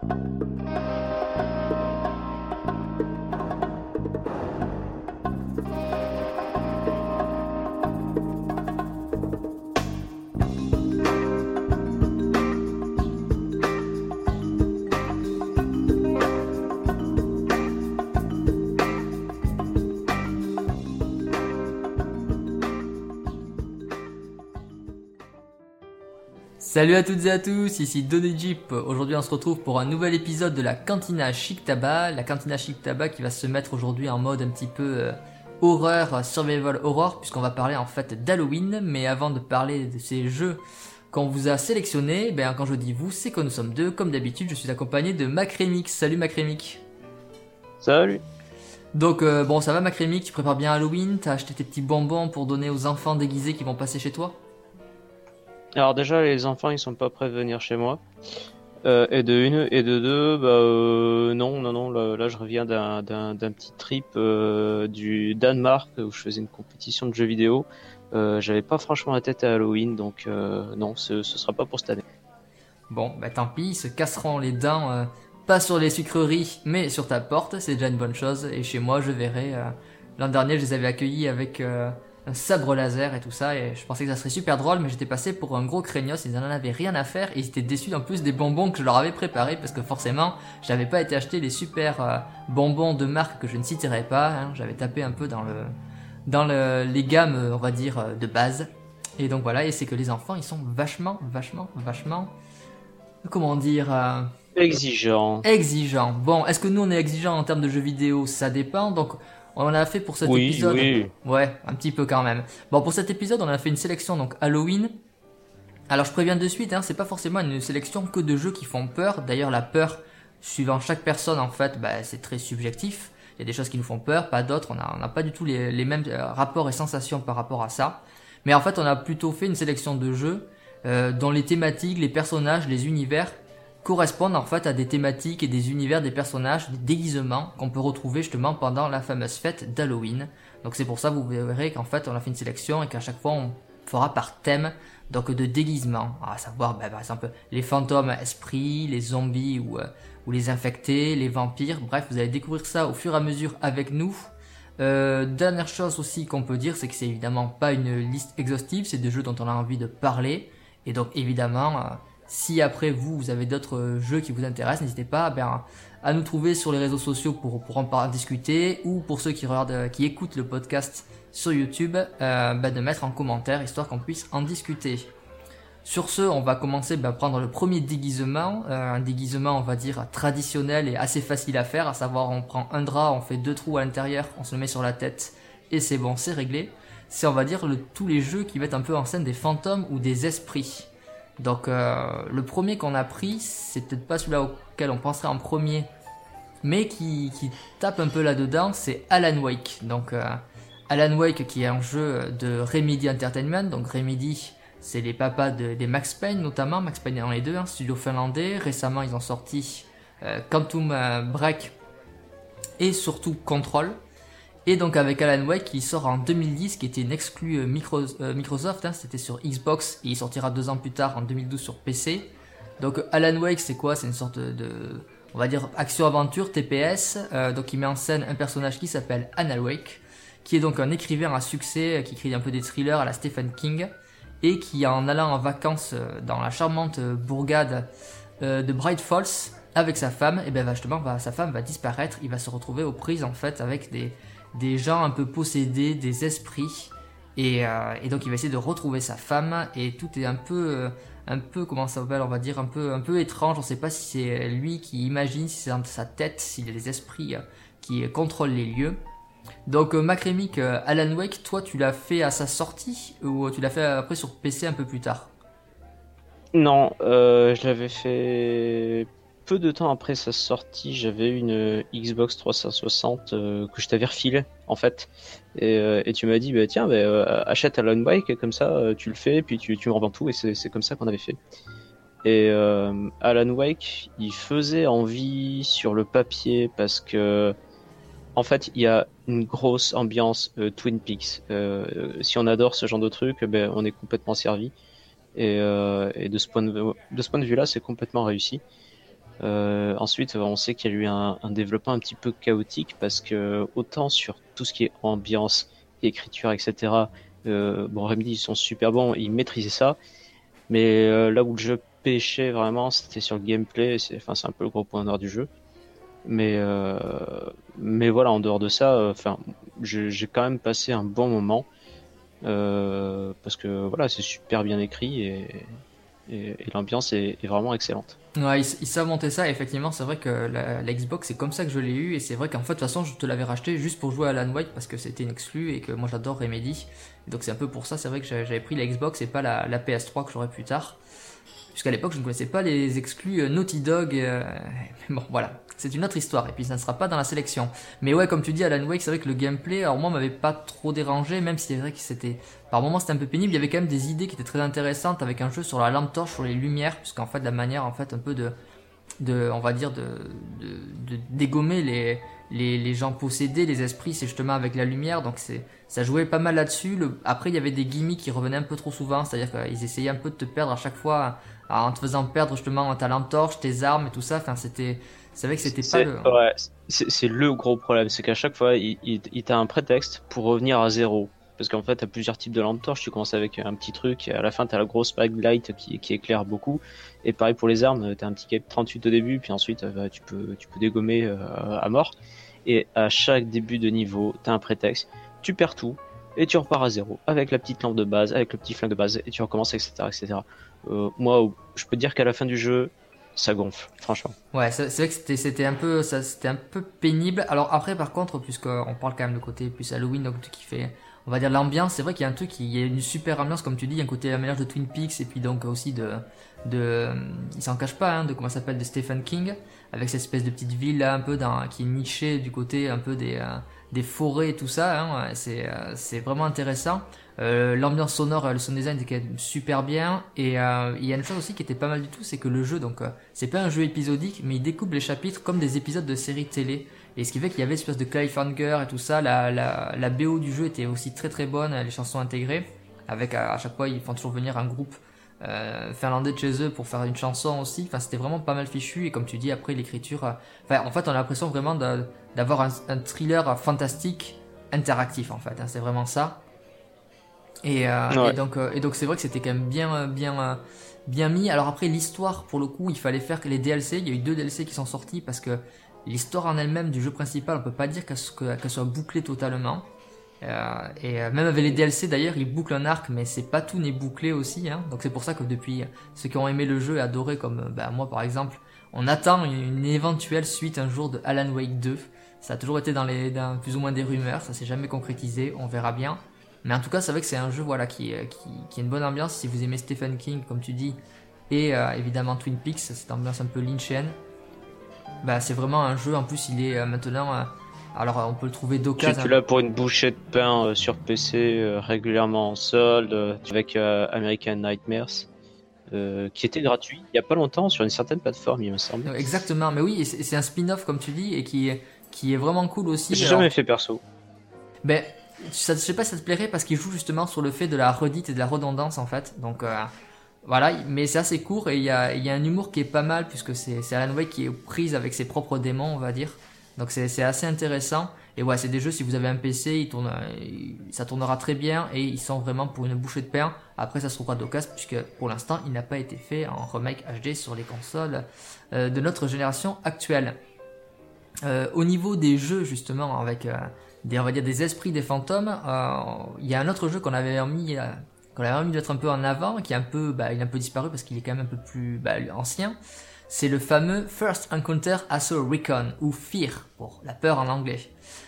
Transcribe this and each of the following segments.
Salut à toutes et à tous, ici Donny Jeep. Aujourd'hui on se retrouve pour un nouvel épisode de la Cantina Chic Tabac. La Cantina Chic Tabac qui va se mettre aujourd'hui en mode un petit peu horreur, survival horror, puisqu'on va parler en fait d'Halloween. Mais avant de parler de ces jeux qu'on vous a sélectionnés, quand je dis vous, c'est que nous sommes deux. Comme d'habitude, je suis accompagné de Macrémix. Salut Macrémix. Salut. Donc bon, ça va Macrémix, tu prépares bien Halloween? T'as acheté tes petits bonbons pour donner aux enfants déguisés qui vont passer chez toi? Alors déjà, les enfants, ils sont pas prêts de venir chez moi. Et de une, et de deux, non. Là, je reviens d'un petit trip du Danemark où je faisais une compétition de jeux vidéo. J'avais pas franchement la tête à Halloween, donc non, ce sera pas pour cette année. Bon, tant pis, ils se casseront les dents, pas sur les sucreries, mais sur ta porte, c'est déjà une bonne chose. Et chez moi, je verrai. L'an dernier, je les avais accueillis avec un sabre laser et tout ça, et je pensais que ça serait super drôle, mais j'étais passé pour un gros craignos, ils en avaient rien à faire, et ils étaient déçus en plus des bonbons que je leur avais préparés, parce que forcément, j'avais pas été acheter les super bonbons de marque que je ne citerai pas, hein. J'avais tapé un peu dans les gammes, on va dire, de base. Et donc voilà, et c'est que les enfants, ils sont vachement, comment dire, exigeants. Bon, est-ce que nous on est exigeants en termes de jeux vidéo? Ça dépend, donc on a fait pour cet épisode. Oui. Ouais, un petit peu quand même. Bon, pour cet épisode, on a fait une sélection donc Halloween. Alors je préviens de suite, hein, c'est pas forcément une sélection que de jeux qui font peur. D'ailleurs, la peur, suivant chaque personne, en fait, c'est très subjectif. Il y a des choses qui nous font peur, pas d'autres. On n'a pas du tout les mêmes rapports et sensations par rapport à ça. Mais en fait, on a plutôt fait une sélection de jeux dont les thématiques, les personnages, les univers correspondent en fait à des thématiques et des univers des personnages, des déguisements qu'on peut retrouver justement pendant la fameuse fête d'Halloween. Donc c'est pour ça vous verrez qu'en fait on a fait une sélection et qu'à chaque fois on fera par thème donc de déguisements, à savoir par exemple les fantômes esprits, les zombies ou les infectés, les vampires, bref vous allez découvrir ça au fur et à mesure avec nous. Dernière chose aussi qu'on peut dire, c'est que c'est évidemment pas une liste exhaustive, c'est des jeux dont on a envie de parler, et donc évidemment si après vous avez d'autres jeux qui vous intéressent, n'hésitez pas à nous trouver sur les réseaux sociaux pour en discuter, ou pour ceux qui écoutent le podcast sur YouTube, de mettre en commentaire histoire qu'on puisse en discuter. Sur ce, on va commencer prendre le premier déguisement, un déguisement on va dire traditionnel et assez facile à faire, à savoir on prend un drap, on fait 2 trous à l'intérieur, on se le met sur la tête et c'est bon, c'est réglé. C'est on va dire tous les jeux qui mettent un peu en scène des fantômes ou des esprits. Donc le premier qu'on a pris, c'est peut-être pas celui-là auquel on penserait en premier, mais qui tape un peu là-dedans, c'est Alan Wake. Donc Alan Wake qui est un jeu de Remedy Entertainment. Donc Remedy, c'est les papas des Max Payne notamment. Max Payne est dans les deux, studio finlandais. Récemment ils ont sorti Quantum Break et surtout Control. Et donc avec Alan Wake qui sort en 2010, qui était une exclue Microsoft, c'était sur Xbox, et il sortira 2 ans plus tard en 2012 sur PC. Donc Alan Wake c'est quoi? C'est une sorte de on va dire action-aventure TPS, donc il met en scène un personnage qui s'appelle Alan Wake, qui est donc un écrivain à succès, qui écrit un peu des thrillers à la Stephen King, et qui en allant en vacances dans la charmante bourgade de Bright Falls avec sa femme, justement sa femme va disparaître, il va se retrouver aux prises en fait avec des gens un peu possédés, des esprits, et donc il va essayer de retrouver sa femme, et tout est un peu comment ça s'appelle, on va dire un peu étrange. On sait pas si c'est lui qui imagine, si c'est dans sa tête, s'il y a des esprits qui contrôlent les lieux. Donc Macrémic, Alan Wake, toi tu l'as fait à sa sortie ou tu l'as fait après sur PC un peu plus tard? Non, je l'avais fait peu de temps après sa sortie. J'avais une Xbox 360 que je t'avais refilé en fait, et tu m'as dit tiens, achète Alan Wake, comme ça tu le fais, puis tu me revends tout, et c'est comme ça qu'on avait fait. Et Alan Wake, il faisait envie sur le papier parce que en fait, il y a une grosse ambiance Twin Peaks. Si on adore ce genre de truc, on est complètement servi. Et de ce point de vue-là, c'est complètement réussi. Ensuite, on sait qu'il y a eu un développement un petit peu chaotique parce que autant sur tout ce qui est ambiance, écriture, etc. Bon, Remedy, ils sont super bons, ils maîtrisaient ça, mais là où le jeu pêchait vraiment, c'était sur le gameplay. C'est un peu le gros point noir du jeu. Mais, euh, mais voilà, en dehors de ça, j'ai quand même passé un bon moment parce que voilà, c'est super bien écrit et l'ambiance est vraiment excellente. Ouais, ils savent monter ça, et effectivement, c'est vrai que la Xbox, c'est comme ça que je l'ai eu, et c'est vrai qu'en fait, de toute façon, je te l'avais racheté juste pour jouer à Alan Wake parce que c'était une exclue et que moi j'adore Remedy. Et donc c'est un peu pour ça, c'est vrai que j'avais pris la Xbox et pas la PS3 que j'aurais plus tard. Puisqu'à l'époque, je ne connaissais pas les exclus Naughty Dog. Mais bon, voilà. C'est une autre histoire. Et puis, ça ne sera pas dans la sélection. Mais ouais, comme tu dis, Alan Wake, c'est vrai que le gameplay, alors moi, m'avait pas trop dérangé, même si c'est vrai que c'était, par moments, c'était un peu pénible. Il y avait quand même des idées qui étaient très intéressantes avec un jeu sur la lampe torche, sur les lumières, puisqu'en fait, la manière, en fait, un peu on va dire, de dégommer les gens possédés, les esprits, c'est justement avec la lumière. Donc ça jouait pas mal là-dessus. Après, il y avait des gimmicks qui revenaient un peu trop souvent, c'est-à-dire qu'ils essayaient un peu de te perdre à chaque fois en te faisant perdre justement ta lampe torche, tes armes et tout ça. Enfin, c'est vrai que c'était pas le. Ouais, c'est le gros problème, c'est qu'à chaque fois, il t'a un prétexte pour revenir à zéro. Parce qu'en fait, t'as plusieurs types de lampes torches. Tu commences avec un petit truc, et à la fin, t'as la grosse backlight qui éclaire beaucoup. Et pareil pour les armes, t'as un petit cap 38 au début, puis ensuite, tu peux dégommer à mort. Et à chaque début de niveau, t'as un prétexte. Tu perds tout, et tu repars à zéro. Avec la petite lampe de base, avec le petit flingue de base, et tu recommences, etc., etc. Moi, je peux te dire qu'à la fin du jeu, ça gonfle, franchement. Ouais, c'est vrai que c'était un peu pénible. Alors après, par contre, puisqu'on parle quand même de côté plus Halloween, donc qui fait, on va dire l'ambiance, c'est vrai qu'il y a un truc, il y a une super ambiance, comme tu dis, il y a un côté un mélange de Twin Peaks et puis donc aussi il s'en cache pas, hein, de comment ça s'appelle, de Stephen King, avec cette espèce de petite ville là, un peu qui est nichée du côté un peu des forêts et tout ça, hein, c'est vraiment intéressant. L'ambiance sonore, le sound design était quand même super bien, et il y a une chose aussi qui était pas mal du tout, c'est que le jeu, donc c'est pas un jeu épisodique, mais il découpe les chapitres comme des épisodes de séries télé, et ce qui fait qu'il y avait une espèce de cliffhanger et tout ça. La BO du jeu était aussi très très bonne, les chansons intégrées, avec à chaque fois ils font toujours venir un groupe finlandais de chez eux pour faire une chanson aussi. Enfin, c'était vraiment pas mal fichu, et comme tu dis, après l'écriture, en fait on a l'impression vraiment d'avoir un thriller fantastique interactif en fait, hein, c'est vraiment ça. Ouais. Et donc c'est vrai que c'était quand même bien mis. Alors après l'histoire, pour le coup, il fallait faire que les DLC. Il y a eu 2 DLC qui sont sortis parce que l'histoire en elle-même du jeu principal, on peut pas dire qu'elle soit bouclée totalement. Même avec les DLC d'ailleurs, ils bouclent un arc, mais c'est pas tout n'est bouclé aussi, hein. Donc c'est pour ça que depuis, ceux qui ont aimé le jeu et adoré, comme moi par exemple, on attend une éventuelle suite un jour de Alan Wake 2. Ça a toujours été dans plus ou moins des rumeurs, ça s'est jamais concrétisé, on verra bien. Mais en tout cas, c'est vrai que c'est un jeu voilà, qui a une bonne ambiance. Si vous aimez Stephen King, comme tu dis, et évidemment Twin Peaks, cette ambiance un peu lynchienne, c'est vraiment un jeu. En plus, il est maintenant. Alors, on peut le trouver d'occasion. Tu l'as pour une bouchée de pain sur PC régulièrement en solde avec American Nightmares qui était gratuit il y a pas longtemps sur une certaine plateforme, il me semble. Exactement, mais oui, c'est un spin-off comme tu dis et qui est vraiment cool aussi. J'ai jamais fait perso. Ben, je sais pas si ça te plairait parce qu'il joue justement sur le fait de la redite et de la redondance en fait. Donc voilà, mais c'est assez court et il y a un humour qui est pas mal puisque c'est Alan Wake qui est prise avec ses propres démons, on va dire. Donc c'est assez intéressant. Et ouais, c'est des jeux, si vous avez un PC, ça tournera très bien et ils sont vraiment pour une bouchée de pain. Après, ça se trouvera d'occasion puisque pour l'instant, il n'a pas été fait en remake HD sur les consoles de notre génération actuelle. Au niveau des jeux, justement, avec on va dire des esprits des fantômes, il y a un autre jeu qu'on avait mis de mettre un peu en avant, qui est il est un peu disparu parce qu'il est quand même un peu plus ancien. C'est le fameux First Encounter Assault Recon, ou FEAR, pour la peur en anglais.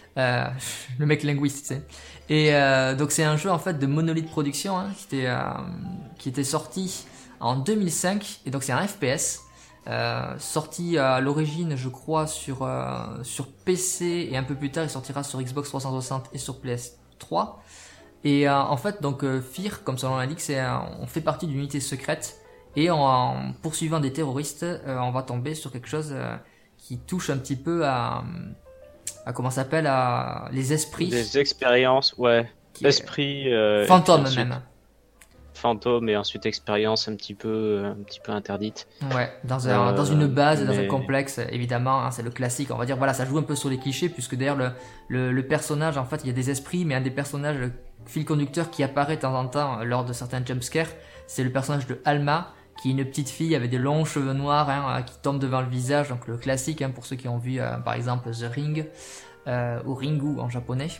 Le mec linguiste, tu sais. Et donc c'est un jeu en fait de Monolith Production, hein, qui était sorti en 2005, et donc c'est un FPS. Sorti à l'origine, je crois, sur PC, et un peu plus tard il sortira sur Xbox 360 et sur PS3. Et en fait, donc FEAR, comme son nom l'indique, on fait partie d'une unité secrète, et en poursuivant des terroristes, on va tomber sur quelque chose qui touche un petit peu à comment ça s'appelle, à les esprits. Des expériences, ouais. Esprits. Fantômes même. fantôme et ensuite expérience un petit peu interdite. Ouais, dans une base, dans un Mais complexe, évidemment, hein, c'est le classique. On va dire, voilà, ça joue un peu sur les clichés, puisque d'ailleurs, le personnage, en fait, il y a des esprits, mais un des personnages, le fil conducteur qui apparaît de temps en temps lors de certains jumpscares, c'est le personnage de Alma, qui est une petite fille avec des longs cheveux noirs, hein, qui tombe devant le visage, donc le classique, hein, pour ceux qui ont vu, par exemple, The Ring, ou Ringu en japonais.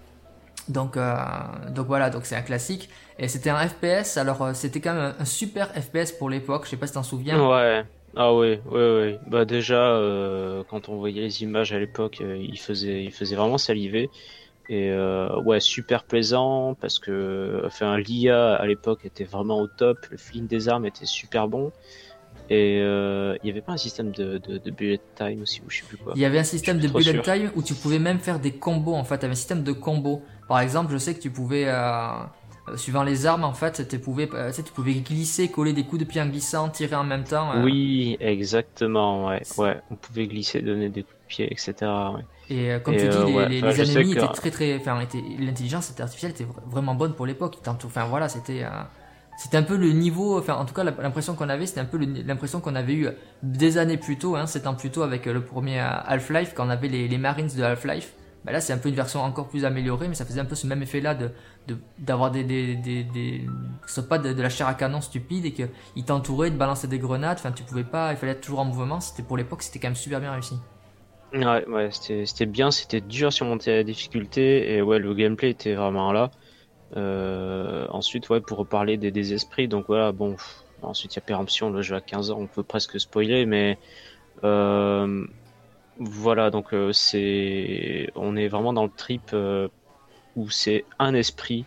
Donc voilà, donc c'est un classique. Et c'était un FPS, alors c'était quand même un super FPS pour l'époque, je sais pas si t'en souviens. ouais. Ah oui, oui, oui. Bah déjà, quand on voyait les images à l'époque, il faisait vraiment saliver. Et ouais, super plaisant parce que enfin, l'IA à l'époque était vraiment au top, le feeling des armes était super bon. Et il y avait pas un système de bullet time aussi, ou je sais plus quoi. Il y avait un Je suis système plus de trop bullet sûr. time où tu pouvais même faire des combos en fait, il y avait un système de combos. Par exemple, je sais que tu pouvais, suivant les armes en fait, tu pouvais glisser, coller des coups de pied en glissant, tirer en même temps. Oui, exactement, ouais, ouais. On pouvait glisser, donner des coups de pied, etc. Ouais. Et comme Et tu dis, ouais, enfin, les je sais ennemis que étaient enfin, l'intelligence artificielle était vraiment bonne pour l'époque. Enfin voilà, c'était un peu le niveau, enfin en tout cas l'impression qu'on avait, c'était un peu l'impression qu'on avait eu des années plus tôt, hein, 7 ans plus tôt avec le premier Half-Life, quand on avait les Marines de Half-Life. Bah là c'est un peu une version encore plus améliorée, mais ça faisait un peu ce même effet là d'avoir que ce soit pas de la chair à canon stupide et qu'ils t'entouraient, de balancer des grenades, enfin tu pouvais pas, il fallait être toujours en mouvement, c'était pour l'époque, c'était quand même super bien réussi. ouais, ouais, c'était bien, c'était dur à surmonter la difficulté et ouais, le gameplay était vraiment là. Ensuite, ouais, pour reparler des esprits, donc voilà, bon, ensuite il y a Péremption, le jeu à 15 ans, on peut presque spoiler, mais euh, voilà, donc on est vraiment dans le trip où c'est un esprit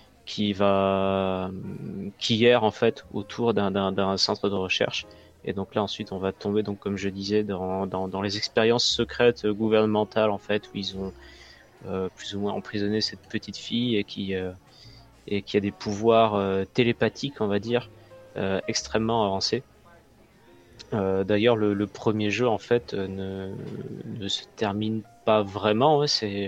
qui erre en fait autour d'un centre de recherche. Et donc là ensuite on va tomber donc comme je disais dans les expériences secrètes gouvernementales en fait où ils ont plus ou moins emprisonné cette petite fille et qui a des pouvoirs télépathiques on va dire extrêmement avancés. D'ailleurs le premier jeu en fait ne se termine pas vraiment, ouais,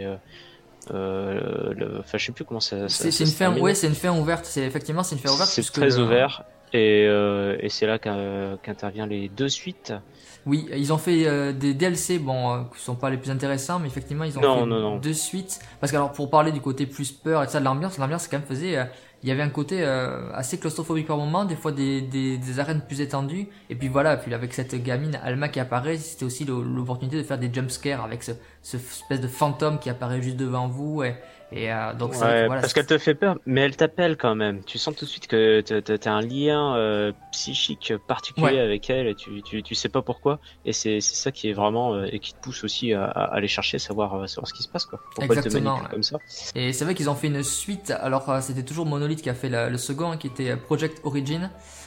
enfin je sais plus comment C'est ça une se fin, termine. ouais, c'est une fin ouverte. C'est une fin ouverte C'est puisque très ouvert et c'est là qu'intervient les deux suites. oui, ils ont fait des DLC, bon, qui sont pas les plus intéressants, mais effectivement, ils ont fait Non, non, non. deux suites. Parce que alors, pour parler du côté plus peur et de ça, de l'ambiance, quand même faisait, il y avait un côté assez claustrophobique par moment, des fois des arènes plus étendues. Et puis voilà, puis avec cette gamine Alma qui apparaît, c'était aussi l'opportunité de faire des jumpscares avec ce espèce de fantôme qui apparaît juste devant vous. Donc c'est vrai que Ouais, voilà, parce qu'elle te fait peur, mais elle t'appelle quand même. Tu sens tout de suite que t'as un lien psychique ouais, particulier avec elle et tu sais pas pourquoi. Et c'est ça qui est vraiment et qui te pousse aussi à aller chercher, savoir ce qui se passe quoi. Pourquoi elle te exactement. manipule comme ça. Et c'est vrai qu'ils ont fait une suite. Alors c'était toujours Monolith qui a fait le second, hein, qui était Project Origin,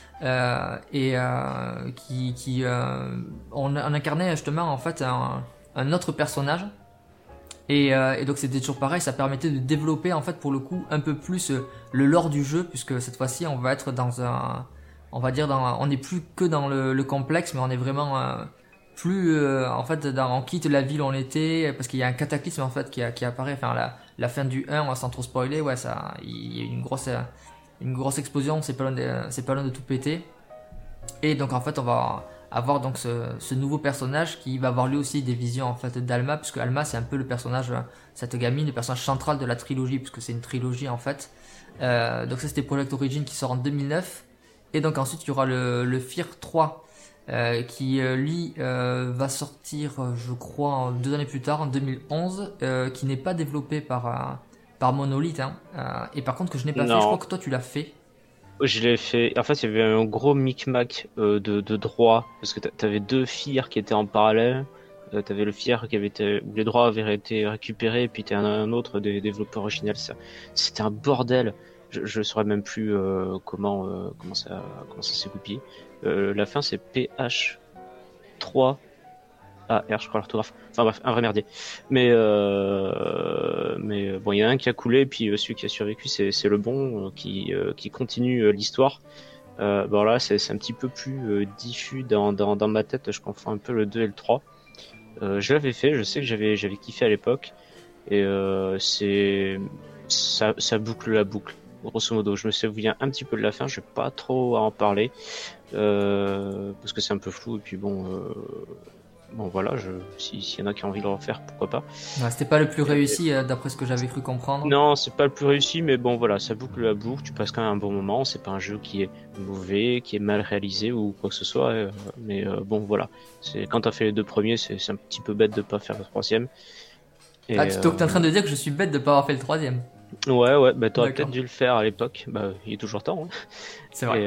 on incarnait justement en fait un autre personnage. Et donc c'était toujours pareil, ça permettait de développer en fait pour le coup un peu plus le lore du jeu, puisque cette fois-ci on va être on va dire on n'est plus que dans le complexe, mais on est vraiment plus en fait on quitte la ville où on était, parce qu'il y a un cataclysme en fait qui apparaît, enfin la fin du 1 sans trop spoiler, ouais, ça, il y a une grosse explosion, c'est pas loin de tout péter. Et donc en fait on va avoir donc ce nouveau personnage qui va avoir lui aussi des visions en fait d'Alma, puisque Alma c'est un peu le personnage, cette gamine, le personnage central de la trilogie, puisque c'est une trilogie en fait. Donc ça c'était Project Origin qui sort en 2009. Et donc ensuite il y aura le Fear 3 qui lui va sortir je crois 2 années plus tard en 2011, qui n'est pas développé par Monolith, hein. Et par contre que je n'ai pas fait, je crois Non, que toi tu l'as fait. je l'ai fait. En fait, il y avait un gros micmac de droits parce que t'avais deux FIR qui étaient en parallèle. T'avais le FIR où les droits avaient été récupérés, et puis t'as un autre des développeurs originels. C'était un bordel. Je saurais même plus comment ça s'est goupillé. La fin c'est PH3 R, je crois l'orthographe. Enfin bref, un vrai merdier. Mais bon, il y en a un qui a coulé, puis celui qui a survécu, c'est le bon qui continue l'histoire. Bon là, c'est un petit peu plus diffus dans ma tête. Je confonds un peu le 2 et le 3. Je l'avais fait, je sais que j'avais kiffé à l'époque, et ça boucle la boucle. grosso modo. Je me souviens un petit peu de la fin, je vais pas trop à en parler parce que c'est un peu flou et puis bon voilà, s'il y en a qui ont envie de le refaire, pourquoi pas. Ouais, c'était pas le plus réussi d'après ce que j'avais cru comprendre. Non, c'est pas le plus réussi, mais bon voilà, ça boucle la boucle, tu passes quand même un bon moment, c'est pas un jeu qui est mauvais, qui est mal réalisé ou quoi que ce soit, mais bon voilà, c'est quand t'as fait les deux premiers, c'est un petit peu bête de pas faire le troisième. Et, Ah, t'es en train de dire que je suis bête de pas avoir fait le troisième. ouais, bah t'aurais D'accord. peut-être dû le faire à l'époque, bah il est toujours temps. Hein. C'est Et, vrai.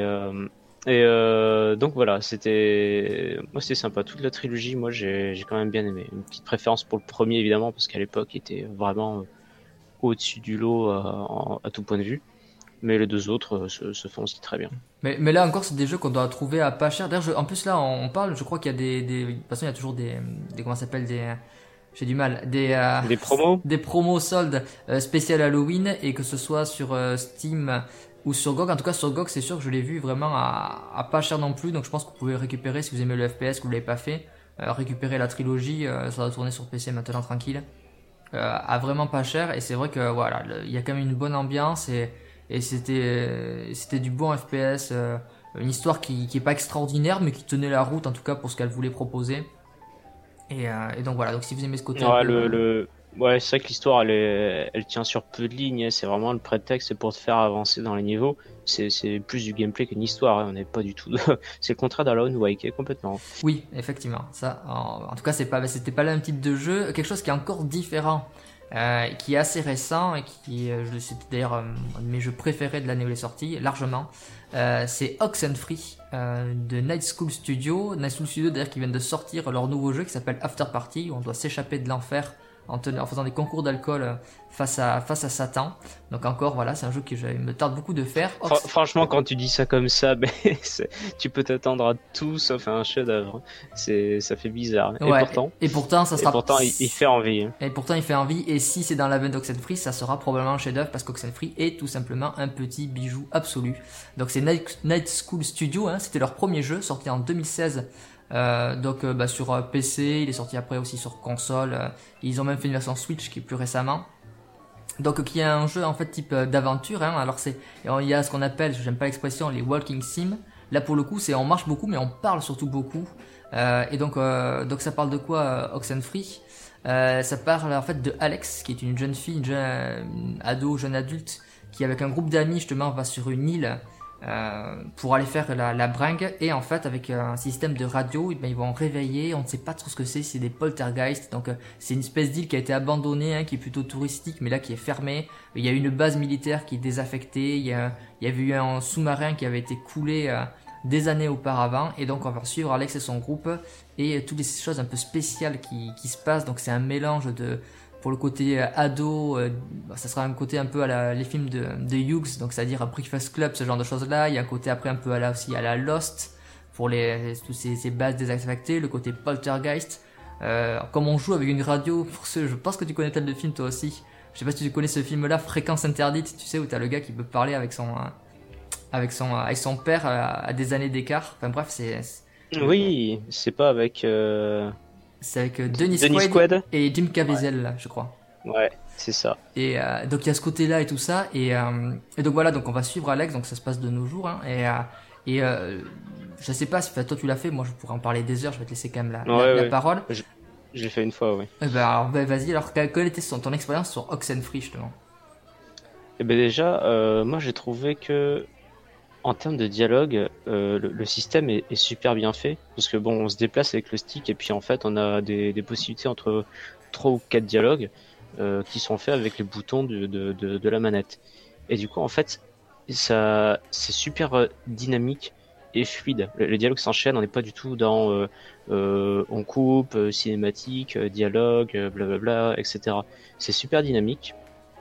donc voilà, moi c'était sympa. Toute la trilogie, moi j'ai quand même bien aimé. Une petite préférence pour le premier évidemment parce qu'à l'époque il était vraiment au-dessus du lot à tout point de vue. Mais les deux autres se font aussi très bien. Mais là encore, c'est des jeux qu'on doit trouver à pas cher. D'ailleurs, en plus là, on parle, je crois qu'il y a de toute façon, il y a toujours comment ça s'appelle, j'ai du mal, Des promos? des promos soldes spéciales Halloween et que ce soit sur Steam ou sur GOG. En tout cas, sur GOG, c'est sûr que je l'ai vu vraiment à pas cher non plus. Donc, je pense que vous pouvez récupérer si vous aimez le FPS, que vous l'avez pas fait, récupérer la trilogie. Ça va tourner sur PC maintenant tranquille, à vraiment pas cher. Et c'est vrai que voilà, il y a quand même une bonne ambiance et c'était du bon FPS. Une histoire qui est pas extraordinaire, mais qui tenait la route en tout cas pour ce qu'elle voulait proposer. Et donc voilà, donc si vous aimez ce côté un Ouais, peu ouais, c'est vrai que l'histoire elle tient sur peu de lignes. Hein. C'est vraiment le prétexte pour te faire avancer dans les niveaux. C'est plus du gameplay qu'une histoire. Hein. On n'est pas du tout. C'est le contraire d'Alan Wake complètement. Oui, effectivement. Ça, en tout cas, c'était pas le même type de jeu. Quelque chose qui est encore différent, qui est assez récent et c'était d'ailleurs un de mes jeux préférés de l'année où il est sorti, largement. C'est Oxenfree de Night School Studio. Night School Studio, d'ailleurs, qui viennent de sortir leur nouveau jeu qui s'appelle After Party, où on doit s'échapper de l'enfer en faisant des concours d'alcool face à Satan. Donc encore, voilà, c'est un jeu me tarde beaucoup de faire. Franchement, quand tu dis ça comme ça, tu peux t'attendre à tout sauf à un chef-d'œuvre. Ça fait bizarre. Ouais, Et pourtant, ça sera. il fait envie. Hein. Et pourtant, il fait envie. Et si c'est dans la veine d'Oxenfree, ça sera probablement un chef-d'œuvre parce qu'Oxenfree est tout simplement un petit bijou absolu. Donc c'est Night School Studio. Hein, c'était leur premier jeu sorti en 2016. Sur PC, il est sorti après aussi sur console. Ils ont même fait une version Switch qui est plus récemment. Donc qui est un jeu en fait type d'aventure. Hein. Alors il y a ce qu'on appelle, j'aime pas l'expression, les walking sim. Là pour le coup, on marche beaucoup, mais on parle surtout beaucoup. Donc ça parle de quoi Oxenfree? Ça parle en fait de Alex, qui est une jeune fille, une ado, jeune adulte, qui avec un groupe d'amis justement va sur une île pour aller faire la bringue. Et en fait avec un système de radio, ils vont réveiller, on ne sait pas trop ce que c'est des poltergeists. Donc c'est une espèce d'île qui a été abandonnée, hein, qui est plutôt touristique, mais là qui est fermée. Il y a une base militaire qui est désaffectée, il y avait eu un sous-marin qui avait été coulé des années auparavant, et donc on va suivre Alex et son groupe et toutes les choses un peu spéciales qui se passent. Donc c'est un mélange pour le côté ado, ça sera un côté un peu les films de Hughes, donc c'est-à-dire Breakfast Club, ce genre de choses là. Il y a un côté après un peu aussi à la Lost pour tous ces bases désaffectées, le côté poltergeist. Comme on joue avec une radio, je pense que tu connais peut-être le film toi aussi. Je sais pas si tu connais ce film là, Fréquence interdite, tu sais, où t'as le gars qui peut parler avec son père à des années d'écart. Enfin bref, Oui, c'est pas avec. C'est avec Denis Quaid Quaid et Jim Caviezel, là, je crois. Ouais, c'est ça. Et donc il y a ce côté-là et tout ça. Et donc voilà, donc on va suivre Alex, donc ça se passe de nos jours. Hein, je sais pas si toi tu l'as fait, moi je pourrais en parler des heures, je vais te laisser quand même la parole. Je l'ai fait une fois, oui. Vas-y, alors quelle était ton expérience sur Oxenfree justement? Eh ben déjà, moi j'ai trouvé que en termes de dialogue, le système est super bien fait parce que bon, on se déplace avec le stick et puis en fait on a des possibilités entre 3 ou 4 dialogues qui sont faits avec les boutons de la manette. Et du coup en fait ça c'est super dynamique et fluide. Les dialogues s'enchaînent, on n'est pas du tout dans on coupe, cinématique, dialogue, blablabla, etc. C'est super dynamique.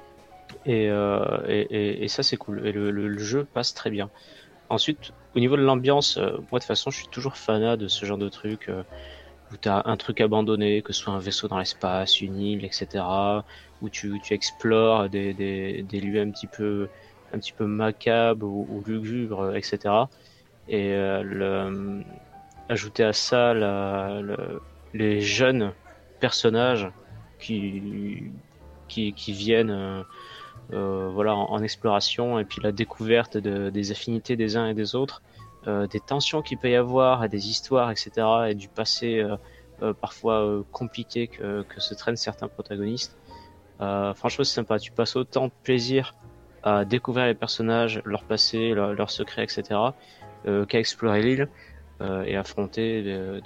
Et ça c'est cool. Et le jeu passe très bien. Ensuite, au niveau de l'ambiance, moi de toute façon je suis toujours fanat de ce genre de truc où t'as un truc abandonné, que ce soit un vaisseau dans l'espace, une île, etc. Où tu explores des lieux un petit peu macabres ou lugubres, etc. Et ajouter à ça les jeunes personnages qui viennent voilà, en exploration, et puis la découverte des affinités des uns et des autres, des tensions qu'il peut y avoir, et des histoires, etc., et du passé parfois compliqué que se traînent certains protagonistes. Franchement, c'est sympa. Tu passes autant de plaisir à découvrir les personnages, leur passé, leurs secrets, etc., qu'à explorer l'île et affronter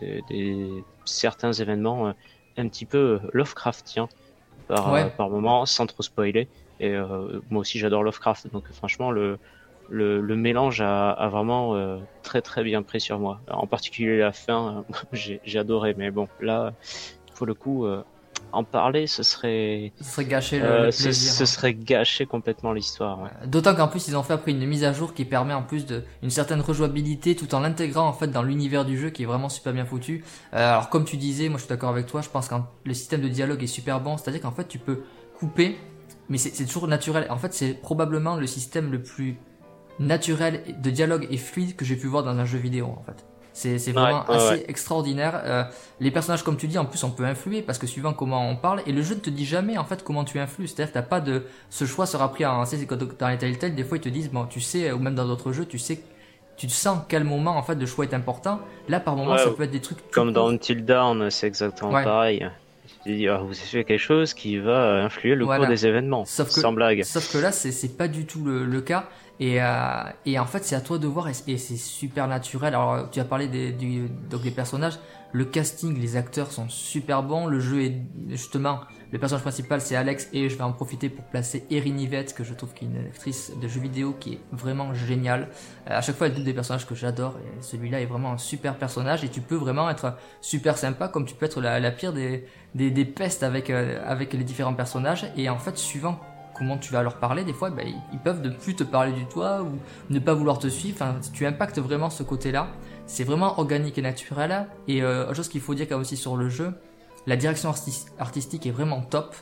certains événements un petit peu Lovecraftiens Ouais. par moment, sans trop spoiler. Et moi aussi, j'adore Lovecraft, donc franchement, le mélange a vraiment très très bien pris sur moi. En particulier la fin, j'ai adoré, mais bon, là, pour le coup, en parler, Ce serait gâcher le plaisir, ce hein. serait gâcher complètement l'histoire. Ouais. D'autant qu'en plus ils ont fait après une mise à jour qui permet en plus de une certaine rejouabilité tout en l'intégrant en fait dans l'univers du jeu qui est vraiment super bien foutu. Alors comme tu disais, moi je suis d'accord avec toi, je pense que le système de dialogue est super bon, c'est-à-dire qu'en fait tu peux couper, mais c'est toujours naturel. En fait c'est probablement le système le plus naturel de dialogue et fluide que j'ai pu voir dans un jeu vidéo en fait. C'est Ouais, vraiment ouais, assez ouais. extraordinaire. Les personnages, comme tu dis, en plus, on peut influer parce que suivant comment on parle, et le jeu ne te dit jamais en fait comment tu influes. C'est-à-dire que t'as pas de, ce choix sera pris en, tu sais, c'est comme dans les Telltale, des fois ils te disent, bon, tu sais, ou même dans d'autres jeux, tu sais, tu sens quel moment en fait le choix est important. Là, par moment, Ouais, ça peut être des trucs tout comme dans court. Until Dawn, c'est exactement Ouais, pareil. Tu dis, ah, vous avez fait quelque chose qui va influer le cours voilà. des événements, sans blague. Sauf que là, c'est pas du tout le cas. Et en fait, c'est à toi de voir et c'est super naturel. Alors, tu as parlé donc des personnages. Le casting, les acteurs sont super bons. Le jeu est justement, le personnage principal c'est Alex et je vais en profiter pour placer Erin Yvette que je trouve qui est une actrice de jeux vidéo qui est vraiment géniale. À chaque fois, elle double des personnages que j'adore et celui-là est vraiment un super personnage et tu peux vraiment être super sympa comme tu peux être la pire des pestes avec les différents personnages et en fait suivant comment tu vas leur parler des fois ben, ils peuvent ne plus te parler du tout ou ne pas vouloir te suivre, enfin, tu impactes vraiment ce côté là, c'est vraiment organique et naturel et autre chose qu'il faut dire quand même aussi sur le jeu, la direction artistique est vraiment top,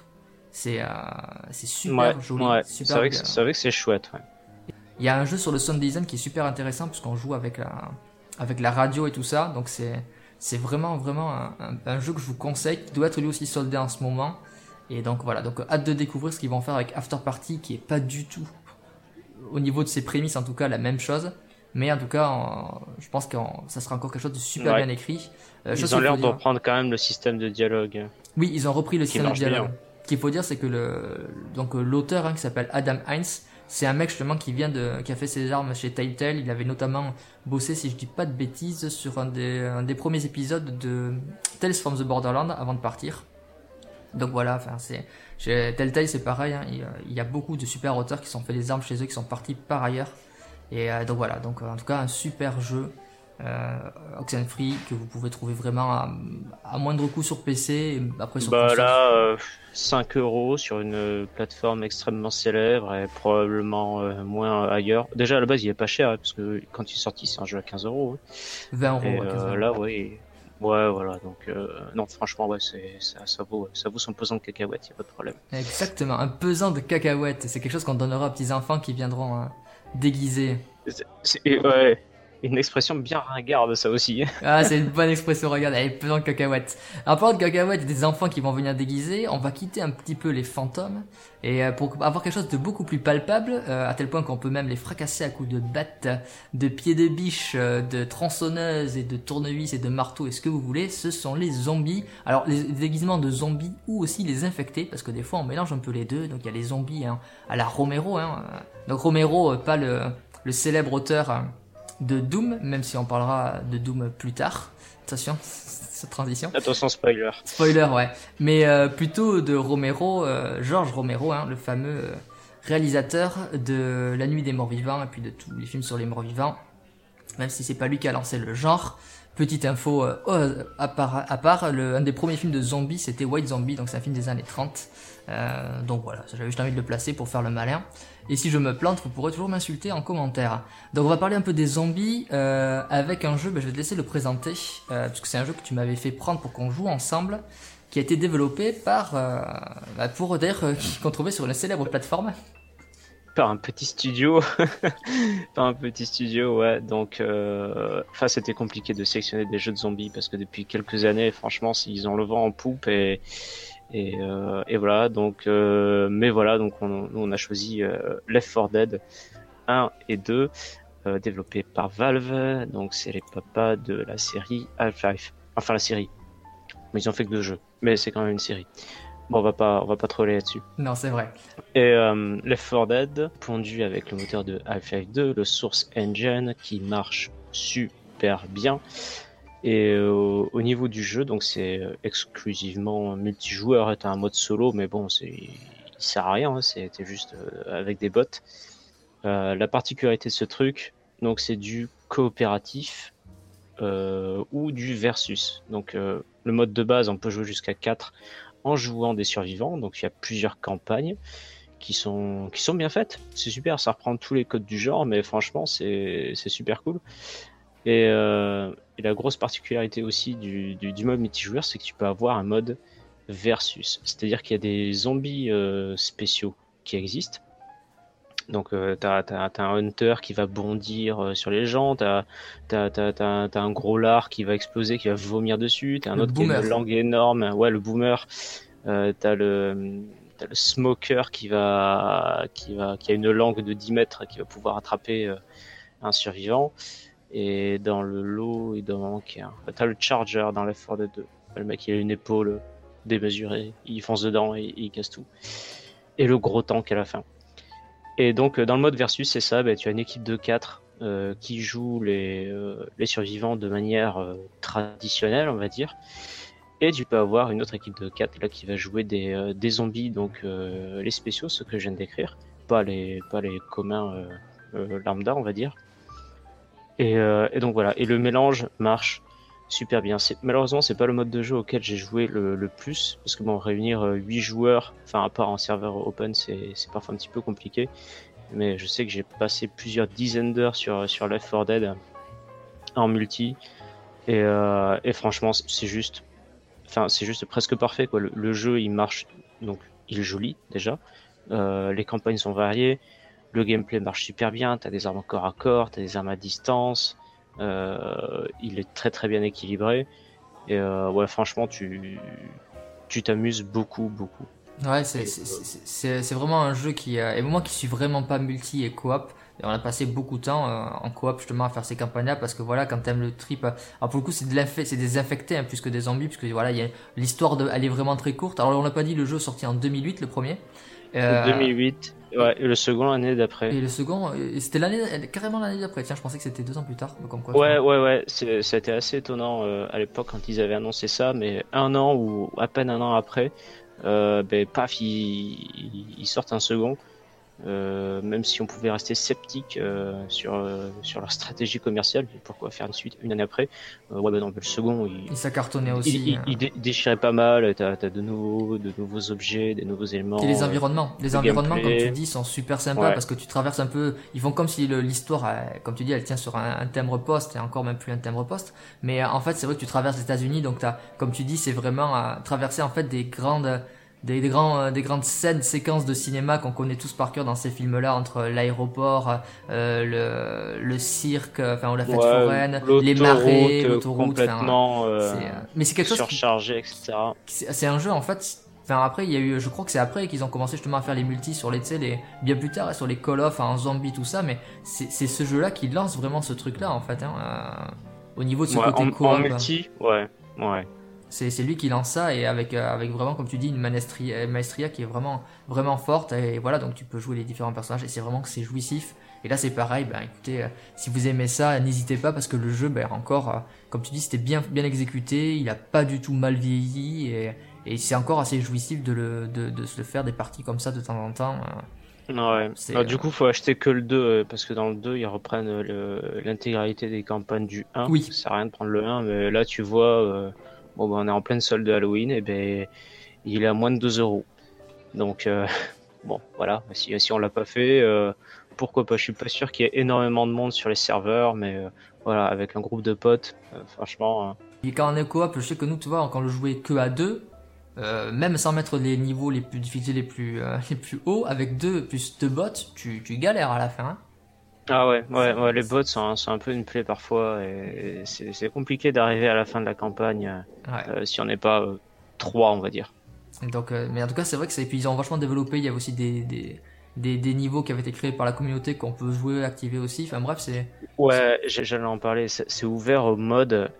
c'est Ouais, super joli, ouais. super bien. C'est vrai que c'est chouette, ouais. Il y a un jeu sur le sound design qui est super intéressant puisqu'on joue avec la radio et tout ça. Donc c'est vraiment vraiment un jeu que je vous conseille. Qui doit être lui aussi soldé en ce moment. Et donc voilà, donc hâte de découvrir ce qu'ils vont faire avec After Party qui est pas du tout au niveau de ses prémices en tout cas la même chose. Mais en tout cas, je pense que ça sera encore quelque chose de super Ouais. bien écrit. Chose Ils ont qu'il faut l'air de dire. reprendre quand même le système de dialogue Oui, ils ont repris le qui système de marche dialogue. bien. Ce qu'il faut dire, c'est que l'auteur qui s'appelle Adam Hines, c'est un mec justement qui a fait ses armes chez Telltale. Il avait notamment bossé, si je dis pas de bêtises, sur un des premiers épisodes de Tales from the Borderland avant de partir. Donc voilà, enfin chez Telltale c'est pareil. Hein, il y a beaucoup de super auteurs qui sont fait des armes chez eux, qui sont partis par ailleurs. Et donc voilà, donc en tout cas un super jeu. Oxenfree que vous pouvez trouver vraiment à moindre coût sur PC et après sur Bah console. là, 5 euros sur une plateforme extrêmement célèbre et probablement moins ailleurs. Déjà à la base il est pas cher hein, parce que quand il est sorti c'est un jeu à 15 euros. Hein. 20 euros, Et ouais, 15 euros. là ouais, ouais voilà donc non franchement ouais ça vaut son pesant de cacahuètes y a pas de problème. Exactement, un pesant de cacahuètes. C'est quelque chose qu'on donnera aux petits enfants qui viendront déguisés. Ouais, une expression bien ringarde ça aussi. Ah, c'est une bonne expression, regarde, elle est pesant de cacahuètes. En parlant de cacahuètes et des enfants qui vont venir déguisés, on va quitter un petit peu les fantômes et pour avoir quelque chose de beaucoup plus palpable, à tel point qu'on peut même les fracasser à coups de battes, de pieds de biche, de tronçonneuses et de tournevis et de marteaux et ce que vous voulez, ce sont les zombies. Alors les déguisements de zombies ou aussi les infectés, parce que des fois on mélange un peu les deux, donc il y a les zombies hein, à la Romero. Hein. Donc Romero, pas le célèbre auteur de Doom, même si on parlera de Doom plus tard. Attention, cette transition. Attention spoiler. Spoiler, ouais. Mais plutôt de Romero, George Romero, hein, le fameux réalisateur de La Nuit des Morts Vivants et puis de tous les films sur les morts vivants. Même si c'est pas lui qui a lancé le genre. Petite info à part un des premiers films de zombies, c'était White Zombie, donc c'est un film des années 30. Donc voilà, j'avais juste envie de le placer pour faire le malin. Et si je me plante, vous pourrez toujours m'insulter en commentaire. Donc on va parler un peu des zombies avec un jeu, je vais te laisser le présenter, puisque c'est un jeu que tu m'avais fait prendre pour qu'on joue ensemble, qui a été développé pour d'ailleurs qu'on trouvait sur une célèbre plateforme. Par un petit studio. Par un petit studio, ouais. Donc, enfin, c'était compliqué de sélectionner des jeux de zombies parce que depuis quelques années, franchement, ils ont le vent en poupe Et voilà, donc, mais voilà, donc on a choisi Left 4 Dead 1 et 2, développés par Valve, donc c'est les papas de la série Half-Life. Enfin, la série. Mais ils ont fait que 2 jeux, mais c'est quand même une série. Bon, on va pas troller là-dessus. Non, c'est vrai. Et Left 4 Dead, pondu avec le moteur de Half-Life 2, le Source Engine, qui marche super bien. Et au niveau du jeu, donc c'est exclusivement multijoueur, t'as un mode solo, mais bon, il sert à rien, hein, c'était juste avec des bots. La particularité de ce truc, donc c'est du coopératif ou du versus. Donc le mode de base, on peut jouer jusqu'à 4 en jouant des survivants, donc il y a plusieurs campagnes qui sont bien faites. C'est super, ça reprend tous les codes du genre, mais franchement, c'est super cool. Et la grosse particularité aussi du mode multijoueur, c'est que tu peux avoir un mode versus. C'est-à-dire qu'il y a des zombies spéciaux qui existent. Donc t'as un hunter qui va bondir sur les gens, t'as un gros lard qui va exploser, qui va vomir dessus, t'as un Le autre qui a boomer. une langue énorme, ouais, le boomer. T'as le smoker qui a une langue de 10 mètres qui va pouvoir attraper un survivant. Et dans le lot, il doit manquer un. T'as le Charger dans Left 4 Dead 2. Le mec, il a une épaule démesurée, il fonce dedans et il casse tout. Et le gros tank à la fin. Et donc, dans le mode versus, c'est ça, tu as une équipe de 4 qui joue les survivants de manière traditionnelle, on va dire. Et tu peux avoir une autre équipe de 4 là, qui va jouer des zombies, donc les spéciaux, ceux que je viens de décrire. Pas les communs lambda, on va dire. Et donc voilà, et le mélange marche super bien. Malheureusement, c'est pas le mode de jeu auquel j'ai joué le plus, parce que bon, réunir 8 joueurs, enfin à part en serveur open, c'est parfois un petit peu compliqué. Mais je sais que j'ai passé plusieurs dizaines d'heures sur Left 4 Dead en multi, et franchement, c'est juste presque parfait, quoi. Le jeu, il marche, donc il est joli déjà. Les campagnes sont variées. Le gameplay marche super bien, t'as des armes corps à corps, t'as des armes à distance, il est très très bien équilibré, et ouais, franchement, tu t'amuses beaucoup. Ouais, Et, c'est vraiment un jeu qui... et moi qui suis vraiment pas multi et coop, et on a passé beaucoup de temps en coop justement à faire ces campagnes-là parce que voilà, quand t'aimes le trip... alors pour le coup, c'est des infectés hein, plus que des zombies, parce que voilà, l'histoire elle est vraiment très courte. Alors on l'a pas dit, le jeu est sorti en 2008, le premier. Euh, 2008, ouais, et le second l'année d'après. et le second, c'était carrément l'année d'après. Tiens, je pensais que c'était 2 ans plus tard, comme quoi, tu vois. Ouais, ça a été assez étonnant à l'époque quand ils avaient annoncé ça, mais un an ou à peine un an après, paf, ils sortent un second. Même si on pouvait rester sceptique sur leur stratégie commerciale, pourquoi faire une suite une année après. Ouais, non, le second, Et ça cartonnait aussi. il déchirait pas mal. T'as de nouveaux objets, des nouveaux éléments. Et les Le environnements, comme tu gameplay. dis, sont super sympas Ouais, parce que tu traverses un peu. Ils font comme si l'histoire, comme tu dis, elle tient sur un timbre-poste et encore même plus un timbre-poste. Mais en fait, c'est vrai que tu traverses les États-Unis, donc comme tu dis, c'est vraiment traverser en fait des grandes scènes, séquences de cinéma qu'on connaît tous par cœur dans ces films-là, entre l'aéroport, le cirque, enfin ou la fête ouais, foraine, les l'autoroute marées, l'autoroute. Enfin, complètement mais c'est quelque chose surchargée, etc. c'est un jeu en fait. Enfin après il y a eu, je crois que c'est après qu'ils ont commencé justement à faire les multis sur les, tu sais, bien plus tard sur les Call of en zombie tout ça, mais c'est ce jeu-là qui lance vraiment ce truc-là en fait. Hein, au niveau de ce Ouais, côté en coop, multi, ouais. c'est lui qui lance ça et avec vraiment comme tu dis une maestria qui est vraiment forte et voilà donc tu peux jouer les différents personnages et c'est vraiment que c'est jouissif. Et là c'est pareil, ben écoutez, si vous aimez ça, n'hésitez pas parce que le jeu, ben encore, comme tu dis, c'était bien exécuté, il a pas du tout mal vieilli et c'est encore assez jouissif de se faire des parties comme ça de temps en temps. Ouais. C'est Alors, du coup, faut acheter que le 2 parce que dans le 2, ils reprennent l'intégralité des campagnes du 1. oui, Ça sert à rien de prendre le 1, mais là, tu vois, on est en pleine solde de Halloween, et ben, il est à moins de 2 euros. Donc, bon, voilà. Si on l'a pas fait, pourquoi pas? Je suis pas sûr qu'il y ait énormément de monde sur les serveurs, mais voilà, avec un groupe de potes, franchement, et quand on est coop, je sais que nous, tu vois, quand on le jouait que à deux, même sans mettre les niveaux les plus difficiles, les plus hauts, avec deux plus deux bots, tu galères à la fin. Hein. ah ouais, les bots sont un peu une plaie parfois, et c'est compliqué d'arriver à la fin de la campagne Ouais. si on n'est pas 3, on va dire. Donc, mais en tout cas, c'est vrai que c'est. Et puis ils ont vachement développé. Il y avait aussi des niveaux qui avaient été créés par la communauté qu'on peut jouer, activer aussi. Enfin bref, Ouais, j'allais en parler. C'est ouvert au mode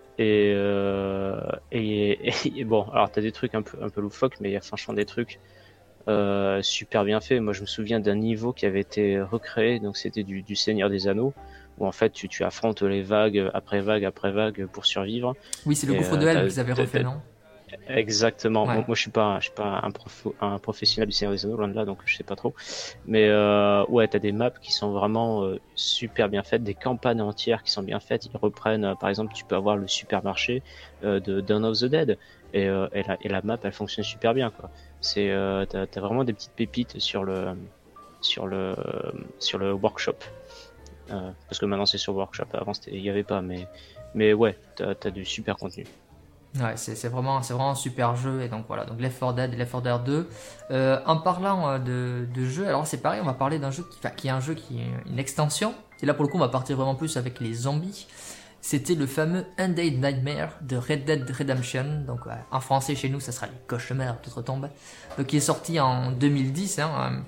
et bon, alors t'as des trucs un peu loufoques, mais il y a franchement des trucs super bien faits. Moi, je me souviens d'un niveau qui avait été recréé, donc c'était du Seigneur des Anneaux, où en fait tu affrontes les vagues après vague pour survivre. oui, c'est le Et gouffre de Helm qu'ils avaient refait, non? exactement. Ouais. Moi, je suis pas un professionnel du Seigneur des Anneaux, loin de là, donc je sais pas trop. Mais ouais, t'as des maps qui sont vraiment super bien faites, des campagnes entières qui sont bien faites. Ils reprennent, par exemple, tu peux avoir le supermarché de Dawn of the Dead, et la map, elle fonctionne super bien, quoi. T'as vraiment des petites pépites sur le, sur le workshop. Parce que maintenant c'est sur workshop. Avant, il y avait pas, mais ouais, t'as du super contenu. Ouais, c'est vraiment un super jeu. Et donc voilà, donc Left 4 Dead et Left 4 Dead 2. En parlant de jeu, alors c'est pareil, on va parler d'un jeu qui est un jeu qui est une extension. Et là pour le coup, on va partir vraiment plus avec les zombies. C'était le fameux Undead Nightmare de Red Dead Redemption. Donc en français chez nous, ça sera les cauchemars d'outre-tombe. Donc qui est sorti en 2010.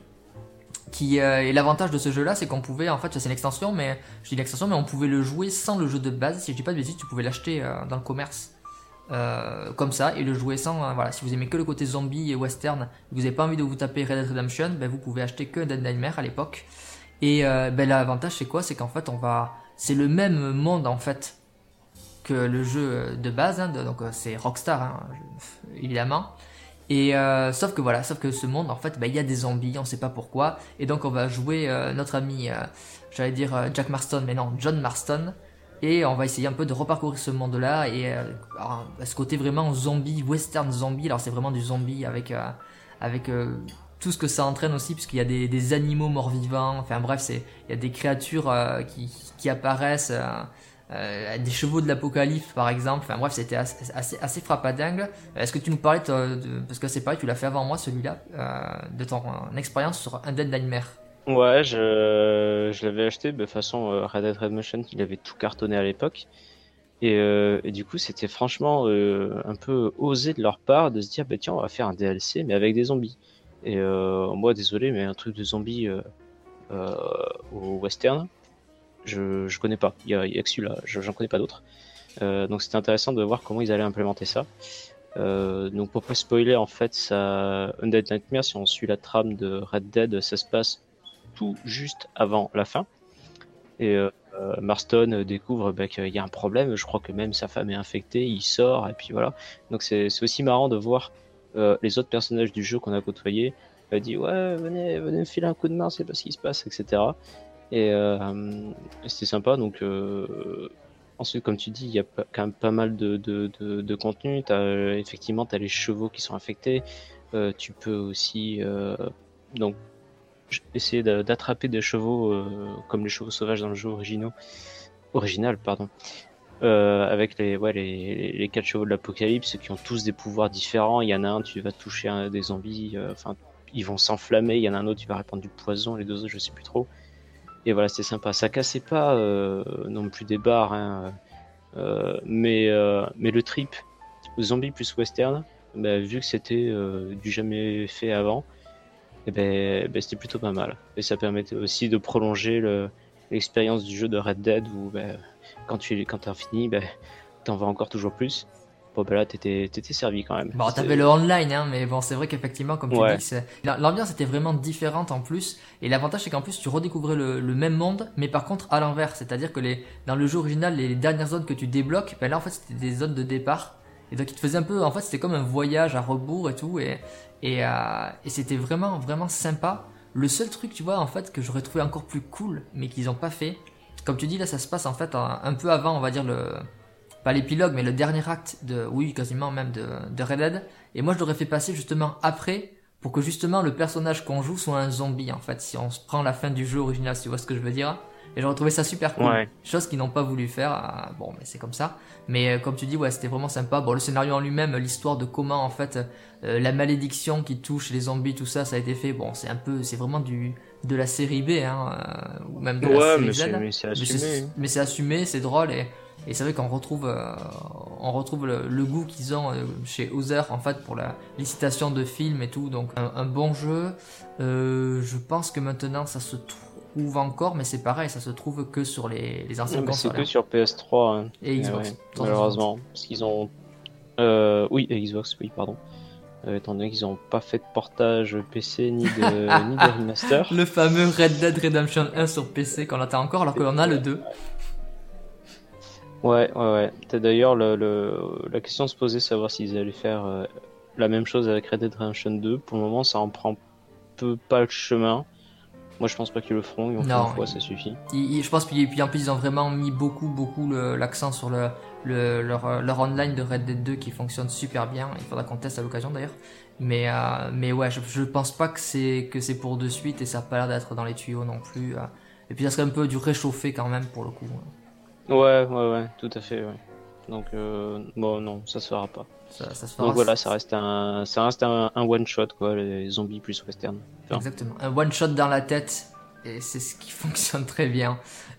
Et l'avantage de ce jeu-là, c'est qu'on pouvait, en fait, c'est une extension, mais je dis une extension, mais on pouvait le jouer sans le jeu de base. Si je dis pas de bêtises, tu pouvais l'acheter dans le commerce. Comme ça et le jouer sans voilà, si vous aimez que le côté zombie et western, vous n'avez pas envie de vous taper Red Dead Redemption, ben vous pouvez acheter que Dead Nightmare à l'époque. Et ben l'avantage c'est quoi, c'est qu'en fait c'est le même monde en fait que le jeu de base, hein, donc c'est Rockstar, hein, évidemment. Et sauf que ce monde en fait, ben il y a des zombies, on sait pas pourquoi, et donc on va jouer notre ami, j'allais dire Jack Marston, mais non, John Marston. Et on va essayer un peu de reparcourir ce monde-là et ce côté vraiment zombie, western zombie. Alors c'est vraiment du zombie avec tout ce que ça entraîne aussi, puisqu'il y a des animaux morts-vivants. Enfin bref, il y a des créatures qui apparaissent, des chevaux de l'apocalypse par exemple. Enfin bref, c'était assez frappadingue. Est-ce que tu nous parlais parce que c'est pareil, tu l'as fait avant moi celui-là, de ton expérience sur Undead Nightmare? Ouais, je l'avais acheté, de façon Red Dead Redemption, il avait tout cartonné à l'époque. Et du coup, c'était franchement un peu osé de leur part de se dire, bah tiens, on va faire un DLC, mais avec des zombies. Et moi, désolé, mais un truc de zombie euh, au western, je connais pas. Il y a que celui-là, j'en connais pas d'autres. Donc c'était intéressant de voir comment ils allaient implémenter ça. Donc pour pas spoiler, en fait, ça, Undead Nightmare, si on suit la trame de Red Dead, ça se passe tout juste avant la fin. Et Marston découvre qu'il y a un problème. Je crois que même sa femme est infectée. Il sort et puis voilà. Donc c'est aussi marrant de voir les autres personnages du jeu qu'on a côtoyés. Il dit ouais, venez me filer un coup de main, c'est pas ce qui se passe, etc. Et c'était sympa. Donc ensuite, comme tu dis, il y a quand même pas mal de contenu. Effectivement, t'as les chevaux qui sont infectés. Tu peux aussi donc essayer d'attraper des chevaux comme les chevaux sauvages dans le jeu original, pardon. Avec les 4 chevaux de l'apocalypse qui ont tous des pouvoirs différents. Il y en a un, tu vas toucher des zombies, enfin ils vont s'enflammer. Il y en a un autre, tu vas répandre du poison. Les deux autres, je sais plus trop. Et voilà, c'était sympa. Ça cassait pas non plus des barres, hein, mais le trip zombie plus western, bah, vu que c'était du jamais fait avant, et c'était plutôt pas mal. Et ça permettait aussi de prolonger l'expérience du jeu de Red Dead où quand t'as fini, t'en vas encore toujours plus. Bon, là, t'étais servi quand même. Bon, t'avais le online, hein, mais bon, c'est vrai qu'effectivement, comme tu Ouais. dis, l'ambiance était vraiment différente en plus. Et l'avantage, c'est qu'en plus, tu redécouvrais le même monde, mais par contre à l'envers. C'est-à-dire que dans le jeu original, les dernières zones que tu débloques, ben là, en fait, c'était des zones de départ. Et donc, il te faisait un peu, en fait, c'était comme un voyage à rebours et tout. Et c'était vraiment, vraiment sympa. Le seul truc, tu vois, en fait, que j'aurais trouvé encore plus cool, mais qu'ils ont pas fait, comme tu dis, là, ça se passe en fait un peu avant, on va dire, pas l'épilogue, mais le dernier acte oui, quasiment même de Red Dead. Et moi, je l'aurais fait passer justement après, pour que justement le personnage qu'on joue soit un zombie, en fait, si on se prend la fin du jeu original, si tu vois ce que je veux dire. Et j'aurais trouvé ça super cool. Ouais. Chose qu'ils n'ont pas voulu faire. Bon, mais c'est comme ça. Mais comme tu dis, ouais, c'était vraiment sympa. Bon, le scénario en lui-même, l'histoire de comment, en fait, la malédiction qui touche les zombies, tout ça, ça a été fait. Bon, c'est vraiment de la série B, hein, ou même de la série Z. Mais c'est assumé. Mais c'est assumé, c'est drôle Et c'est vrai qu'on retrouve, le goût qu'ils ont chez Other en fait pour les citations de films et tout. Donc un bon jeu. Je pense que maintenant ça se trouve encore, mais c'est pareil, ça se trouve que sur les anciennes consoles. C'est que sur PS3 hein. Et Xbox. Ouais, malheureusement, parce qu'ils ont. Oui, et Xbox, oui, pardon. Étant donné qu'ils n'ont pas fait de portage PC ni de remaster. Le fameux Red Dead Redemption 1 sur PC qu'on attend encore alors qu'on a le 2. Ouais. D'ailleurs, la question se posait savoir s'ils allaient faire la même chose avec Red Dead Redemption 2. Pour le moment, ça en prend pas le chemin. Moi, je pense pas qu'ils le feront. Ils ont fait une fois, ça suffit. Je pense puis en plus ils ont vraiment mis beaucoup l'accent sur leur online de Red Dead 2 qui fonctionne super bien. Il faudra qu'on teste à l'occasion d'ailleurs. Mais ouais, je pense pas que c'est pour de suite et ça a pas l'air d'être dans les tuyaux non plus. Et puis ça serait un peu du réchauffé quand même pour le coup. Ouais, tout à fait. Ouais. Donc bon, non, ça se fera pas. Ça se fera. Donc voilà, ça reste un one shot quoi, les zombies plus western. Enfin. Exactement, un one shot dans la tête et c'est ce qui fonctionne très bien.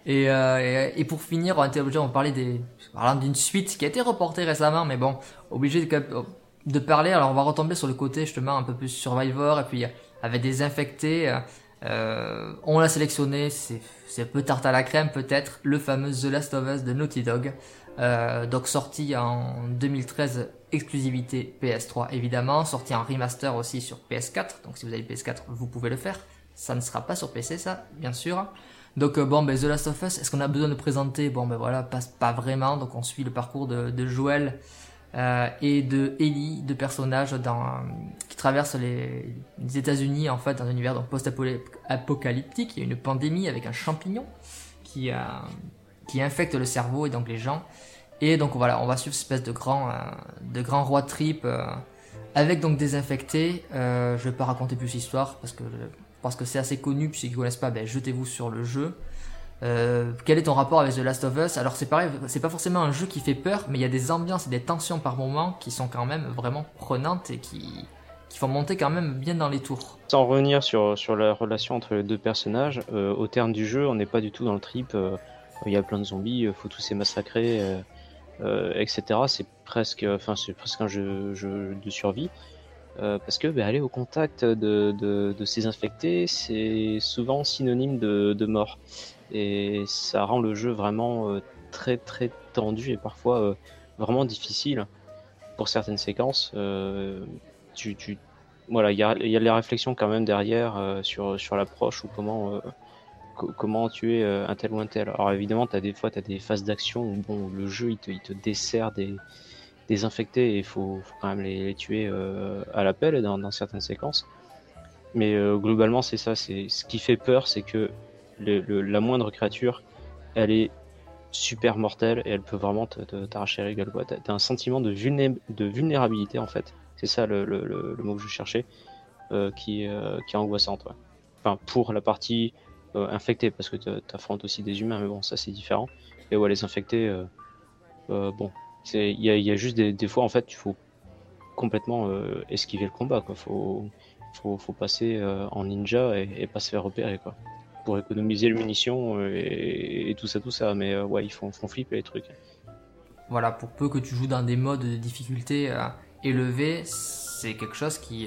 Et pour finir, on était obligé de parler d'une suite qui a été reportée récemment, mais bon, obligé de parler. Alors on va retomber sur le côté justement un peu plus Survivor et puis avec des infectés. On l'a sélectionné, c'est peu tarte à la crème peut-être, le fameux The Last of Us de Naughty Dog. Donc sorti en 2013, exclusivité PS3 évidemment, sorti en remaster aussi sur PS4, donc si vous avez PS4 vous pouvez le faire, ça ne sera pas sur PC ça bien sûr. Donc The Last of Us, est-ce qu'on a besoin de présenter? Voilà, pas vraiment, donc on suit le parcours de Joel et de Ellie, deux personnages qui traversent les États-Unis en fait dans un univers post-apocalyptique. Il y a une pandémie avec un champignon qui infecte le cerveau et donc les gens. Et donc voilà, on va suivre cette espèce de grand road trip avec donc des infectés. Je vais pas raconter plus l'histoire parce que c'est assez connu. Puis ceux qui connaissent pas, jetez-vous sur le jeu. Quel est ton rapport avec The Last of Us? Alors c'est pareil, c'est pas forcément un jeu qui fait peur, mais il y a des ambiances et des tensions par moments qui sont quand même vraiment prenantes et qui font monter quand même bien dans les tours. Sans revenir sur la relation entre les deux personnages, au terme du jeu, on n'est pas du tout dans le trip. Il y a plein de zombies, faut tous les massacrer, etc. C'est presque un jeu de survie. Parce que aller au contact de ces infectés, c'est souvent synonyme de mort. Et ça rend le jeu vraiment très très tendu et parfois vraiment difficile pour certaines séquences. Voilà, il y a les réflexions quand même derrière sur l'approche ou comment tuer un tel ou un tel. Alors évidemment, t'as des phases d'action où le jeu il te dessert des infectés et il faut quand même les tuer à l'appel dans certaines séquences. Mais globalement, c'est ça. C'est ce qui fait peur, c'est que la moindre créature, elle est super mortelle et elle peut vraiment t'arracher la gueule. T'as un sentiment de vulnérabilité en fait. C'est ça le mot que je cherchais, qui est angoissante. Ouais. Enfin, pour la partie infectée, parce que t'affrontes aussi des humains, mais bon, ça c'est différent. Et ouais, les infectés, bon, il y a juste des fois en fait, il faut complètement esquiver le combat. Quoi. Faut passer en ninja et pas se faire repérer quoi. Pour économiser les munitions et tout ça. Mais ouais, ils font flipper les trucs. Voilà, pour peu que tu joues dans des modes de difficulté élevés, c'est quelque chose qui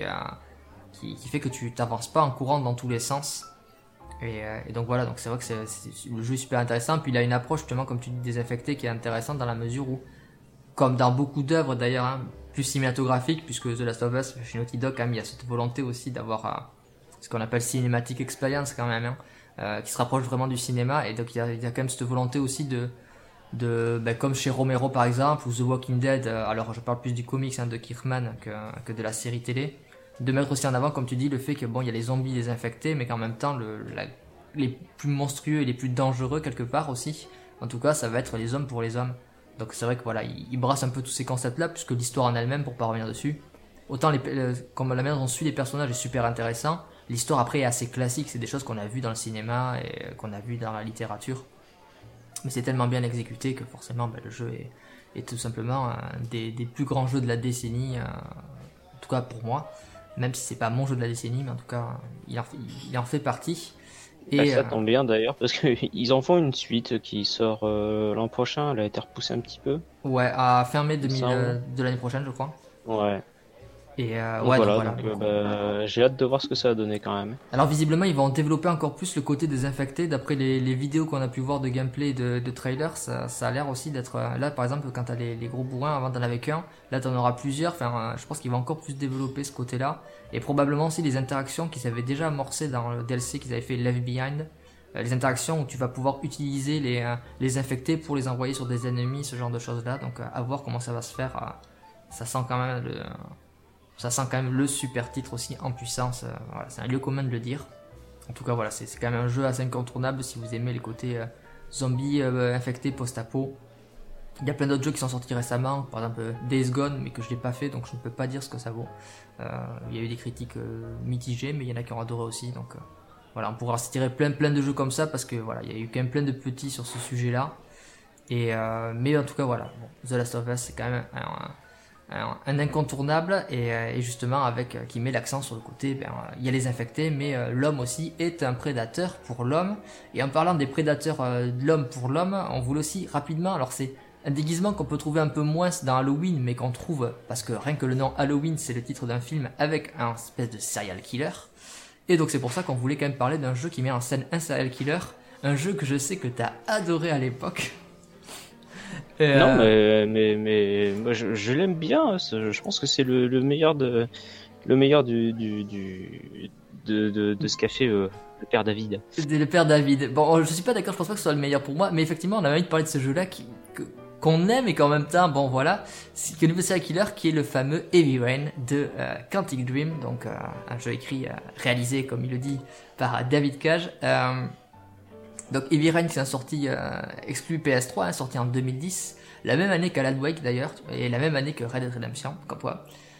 fait que tu t'avances pas en courant dans tous les sens. Et donc voilà, donc c'est vrai que le jeu est super intéressant. Puis il a une approche justement, comme tu dis, désinfectée qui est intéressante dans la mesure où, comme dans beaucoup d'œuvres d'ailleurs, plus cinématographiques, puisque The Last of Us, chez Naughty Dog, quand même, il y a cette volonté aussi d'avoir ce qu'on appelle cinématique experience quand même, qui se rapproche vraiment du cinéma. Et donc il y a quand même cette volonté aussi comme chez Romero par exemple, ou The Walking Dead, alors je parle plus du comics de Kirkman que de la série télé, de mettre aussi en avant, comme tu dis, le fait que il y a les zombies désinfectés, mais qu'en même temps les plus monstrueux et les plus dangereux quelque part aussi, en tout cas ça va être les hommes pour les hommes. Donc c'est vrai que voilà, il brasse un peu tous ces concepts là, puisque l'histoire en elle-même, pour pas revenir dessus, autant comme la manière dont on suit les personnages est super intéressant, l'histoire après est assez classique, c'est des choses qu'on a vues dans le cinéma et qu'on a vues dans la littérature, mais c'est tellement bien exécuté que forcément le jeu est tout simplement un des plus grands jeux de la décennie, en tout cas pour moi, même si c'est pas mon jeu de la décennie, mais en tout cas il en fait partie. Et Ça tombe bien d'ailleurs parce qu'ils en font une suite qui sort l'an prochain. Elle a été repoussée un petit peu, ouais, à fin mai il me semble. de l'année prochaine, je crois. Ouais. Et Donc ouais, donc voilà, voilà. donc j'ai hâte de voir ce que ça va donner quand même. Alors visiblement, ils vont développer encore plus le côté des infectés. D'après les vidéos qu'on a pu voir de gameplay et de trailers, ça a l'air aussi d'être... Là, par exemple, quand t'as les gros bourrins, avant t'en avais qu'un, là t'en auras plusieurs. Enfin, je pense qu'ils vont encore plus développer ce côté-là. Et probablement aussi les interactions qu'ils avaient déjà amorcées dans le DLC qu'ils avaient fait Left Behind. Les interactions où tu vas pouvoir utiliser les infectés pour les envoyer sur des ennemis, ce genre de choses-là. Donc à voir comment ça va se faire. Ça sent quand même ça sent quand même le super titre aussi en puissance. Voilà, c'est un lieu commun de le dire. En tout cas, voilà, c'est quand même un jeu assez incontournable si vous aimez les côtés zombies, infectés, post-apo. Il y a plein d'autres jeux qui sont sortis récemment, par exemple Days Gone, mais que je n'ai pas fait, donc je ne peux pas dire ce que ça vaut. Il y a eu des critiques mitigées, mais il y en a qui ont adoré aussi. Donc voilà, on pourra se tirer plein de jeux comme ça, parce que voilà, il y a eu quand même plein de petits sur ce sujet-là. Mais en tout cas, voilà, bon, The Last of Us, c'est quand même un incontournable et justement qui met l'accent sur le côté il y a les infectés mais l'homme aussi est un prédateur pour l'homme. Et en parlant des prédateurs de l'homme pour l'homme, on voulait aussi rapidement, alors c'est un déguisement qu'on peut trouver un peu moins dans Halloween, mais qu'on trouve parce que rien que le nom Halloween c'est le titre d'un film avec un espèce de serial killer, et donc c'est pour ça qu'on voulait quand même parler d'un jeu qui met en scène un serial killer, un jeu que je sais que t'as adoré à l'époque. Non, mais moi je l'aime bien. Hein, je pense que c'est le meilleur de ce qu'a fait le père David. Le père David. Bon, je suis pas d'accord, je pense pas que ce soit le meilleur pour moi, mais effectivement, on a envie de parler de ce jeu-là qu'on aime et qu'en même temps, bon voilà, c'est le nouveau serial killer qui est le fameux Heavy Rain de Quantic Dream, donc un jeu écrit, réalisé, comme il le dit, par David Cage. Donc Heavy Rain qui est sorti exclu PS3, sorti en 2010, la même année qu'Alan Wake d'ailleurs, et la même année que Red Dead Redemption, comme quoi.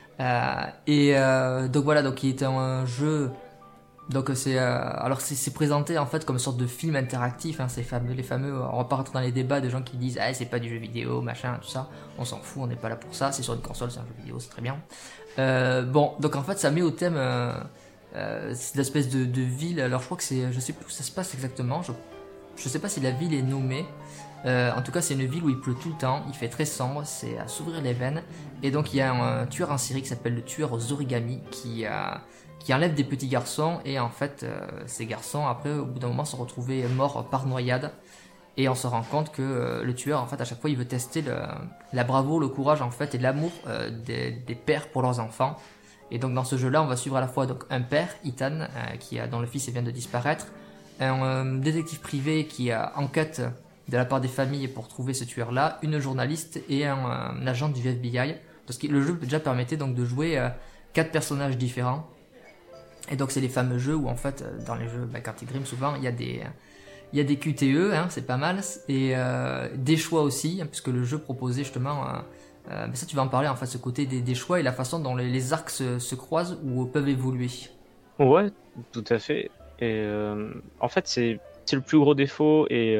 Donc voilà, donc il est un jeu. Donc c'est présenté en fait comme une sorte de film interactif, hein, les fameux, on va pas rentrer dans les débats de gens qui disent ah c'est pas du jeu vidéo, machin, tout ça, on s'en fout, on n'est pas là pour ça, c'est sur une console, c'est un jeu vidéo, c'est très bien. Bon, donc en fait ça met au thème cette espèce de ville, alors je crois que je sais plus où ça se passe exactement, je sais pas si la ville est nommée. En tout cas, c'est une ville où il pleut tout le temps, il fait très sombre, c'est à s'ouvrir les veines. Et donc, il y a un tueur en série qui s'appelle le tueur aux origamis qui enlève des petits garçons. Et en fait, ces garçons, après, au bout d'un moment, se retrouvaient morts par noyade. Et on se rend compte que le tueur, en fait, à chaque fois, il veut tester la bravoure, le courage, en fait, et l'amour des pères pour leurs enfants. Et donc, dans ce jeu-là, on va suivre à la fois donc, un père, Ethan, dont le fils vient de disparaître, un détective privé qui enquête de la part des familles pour trouver ce tueur-là, une journaliste et un agent du FBI. Parce que le jeu déjà permettait donc de jouer 4 personnages différents. Et donc c'est les fameux jeux où en fait dans les jeux Quantic Dream souvent il y a des QTE, hein, c'est pas mal, et des choix aussi, hein, puisque le jeu proposait justement mais ça tu vas en parler en fait, ce côté des choix et la façon dont les arcs se croisent ou peuvent évoluer. Ouais, tout à fait. Et en fait, c'est le plus gros défaut et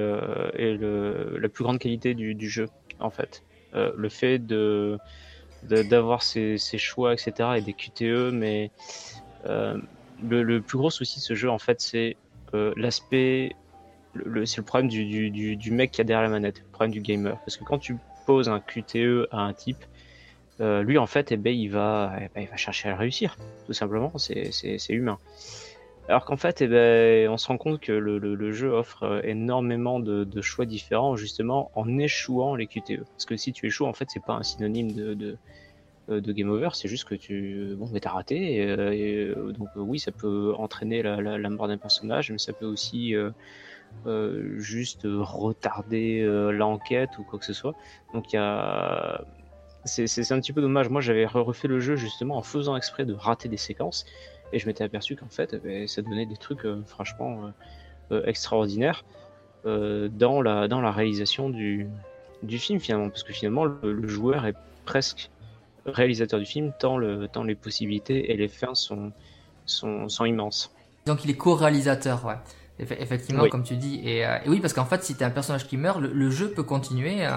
la plus grande qualité du jeu, en fait. Le fait d'avoir ces choix, etc., et des QTE, mais le plus gros souci de ce jeu, en fait, c'est l'aspect. C'est le problème du mec qui a derrière la manette, le problème du gamer. Parce que quand tu poses un QTE à un type, lui, en fait, il va chercher à réussir, tout simplement. C'est humain. Alors qu'en fait, on se rend compte que le jeu offre énormément de choix différents, justement, en échouant les QTE. Parce que si tu échoues, en fait, c'est pas un synonyme de game over, c'est juste que t'as raté. Donc oui, ça peut entraîner la mort d'un personnage, mais ça peut aussi juste retarder l'enquête ou quoi que ce soit. Donc c'est un petit peu dommage. Moi, j'avais refait le jeu justement en faisant exprès de rater des séquences. Et je m'étais aperçu qu'en fait, ça donnait des trucs franchement extraordinaires dans la réalisation du film finalement. Parce que finalement, le joueur est presque réalisateur du film, tant les possibilités et les fins sont immenses. Donc il est co-réalisateur, ouais. Effectivement, Oui. comme tu dis. Et oui, parce qu'en fait, si t'es un personnage qui meurt, le jeu peut continuer.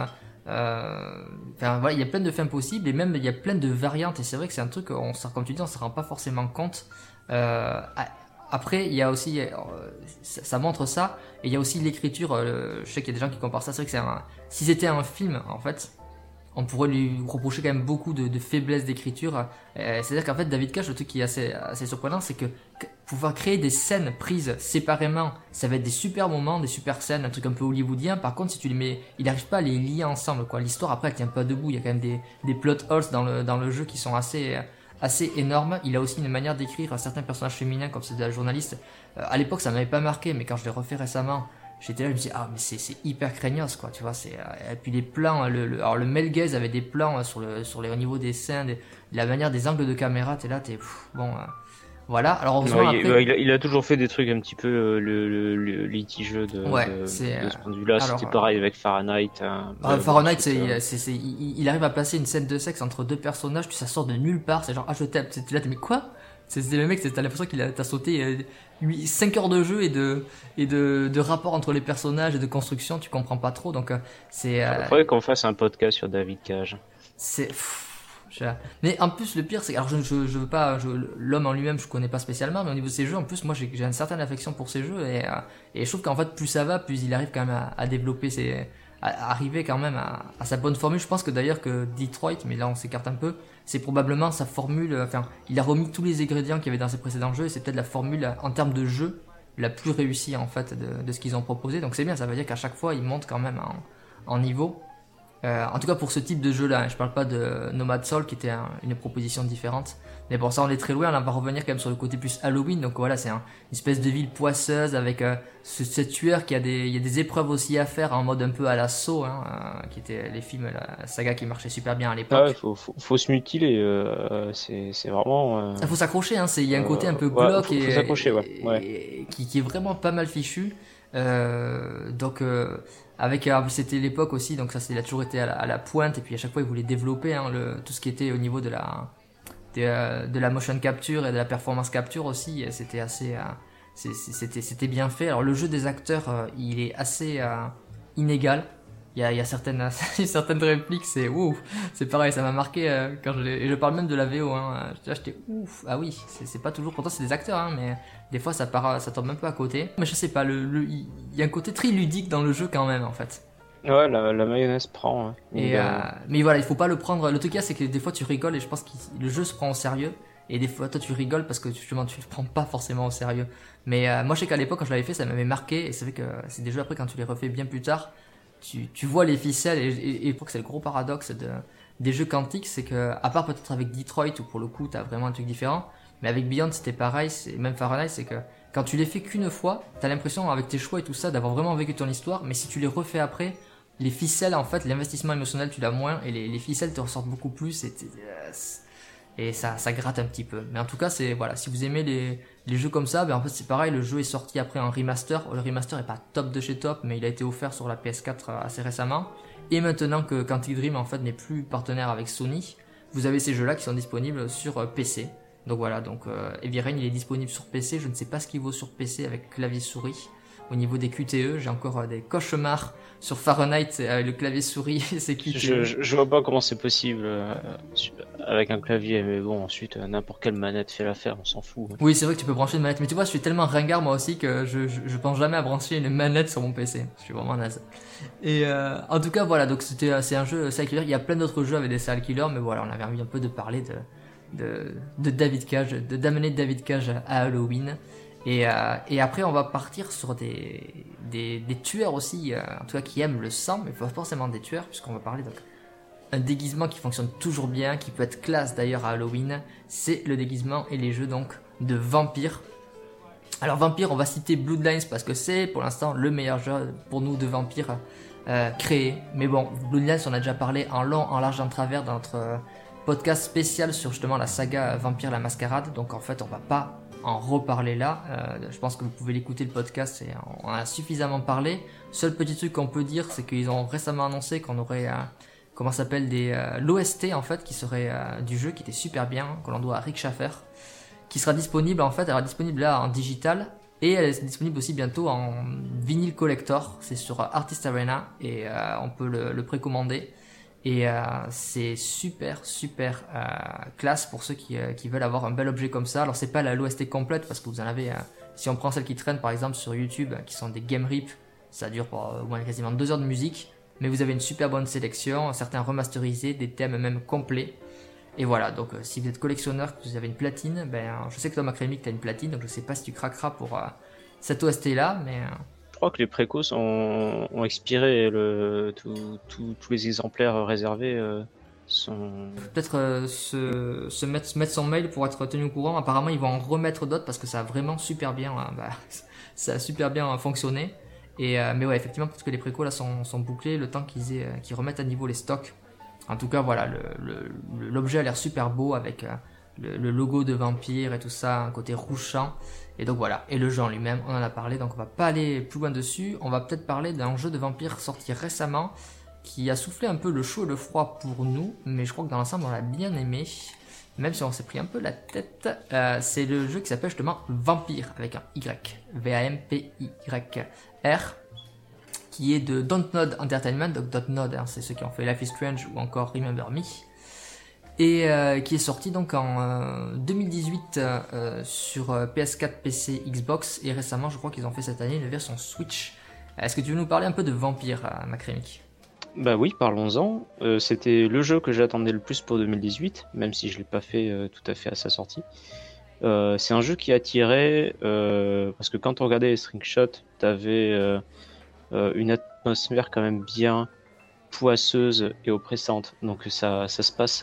Voilà, il y a plein de fins possibles et même il y a plein de variantes. Et c'est vrai que c'est un truc, comme tu dis, on se rend pas forcément compte. après, il y a aussi, ça montre ça, et il y a aussi l'écriture. Je sais qu'il y a des gens qui comparent ça. C'est vrai que si c'était un film, en fait, on pourrait lui reprocher quand même beaucoup de faiblesse d'écriture. C'est-à-dire qu'en fait, David Cage, le truc qui est assez surprenant, c'est que pouvoir créer des scènes prises séparément, ça va être des super moments, des super scènes, un truc un peu hollywoodien. Par contre, si tu les mets, il n'arrive pas à les lier ensemble, quoi. L'histoire, après, elle tient pas debout. Il y a quand même des plot holes dans le jeu qui sont assez énormes. Il a aussi une manière d'écrire certains personnages féminins, comme celle de la journaliste. À l'époque, ça m'avait pas marqué, mais quand je l'ai refait récemment, j'étais là, je me dis, ah, mais c'est hyper craignos, quoi, tu vois, et puis les plans, alors le male gaze avait des plans au niveau des seins, de la manière des angles de caméra, bon, voilà, alors heureusement après... il a toujours fait des trucs un petit peu le litigieux de ce point de vue-là, c'était pareil avec Fahrenheit. Fahrenheit, il arrive à placer une scène de sexe entre deux personnages, puis ça sort de nulle part, c'est genre, ah, je t'aime, c'était là, mais quoi? C'est le mec, t'as l'impression t'as sauté 5 heures de jeu et de rapport entre les personnages et de construction, tu comprends pas trop, donc c'est... Il faudrait qu'on fasse un podcast sur David Cage. Mais en plus, le pire, c'est que, alors je veux pas, l'homme en lui-même, je connais pas spécialement, mais au niveau de ses jeux, en plus, moi, j'ai une certaine affection pour ces jeux, et je trouve qu'en fait, plus ça va, plus il arrive quand même à développer à arriver quand même à sa bonne formule. Je pense que d'ailleurs que Detroit, mais là on s'écarte un peu, c'est probablement sa formule, enfin, il a remis tous les ingrédients qu'il y avait dans ses précédents jeux, et c'est peut-être la formule, en termes de jeu, la plus réussie, en fait, de ce qu'ils ont proposé. Donc c'est bien, ça veut dire qu'à chaque fois, ils montent quand même en niveau. En tout cas pour ce type de jeu là, je parle pas de Nomad Soul qui était une proposition différente, mais bon, ça on est très loin. Là on va revenir quand même sur le côté plus Halloween, donc voilà, c'est une espèce de ville poisseuse avec ce tueur il y a des épreuves aussi à faire en mode un peu à la Saw, qui étaient les films, la saga qui marchait super bien à l'époque. Faut se mutiler, c'est vraiment... Il faut s'accrocher, il y a un côté un peu glauque faut s'accrocher, et qui est vraiment pas mal fichu. Donc c'était l'époque aussi, donc ça, il a toujours été à la pointe, et puis à chaque fois il voulait développer tout ce qui était au niveau de la motion capture et de la performance capture aussi. C'était assez c'était bien fait. Alors le jeu des acteurs, il est assez inégal. Il y a certaines répliques, c'est pareil, ça m'a marqué quand et je parle même de la VO, j'étais ouf. Ah oui, c'est pas toujours, pourtant c'est des acteurs, mais des fois ça tombe un peu à côté. Mais je sais pas, il y a un côté très ludique dans le jeu quand même, en fait. Ouais, la mayonnaise prend. Mais voilà, il faut pas le prendre. Le truc c'est que des fois tu rigoles, et je pense que le jeu se prend au sérieux, et des fois toi tu rigoles parce que justement tu le prends pas forcément au sérieux. Mais moi je sais qu'à l'époque quand je l'avais fait, ça m'avait marqué, et c'est vrai que c'est des jeux après quand tu les refais bien plus tard, tu vois les ficelles, et je crois que c'est le gros paradoxe des jeux quantiques, c'est que, à part peut-être avec Detroit, où pour le coup t'as vraiment un truc différent, mais avec Beyond c'était pareil, même Fahrenheit, c'est que quand tu les fais qu'une fois, t'as l'impression avec tes choix et tout ça d'avoir vraiment vécu ton histoire, mais si tu les refais après, les ficelles, en fait, l'investissement émotionnel tu l'as moins, et les ficelles te ressortent beaucoup plus, et ça gratte un petit peu. Mais en tout cas, voilà, si vous aimez les jeux comme ça, en fait c'est pareil, le jeu est sorti après en remaster. Le remaster est pas top de chez top, mais il a été offert sur la PS4 assez récemment. Et maintenant que Quantic Dream en fait n'est plus partenaire avec Sony, vous avez ces jeux-là qui sont disponibles sur PC. Donc voilà, Heavy Rain il est disponible sur PC. Je ne sais pas ce qu'il vaut sur PC avec clavier souris. Au niveau des QTE, j'ai encore des cauchemars sur Fahrenheit avec le clavier souris et ses QTE. Je vois pas comment c'est possible avec un clavier, mais bon, ensuite n'importe quelle manette fait l'affaire, on s'en fout. Oui, c'est vrai que tu peux brancher une manette, mais tu vois, je suis tellement ringard moi aussi que je pense jamais à brancher une manette sur mon PC. Je suis vraiment naze. Et en tout cas, voilà, donc c'est un jeu serial killer. Il y a plein d'autres jeux avec des serial killers, mais voilà, on avait envie un peu de parler de David Cage, d'amener David Cage à Halloween. Et après on va partir sur des tueurs aussi, en tout cas qui aiment le sang, mais pas forcément des tueurs, puisqu'on va parler un déguisement qui fonctionne toujours bien, qui peut être classe d'ailleurs à Halloween, c'est le déguisement et les jeux donc de vampires. Alors vampire, on va citer Bloodlines parce que c'est pour l'instant le meilleur jeu pour nous de vampires créé. Mais bon, Bloodlines on a déjà parlé en long, en large, en travers dans notre podcast spécial sur justement la saga Vampire la Mascarade, donc en fait on va pas en reparler là. Je pense que vous pouvez l'écouter le podcast, et on en a suffisamment parlé. Seul petit truc qu'on peut dire, c'est qu'ils ont récemment annoncé qu'on aurait l'OST en fait qui serait du jeu, qui était super bien, que l'on doit à Rick Schaffer, qui sera disponible en fait, elle sera disponible là en digital, et elle est disponible aussi bientôt en vinyle collector. C'est sur Artist Arena, et on peut le précommander. Et c'est super classe pour ceux qui veulent avoir un bel objet comme ça. Alors c'est pas la l'OST complète parce que vous en avez, si on prend celles qui traînent par exemple sur YouTube, qui sont des Game Rip, ça dure pour au moins quasiment 2 heures de musique. Mais vous avez une super bonne sélection, certains remasterisés, des thèmes même complets. Et voilà, donc si vous êtes collectionneur, que vous avez une platine, je sais que toi Macrémic t'as une platine, donc je sais pas si tu craqueras pour cette OST là, mais... Je crois que les précos ont expiré et tous les exemplaires réservés sont... Peut-être mettre son mail pour être tenu au courant. Apparemment, ils vont en remettre d'autres parce que ça a vraiment super bien, ça a super bien fonctionné. Mais ouais, effectivement, peut-être que les précos là sont bouclés le temps qu'ils remettent à niveau les stocks. En tout cas, voilà, l'objet a l'air super beau avec le logo de vampire et tout ça, un côté rougeant. Et donc voilà, et le jeu en lui-même, on en a parlé, donc on va pas aller plus loin dessus. On va peut-être parler d'un jeu de vampire sorti récemment qui a soufflé un peu le chaud et le froid pour nous, mais je crois que dans l'ensemble on l'a bien aimé, même si on s'est pris un peu la tête. C'est le jeu qui s'appelle justement Vampire, avec un Y, V-A-M-P-Y-R, qui est de Dontnod Entertainment, donc Dontnod, c'est ceux qui ont fait Life is Strange ou encore Remember Me, et qui est sorti donc en 2018 sur PS4, PC, Xbox, et récemment je crois qu'ils ont fait cette année une version Switch. Est-ce que tu veux nous parler un peu de Vampire, Macrémic ? Bah oui, parlons-en. C'était le jeu que j'attendais le plus pour 2018, même si je l'ai pas fait tout à fait à sa sortie. C'est un jeu qui attirait, parce que quand on regardait les screenshots, t'avais une atmosphère quand même bien poisseuse et oppressante. Donc ça se passe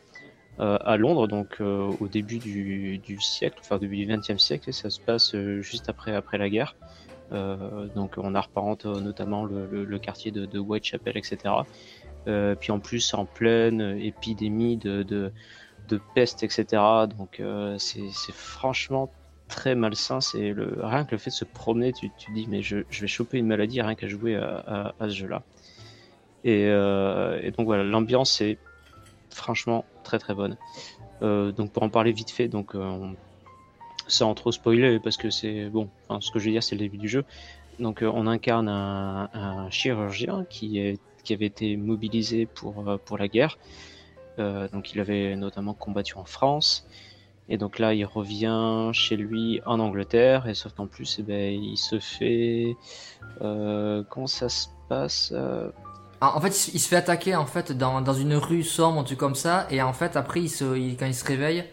à Londres, donc au début du siècle, enfin au début du XXe siècle, et ça se passe juste après la guerre. Donc on apparente notamment le quartier de Whitechapel, etc. Puis en plus en pleine épidémie de peste, etc. Donc c'est franchement très malsain. Rien que le fait de se promener, tu te dis mais je vais choper une maladie rien qu'à jouer à ce jeu-là. Et donc voilà, l'ambiance est franchement très très bonne. Donc pour en parler vite fait, donc sans trop spoiler parce que c'est bon, enfin, ce que je veux dire c'est le début du jeu. Donc on incarne un chirurgien qui avait été mobilisé pour la guerre. Donc il avait notamment combattu en France. Et donc là il revient chez lui en Angleterre. Et sauf qu'en plus il se fait... comment ça se passe En fait, il se fait attaquer en fait dans une rue sombre, un truc comme ça, et en fait après quand il se réveille,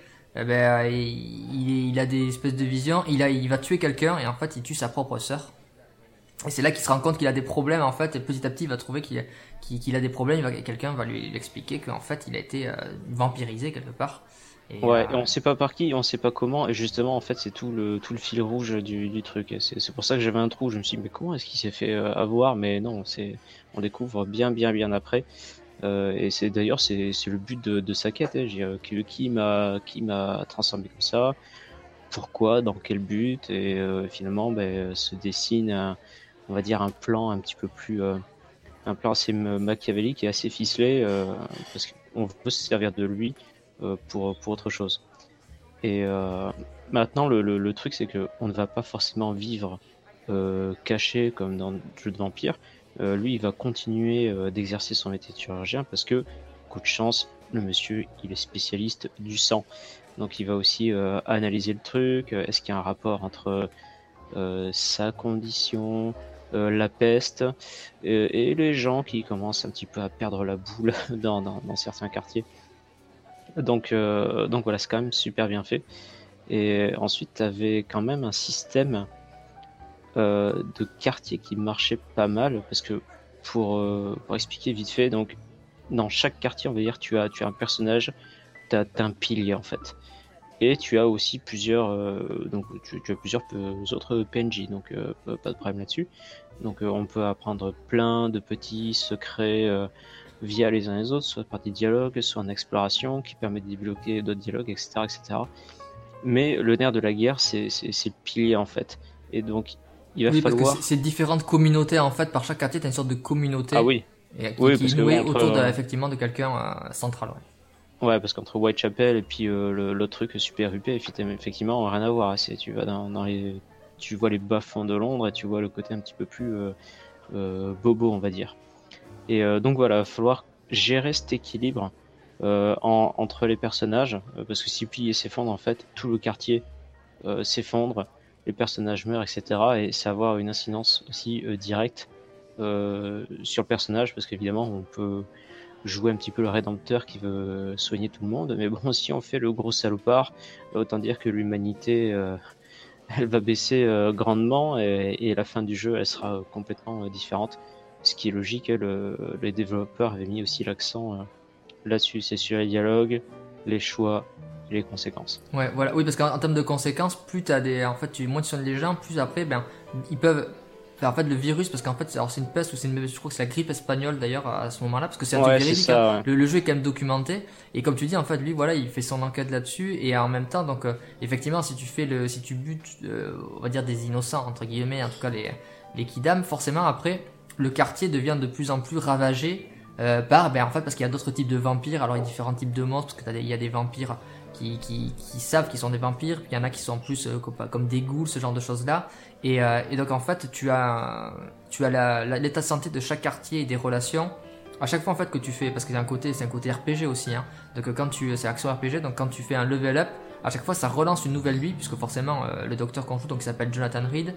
il a des espèces de visions, il va tuer quelqu'un et en fait il tue sa propre sœur. Et c'est là qu'il se rend compte qu'il a des problèmes en fait, et petit à petit il va trouver qu'il a des problèmes, quelqu'un va lui expliquer qu'en fait il a été vampirisé quelque part. Ouais, et on sait pas par qui, on sait pas comment, et justement en fait c'est tout le fil rouge du truc. Et c'est pour ça que j'avais un trou. Je me suis dit mais comment est-ce qu'il s'est fait avoir? Mais non, on découvre bien après. Et c'est d'ailleurs c'est le but de sa quête. Hein. Qui m'a transformé comme ça? Pourquoi? Dans quel but? Et finalement se dessine on va dire un plan un petit peu plus un plan assez machiavélique et assez ficelé parce qu'on veut se servir de lui pour autre chose. Et maintenant le truc c'est que on ne va pas forcément vivre caché comme dans le jeu de vampire. Lui il va continuer d'exercer son métier de chirurgien parce que coup de chance le monsieur il est spécialiste du sang, donc il va aussi analyser le truc. Est-ce qu'il y a un rapport entre sa condition, la peste et les gens qui commencent un petit peu à perdre la boule dans certains quartiers. Donc voilà, c'est quand même super bien fait. Et ensuite, tu avais quand même un système de quartier qui marchait pas mal, parce que pour expliquer vite fait, donc dans chaque quartier, on va dire, tu as un personnage, tu as un pilier en fait. Et tu as aussi plusieurs, donc tu as plusieurs autres PNJ, donc pas de problème là-dessus. Donc on peut apprendre plein de petits secrets via les uns les autres, soit par des dialogues, soit en exploration, qui permet de débloquer d'autres dialogues, etc., etc. Mais le nerf de la guerre, c'est le pilier en fait. Et donc il va falloir. Parce que c'est différentes communautés en fait. Par chaque quartier, t'as une sorte de communauté. Ah oui. Qui est nouée autour effectivement de quelqu'un central. Ouais, parce qu'entre Whitechapel et puis l'autre truc super UP, effectivement, rien à voir. Tu vas tu vois les bas-fonds de Londres et tu vois le côté un petit peu plus bobo, on va dire. Et donc voilà, il va falloir gérer cet équilibre entre les personnages, parce que si le pilier s'effondre, en fait, tout le quartier s'effondre, les personnages meurent, etc. Et ça va avoir une incidence aussi directe sur le personnage, parce qu'évidemment, on peut jouer un petit peu le rédempteur qui veut soigner tout le monde, mais bon, si on fait le gros salopard, autant dire que l'humanité elle va baisser grandement, et la fin du jeu elle sera complètement différente, ce qui est logique. Les développeurs avaient mis aussi l'accent là-dessus, c'est sur les dialogues, les choix et les conséquences. Ouais, voilà. Oui, parce qu'en termes de conséquences, plus t'as des, en fait, moins tu soignes les gens, plus après, ben, ils peuvent. Enfin, en fait, le virus, parce qu'en fait, alors c'est une peste ou je crois que c'est la grippe espagnole d'ailleurs à ce moment-là, parce que c'est un truc Ouais, c'est véridique. ça, Hein. ouais. Le jeu est quand même documenté, et comme tu dis, en fait, lui, voilà, il fait son enquête là-dessus, et en même temps, donc, effectivement, si tu butes, on va dire des innocents entre guillemets, en tout cas les kidams, forcément après, le quartier devient de plus en plus ravagé. Ben en fait parce qu'il y a d'autres types de vampires, alors il y a différents types de monstres, parce que il y a des vampires qui savent qu'ils sont des vampires, puis il y en a qui sont plus comme des ghouls, ce genre de choses là, et donc en fait tu as l'état de santé de chaque quartier et des relations à chaque fois en fait que tu fais, parce que c'est un côté RPG aussi, hein, donc c'est action RPG, donc quand tu fais un level up, à chaque fois ça relance une nouvelle vie, puisque forcément le docteur qu'on joue, donc il s'appelle Jonathan Reed,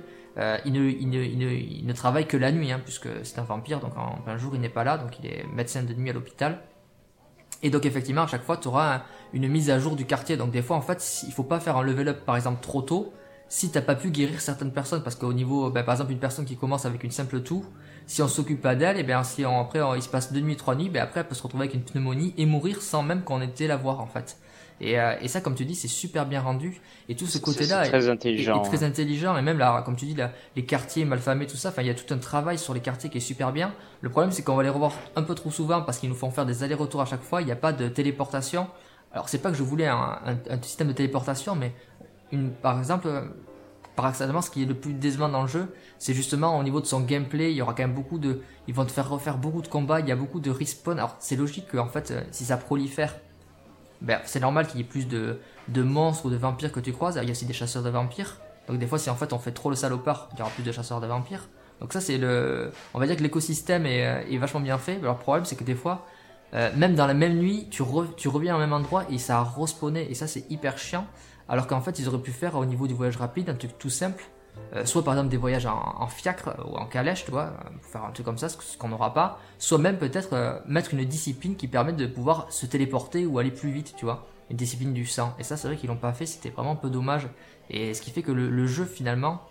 il ne travaille que la nuit, hein, puisque c'est un vampire, donc en plein jour il n'est pas là, donc il est médecin de nuit à l'hôpital. Et donc effectivement à chaque fois tu auras une mise à jour du quartier, donc des fois en fait il faut pas faire un level up par exemple trop tôt si t'as pas pu guérir certaines personnes, parce qu'au niveau, par exemple une personne qui commence avec une simple toux, si on s'occupe pas d'elle, et bien si il se passe 2 nuits, 3 nuits, après elle peut se retrouver avec une pneumonie et mourir sans même qu'on ait été la voir en fait. Et ça, comme tu dis, c'est super bien rendu, et tout ce côté-là C'est très intelligent. est très intelligent, et même là, comme tu dis, là, les quartiers malfamés, tout ça, enfin il y a tout un travail sur les quartiers qui est super bien. Le problème c'est qu'on va les revoir un peu trop souvent parce qu'ils nous font faire des allers-retours à chaque fois, il n'y a pas de téléportation. Alors c'est pas que je voulais un système de téléportation, mais par exemple, paradoxalement, ce qui est le plus décevant dans le jeu, c'est justement au niveau de son gameplay, il y aura quand même ils vont te faire refaire beaucoup de combats, il y a beaucoup de respawn. Alors c'est logique que en fait, si ça prolifère, ben c'est normal qu'il y ait plus de monstres ou de vampires que tu croises. Il y a aussi des chasseurs de vampires. Donc des fois, si en fait on fait trop le salopard, il y aura plus de chasseurs de vampires. Donc ça on va dire que l'écosystème est vachement bien fait. Alors le problème c'est que des fois, même dans la même nuit, tu reviens au même endroit et ça a respawné, et ça c'est hyper chiant. Alors qu'en fait ils auraient pu faire au niveau du voyage rapide un truc tout simple, soit par exemple des voyages en fiacre ou en calèche, tu vois, pour faire un truc comme ça, ce qu'on n'aura pas, soit même peut-être mettre une discipline qui permet de pouvoir se téléporter ou aller plus vite, tu vois, une discipline du sang. Et ça c'est vrai qu'ils l'ont pas fait, c'était vraiment un peu dommage, et ce qui fait que le jeu finalement,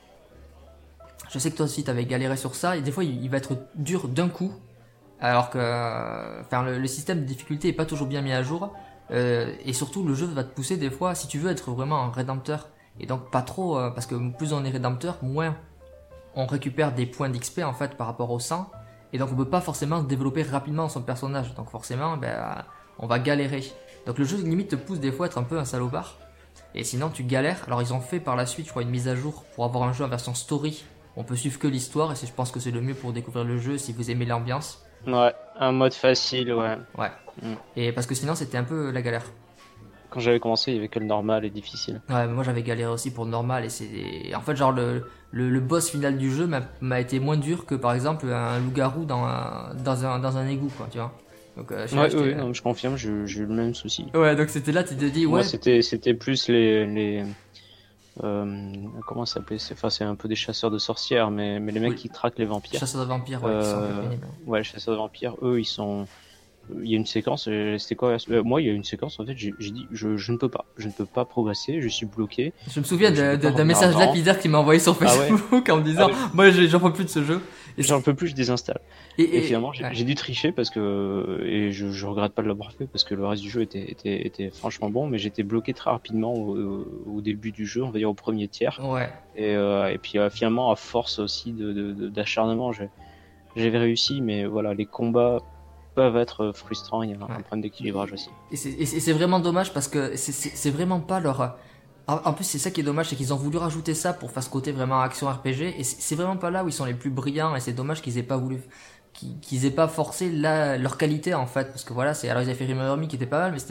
je sais que toi aussi t'avais galéré sur ça, et des fois il va être dur d'un coup, alors que le système de difficulté est pas toujours bien mis à jour, et surtout le jeu va te pousser des fois, si tu veux être vraiment un rédempteur, et donc pas trop, parce que plus on est rédempteur, moins on récupère des points d'XP en fait par rapport au sang, et donc on peut pas forcément développer rapidement son personnage, donc forcément on va galérer. Donc le jeu limite te pousse des fois à être un peu un salopard, et sinon tu galères. Alors ils ont fait par la suite je crois une mise à jour pour avoir un jeu en version story, on peut suivre que l'histoire, et je pense que c'est le mieux pour découvrir le jeu si vous aimez l'ambiance. Ouais, un mode facile, ouais. Ouais. Mm. Et parce que sinon c'était un peu la galère. Quand j'avais commencé, il y avait que le normal et difficile. Ouais, moi j'avais galéré aussi pour le normal, en fait genre le boss final du jeu m'a été moins dur que par exemple un loup-garou dans un égout, quoi, tu vois. Donc Ouais, non, je confirme, j'ai eu le même souci. Ouais, donc c'était là, tu te dis Moi, ouais. c'était plus comment ça s'appelait? C'est un peu des chasseurs de sorcières, mais les mecs Oui. qui traquent les vampires. Chasseurs de vampires, ouais, qui sont un peu pénibles. Ouais, les chasseurs de vampires, eux, ils sont. Il y a une séquence, c'était quoi? Moi, il y a une séquence, en fait, j'ai dit, je ne peux pas. Je ne peux pas progresser, je suis bloqué. Je me souviens Je peux pas d'un revenir message avant. lapidaire qu'il m'a envoyé sur Ah ouais. Facebook en me disant Ah ouais. moi j'en peux plus de ce jeu. Et J'en peux plus, je désinstalle. Et finalement, ouais. j'ai dû tricher parce que, et je regrette pas de l'avoir fait parce que le reste du jeu était franchement bon, mais j'étais bloqué très rapidement au début du jeu, on va dire au premier tiers. Ouais. Et puis finalement, à force aussi d'acharnement, j'avais réussi, mais voilà, les combats peuvent être frustrants, il y a un problème d'équilibrage aussi. Et c'est vraiment dommage parce que c'est vraiment pas leur. En plus, c'est ça qui est dommage, c'est qu'ils ont voulu rajouter ça pour faire ce côté vraiment action RPG, et c'est vraiment pas là où ils sont les plus brillants, et c'est dommage qu'ils aient pas voulu, qu'ils aient pas forcé leur qualité en fait, parce que voilà, alors ils avaient fait Remember Me qui était pas mal, mais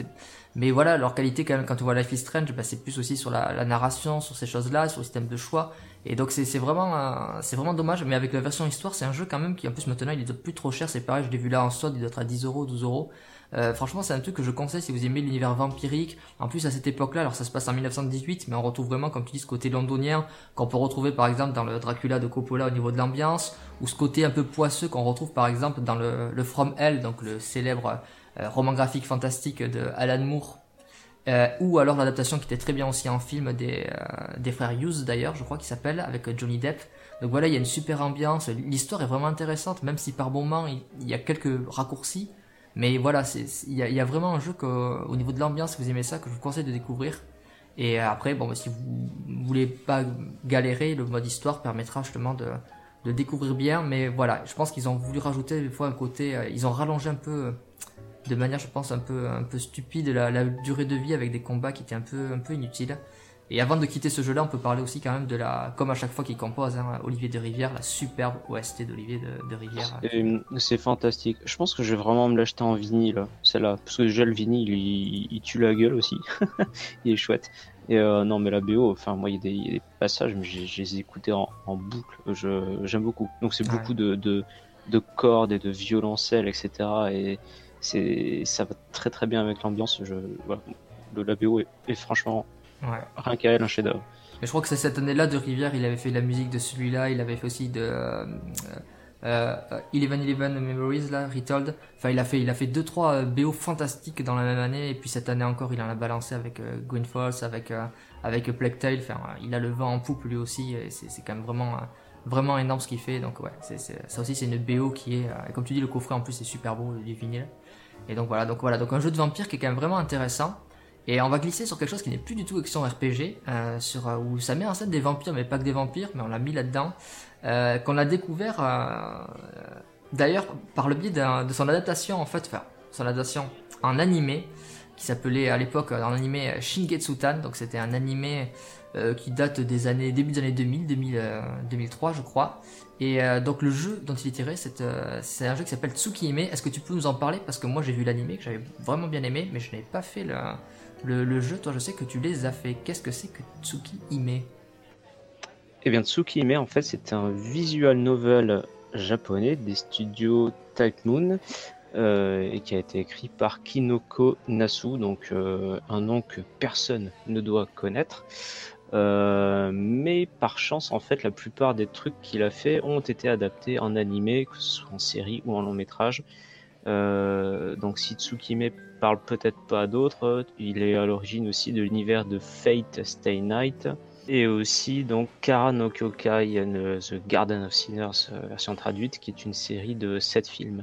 Mais voilà, leur qualité quand même, quand on voit Life is Strange, bah, c'est plus aussi sur la narration, sur ces choses-là, sur le système de choix. Et donc c'est vraiment dommage. Mais avec la version histoire, c'est un jeu quand même qui en plus maintenant il est plus trop cher. C'est pareil, je l'ai vu là en solde, il doit être à 10 euros, 12 euros. Franchement, c'est un truc que je conseille si vous aimez l'univers vampirique. En plus, à cette époque-là, alors ça se passe en 1918, mais on retrouve vraiment, comme tu dis, ce côté londonien qu'on peut retrouver par exemple dans le Dracula de Coppola au niveau de l'ambiance, ou ce côté un peu poisseux qu'on retrouve par exemple dans le From Hell, donc le célèbre roman graphique fantastique de Alan Moore. Ou alors l'adaptation qui était très bien aussi en film des frères Hughes d'ailleurs, je crois qu'il s'appelle, avec Johnny Depp. Donc voilà, il y a une super ambiance, l'histoire est vraiment intéressante, même si par moments il y a quelques raccourcis. Mais voilà, il y a vraiment un jeu au niveau de l'ambiance, si vous aimez ça, que je vous conseille de découvrir. Et après, bon, bah, si vous voulez pas galérer, le mode histoire permettra justement de découvrir bien. Mais voilà, je pense qu'ils ont voulu rajouter des fois un côté, ils ont rallongé un peu, de manière, je pense, un peu stupide, la durée de vie avec des combats qui étaient un peu inutiles. Et avant de quitter ce jeu-là, on peut parler aussi quand même de comme à chaque fois qu'il compose, hein, Olivier de Rivière, la superbe OST d'Olivier de Rivière. C'est fantastique. Je pense que je vais vraiment me l'acheter en vinyle, celle-là. Parce que déjà le vinyle, il tue la gueule aussi. Il est chouette. Et non, mais la BO, enfin, moi, il y a des passages, mais je les ai écoutés en boucle. J'aime beaucoup. Donc c'est beaucoup de cordes et de violoncelles, etc. Et ça va très très bien avec l'ambiance. Voilà. La BO est franchement... Ouais. Rien qu'à elle, un chef-d'œuvre. Mais je crois que c'est cette année-là de Rivière, il avait fait la musique de celui-là, il avait fait aussi de 11 Memories là, Retold. Enfin, il a fait 2-3 BO fantastiques dans la même année, et puis cette année encore, il en a balancé avec Gwyn Falls, avec Plague Tale. Enfin, il a le vent en poupe lui aussi, et c'est quand même vraiment énorme ce qu'il fait. Donc ouais, ça aussi c'est une BO qui est, comme tu dis, le coffret en plus est super beau, du vinyle. Et donc voilà, donc un jeu de vampire qui est quand même vraiment intéressant. Et on va glisser sur quelque chose qui n'est plus du tout action RPG, où ça met en scène des vampires, mais pas que des vampires, mais on l'a mis là-dedans, qu'on a découvert d'ailleurs par le biais de son adaptation, en fait, enfin, son adaptation en animé, qui s'appelait à l'époque en animé Shingetsutan, donc c'était un animé qui date début des années 2003 je crois. Et donc le jeu dont il est tiré, c'est un jeu qui s'appelle Tsukihime. Est-ce que tu peux nous en parler? Parce que moi j'ai vu l'animé, que j'avais vraiment bien aimé, mais je n'ai pas fait le jeu. Toi je sais que tu les as fait. Qu'est-ce que c'est que Tsukihime? Eh bien, Tsukihime, en fait, c'est un visual novel japonais des studios Type Moon, et qui a été écrit par Kinoko Nasu, donc un nom que personne ne doit connaître. Mais par chance, en fait, la plupart des trucs qu'il a fait ont été adaptés en animé, que ce soit en série ou en long métrage. Donc si Tsukihime parle peut-être pas à d'autres, il est à l'origine aussi de l'univers de Fate Stay Night, et aussi donc Kara no Kyokai The Garden of Sinners, version traduite, qui est une série de 7 films.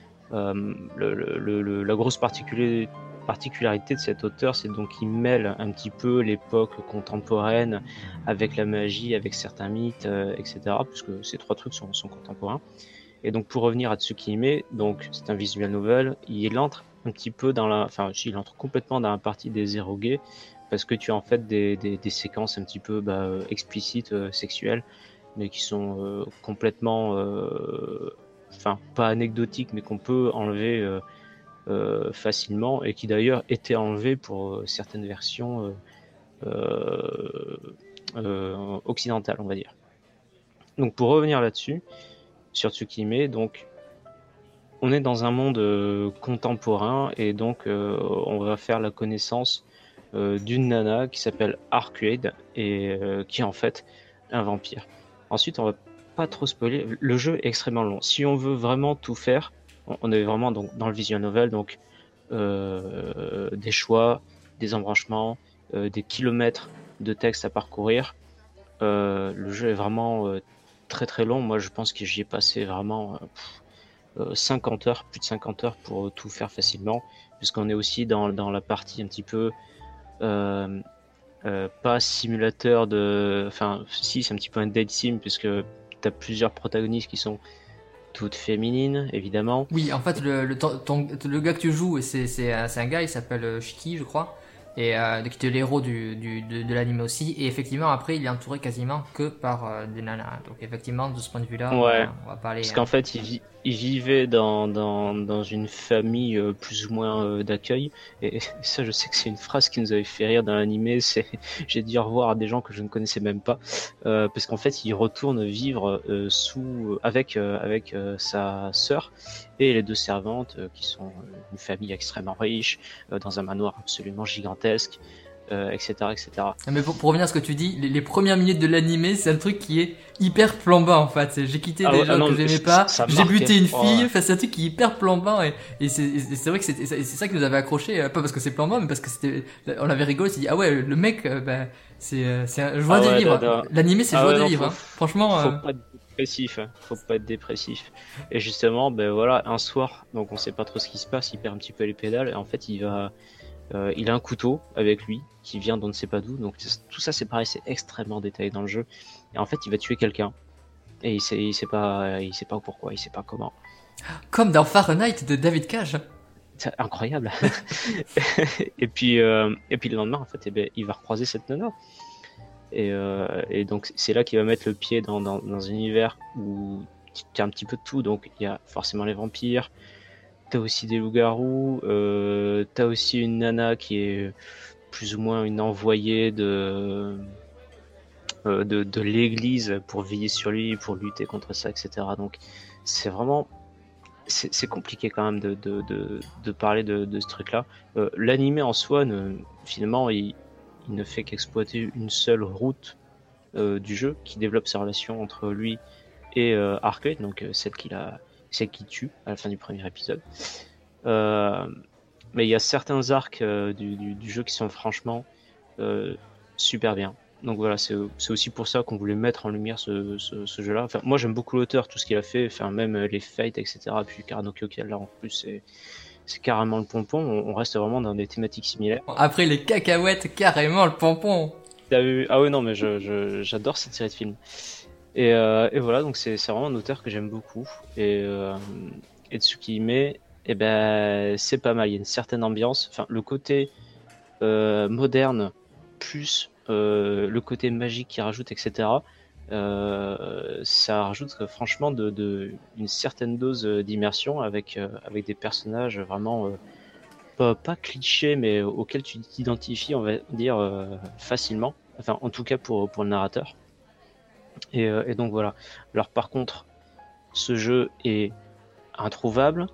La grosse particularité de cet auteur, c'est donc qu'il mêle un petit peu l'époque contemporaine avec la magie, avec certains mythes, etc., puisque ces trois trucs sont contemporains. Et donc pour revenir à Tsukihime, donc c'est un visual novel, il entre un petit peu il entre complètement dans la partie des érogués, parce que tu as en fait des séquences un petit peu explicites, sexuelles, mais qui sont complètement, pas anecdotiques, mais qu'on peut enlever facilement, et qui d'ailleurs étaient enlevées pour certaines versions occidentales, on va dire. Donc pour revenir là-dessus, sur Tsukihime, donc on est dans un monde contemporain, et donc on va faire la connaissance d'une nana qui s'appelle Arcueide, et qui est en fait un vampire. Ensuite, on va pas trop spoiler, le jeu est extrêmement long. Si on veut vraiment tout faire, on est vraiment donc dans le visual novel, donc des choix, des embranchements, des kilomètres de texte à parcourir. Le jeu est vraiment très très long. Moi je pense que j'y ai passé vraiment 50 heures, plus de 50 heures pour tout faire facilement, puisqu'on est aussi dans la partie un petit peu pas simulateur si, c'est un petit peu un dead sim, puisque tu as plusieurs protagonistes qui sont toutes féminines, évidemment. Oui, en fait, le gars que tu joues, c'est un gars, il s'appelle Shiki, je crois. et qui était l'héros de l'anime aussi. Et effectivement, après, il est entouré quasiment que par des nanas. Donc effectivement, de ce point de vue-là, Ouais. on va pas aller. Parce qu'en fait, il vivait dans une famille plus ou moins d'accueil. Et ça, je sais que c'est une phrase qui nous avait fait rire dans l'animé. C'est, j'ai dit au revoir à des gens que je ne connaissais même pas. Parce qu'en fait, il retourne vivre avec sa sœur et les deux servantes qui sont une famille extrêmement riche, dans un manoir absolument gigantesque. Etc., etc. Mais pour revenir à ce que tu dis, les premières minutes de l'animé, c'est un truc qui est hyper plombant en fait. J'ai quitté des gens que j'aimais pas, j'ai buté une fille, enfin, c'est un truc qui est hyper plombant et c'est vrai que c'est ça qui nous avait accroché, pas parce que c'est plombant, mais parce que on avait rigolé, on s'est dit ah ouais, le mec, c'est joie de vivre. L'animé, c'est joie de vivre. Franchement. Faut pas être dépressif, faut pas être dépressif. Et justement, ben voilà, un soir, donc on sait pas trop ce qui se passe, il perd un petit peu les pédales et en fait il a un couteau avec lui qui vient d'on ne sait pas d'où. Donc tout ça, c'est pareil, c'est extrêmement détaillé dans le jeu. Et en fait, il va tuer quelqu'un et il sait pas pourquoi, il sait pas comment. Comme dans Fahrenheit de David Cage. C'est incroyable. et puis le lendemain, en fait, eh ben, il va recroiser cette nana. Et donc c'est là qu'il va mettre le pied dans un univers où il y a un petit peu de tout. Donc il y a forcément les vampires. T'as aussi des loups-garous, t'as aussi une nana qui est plus ou moins une envoyée de l'église pour veiller sur lui, pour lutter contre ça, etc. Donc c'est vraiment... C'est compliqué quand même de parler de ce truc-là. L'animé en soi, finalement, il ne fait qu'exploiter une seule route du jeu qui développe sa relation entre lui et Arcade, donc celle qui tue à la fin du premier épisode. Mais il y a certains arcs du jeu qui sont franchement super bien. Donc voilà, c'est aussi pour ça qu'on voulait mettre en lumière ce jeu-là. Enfin, moi j'aime beaucoup l'auteur, tout ce qu'il a fait, enfin, même les Fate, etc. Puis Karano Kyokai, là en plus c'est carrément le pompon. On reste vraiment dans des thématiques similaires. Après les cacahuètes, carrément le pompon. T'as vu? Ah ouais, non, mais j'adore cette série de films. Et voilà, donc c'est vraiment un auteur que j'aime beaucoup. Et Tsukihime, eh ben, c'est pas mal. Il y a une certaine ambiance. Enfin, le côté moderne plus le côté magique qui rajoute, etc. Ça rajoute franchement une certaine dose d'immersion avec des personnages vraiment pas clichés, mais auxquels tu t'identifies, on va dire, facilement. Enfin, en tout cas pour le narrateur. Et donc voilà. Alors par contre, ce jeu est introuvable.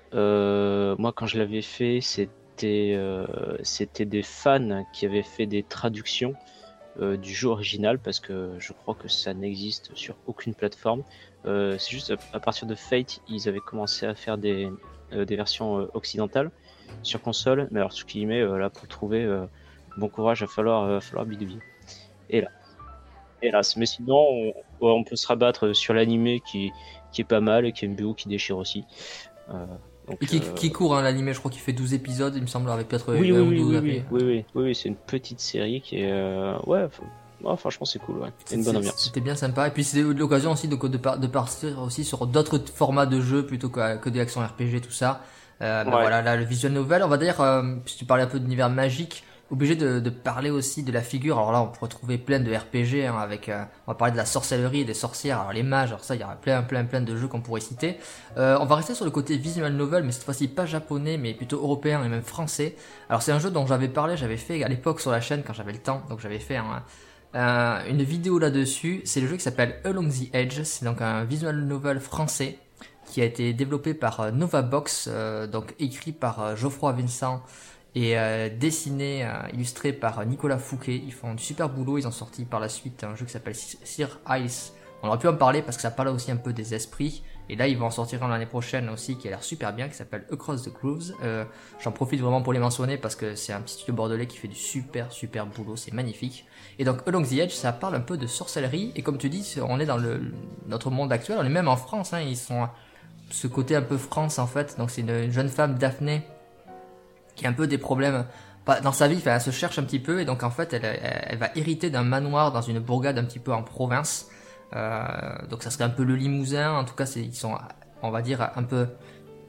Moi, quand je l'avais fait, c'était des fans qui avaient fait des traductions du jeu original parce que je crois que ça n'existe sur aucune plateforme. C'est juste à partir de Fate, ils avaient commencé à faire des versions occidentales sur console. Mais alors, Tsukihime, là, pour le trouver, bon courage, il va falloir bidouiller. Et là. Hélas, mais sinon on peut se rabattre sur l'animé qui est pas mal et qui a une BO qui déchire aussi. Donc, et qui court l'animé, je crois qu'il fait 12 épisodes, il me semble, avec peut-être oui, 1 ou 12 oui, c'est une petite série qui est franchement c'est cool, ouais. C'est une bonne ambiance. C'était bien sympa et puis c'est l'occasion aussi de partir aussi sur d'autres formats de jeux plutôt que des actions RPG, tout ça. Voilà, là le visual novel, on va dire, si tu parlais un peu d'univers magique, obligé de parler aussi de la figure. Alors là, on peut retrouver plein de RPG avec, on va parler de la sorcellerie et des sorcières. Alors les mages, alors ça, il y aura plein de jeux qu'on pourrait citer. On va rester sur le côté visual novel, mais cette fois-ci pas japonais, mais plutôt européen et même français. Alors c'est un jeu dont j'avais fait à l'époque sur la chaîne quand j'avais le temps, donc j'avais fait une vidéo là-dessus. C'est le jeu qui s'appelle Along the Edge. C'est donc un visual novel français qui a été développé par Novabox, donc écrit par Geoffroy Vincent et dessiné, illustré par Nicolas Fouquet. Ils font du super boulot. Ils ont sorti par la suite un jeu qui s'appelle Sir Ice. On aurait pu en parler parce que ça parle aussi un peu des esprits. Et là, ils vont en sortir un l'année prochaine aussi qui a l'air super bien, qui s'appelle Across the Grooves. J'en profite vraiment pour les mentionner parce que c'est un petit studio bordelais qui fait du super boulot. C'est magnifique. Et donc Along the Edge, ça parle un peu de sorcellerie. Et comme tu dis, on est dans notre monde actuel. On est même en France. Ils sont ce côté un peu France en fait. Donc c'est une jeune femme, Daphné, qui a un peu des problèmes dans sa vie. Elle se cherche un petit peu et donc en fait elle va hériter d'un manoir dans une bourgade un petit peu en province. Donc ça serait un peu le Limousin. En tout cas, ils sont, on va dire, un peu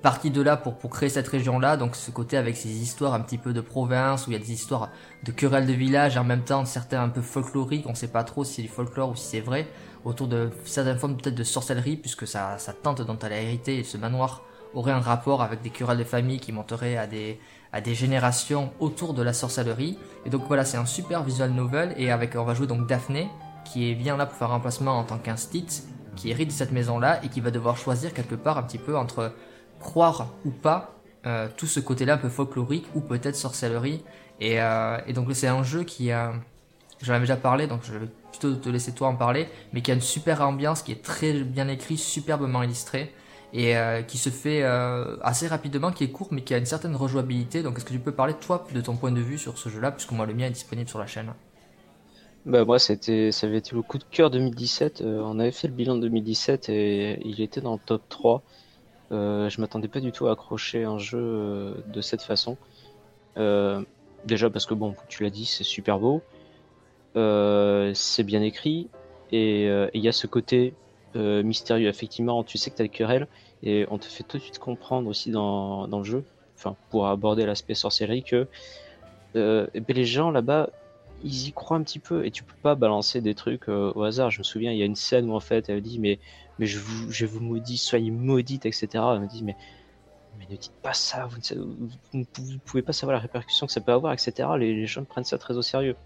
parti de là pour créer cette région-là. Donc ce côté avec ces histoires un petit peu de province, où il y a des histoires de querelles de village, et en même temps certains un peu folkloriques, on sait pas trop si c'est du folklore ou si c'est vrai, autour de certaines formes peut-être de sorcellerie, puisque sa tante dont elle a hérité, ce manoir, aurait un rapport avec des querelles de famille qui monteraient à des générations autour de la sorcellerie. Et donc voilà, c'est un super visual novel, et on va jouer donc Daphné, qui vient là pour faire un remplacement en tant qu'instit, qui hérite de cette maison-là, et qui va devoir choisir quelque part un petit peu entre croire ou pas tout ce côté-là un peu folklorique, ou peut-être sorcellerie. Et donc c'est un jeu qui j'en avais déjà parlé, donc je vais plutôt te laisser toi en parler, mais qui a une super ambiance, qui est très bien écrit, superbement illustré, et qui se fait assez rapidement, qui est court, mais qui a une certaine rejouabilité. Donc est-ce que tu peux parler toi de ton point de vue sur ce jeu-là, puisque moi le mien est disponible sur la chaîne. Bah moi ça avait été le coup de cœur 2017. On avait fait le bilan de 2017 et il était dans le top 3. Je m'attendais pas du tout à accrocher un jeu de cette façon. Déjà parce que bon, tu l'as dit, c'est super beau, c'est bien écrit et il y a ce côté mystérieux. Effectivement, tu sais que t'as des querelles et on te fait tout de suite comprendre aussi dans le jeu, enfin pour aborder l'aspect sorcellerie, que les gens là-bas ils y croient un petit peu et tu peux pas balancer des trucs au hasard. Je me souviens, il y a une scène où en fait elle dit mais je vous maudis, soyez maudite, etc. Elle me dit mais ne dites pas ça, vous ne pouvez pas savoir la répercussion que ça peut avoir, etc. Les gens prennent ça très au sérieux.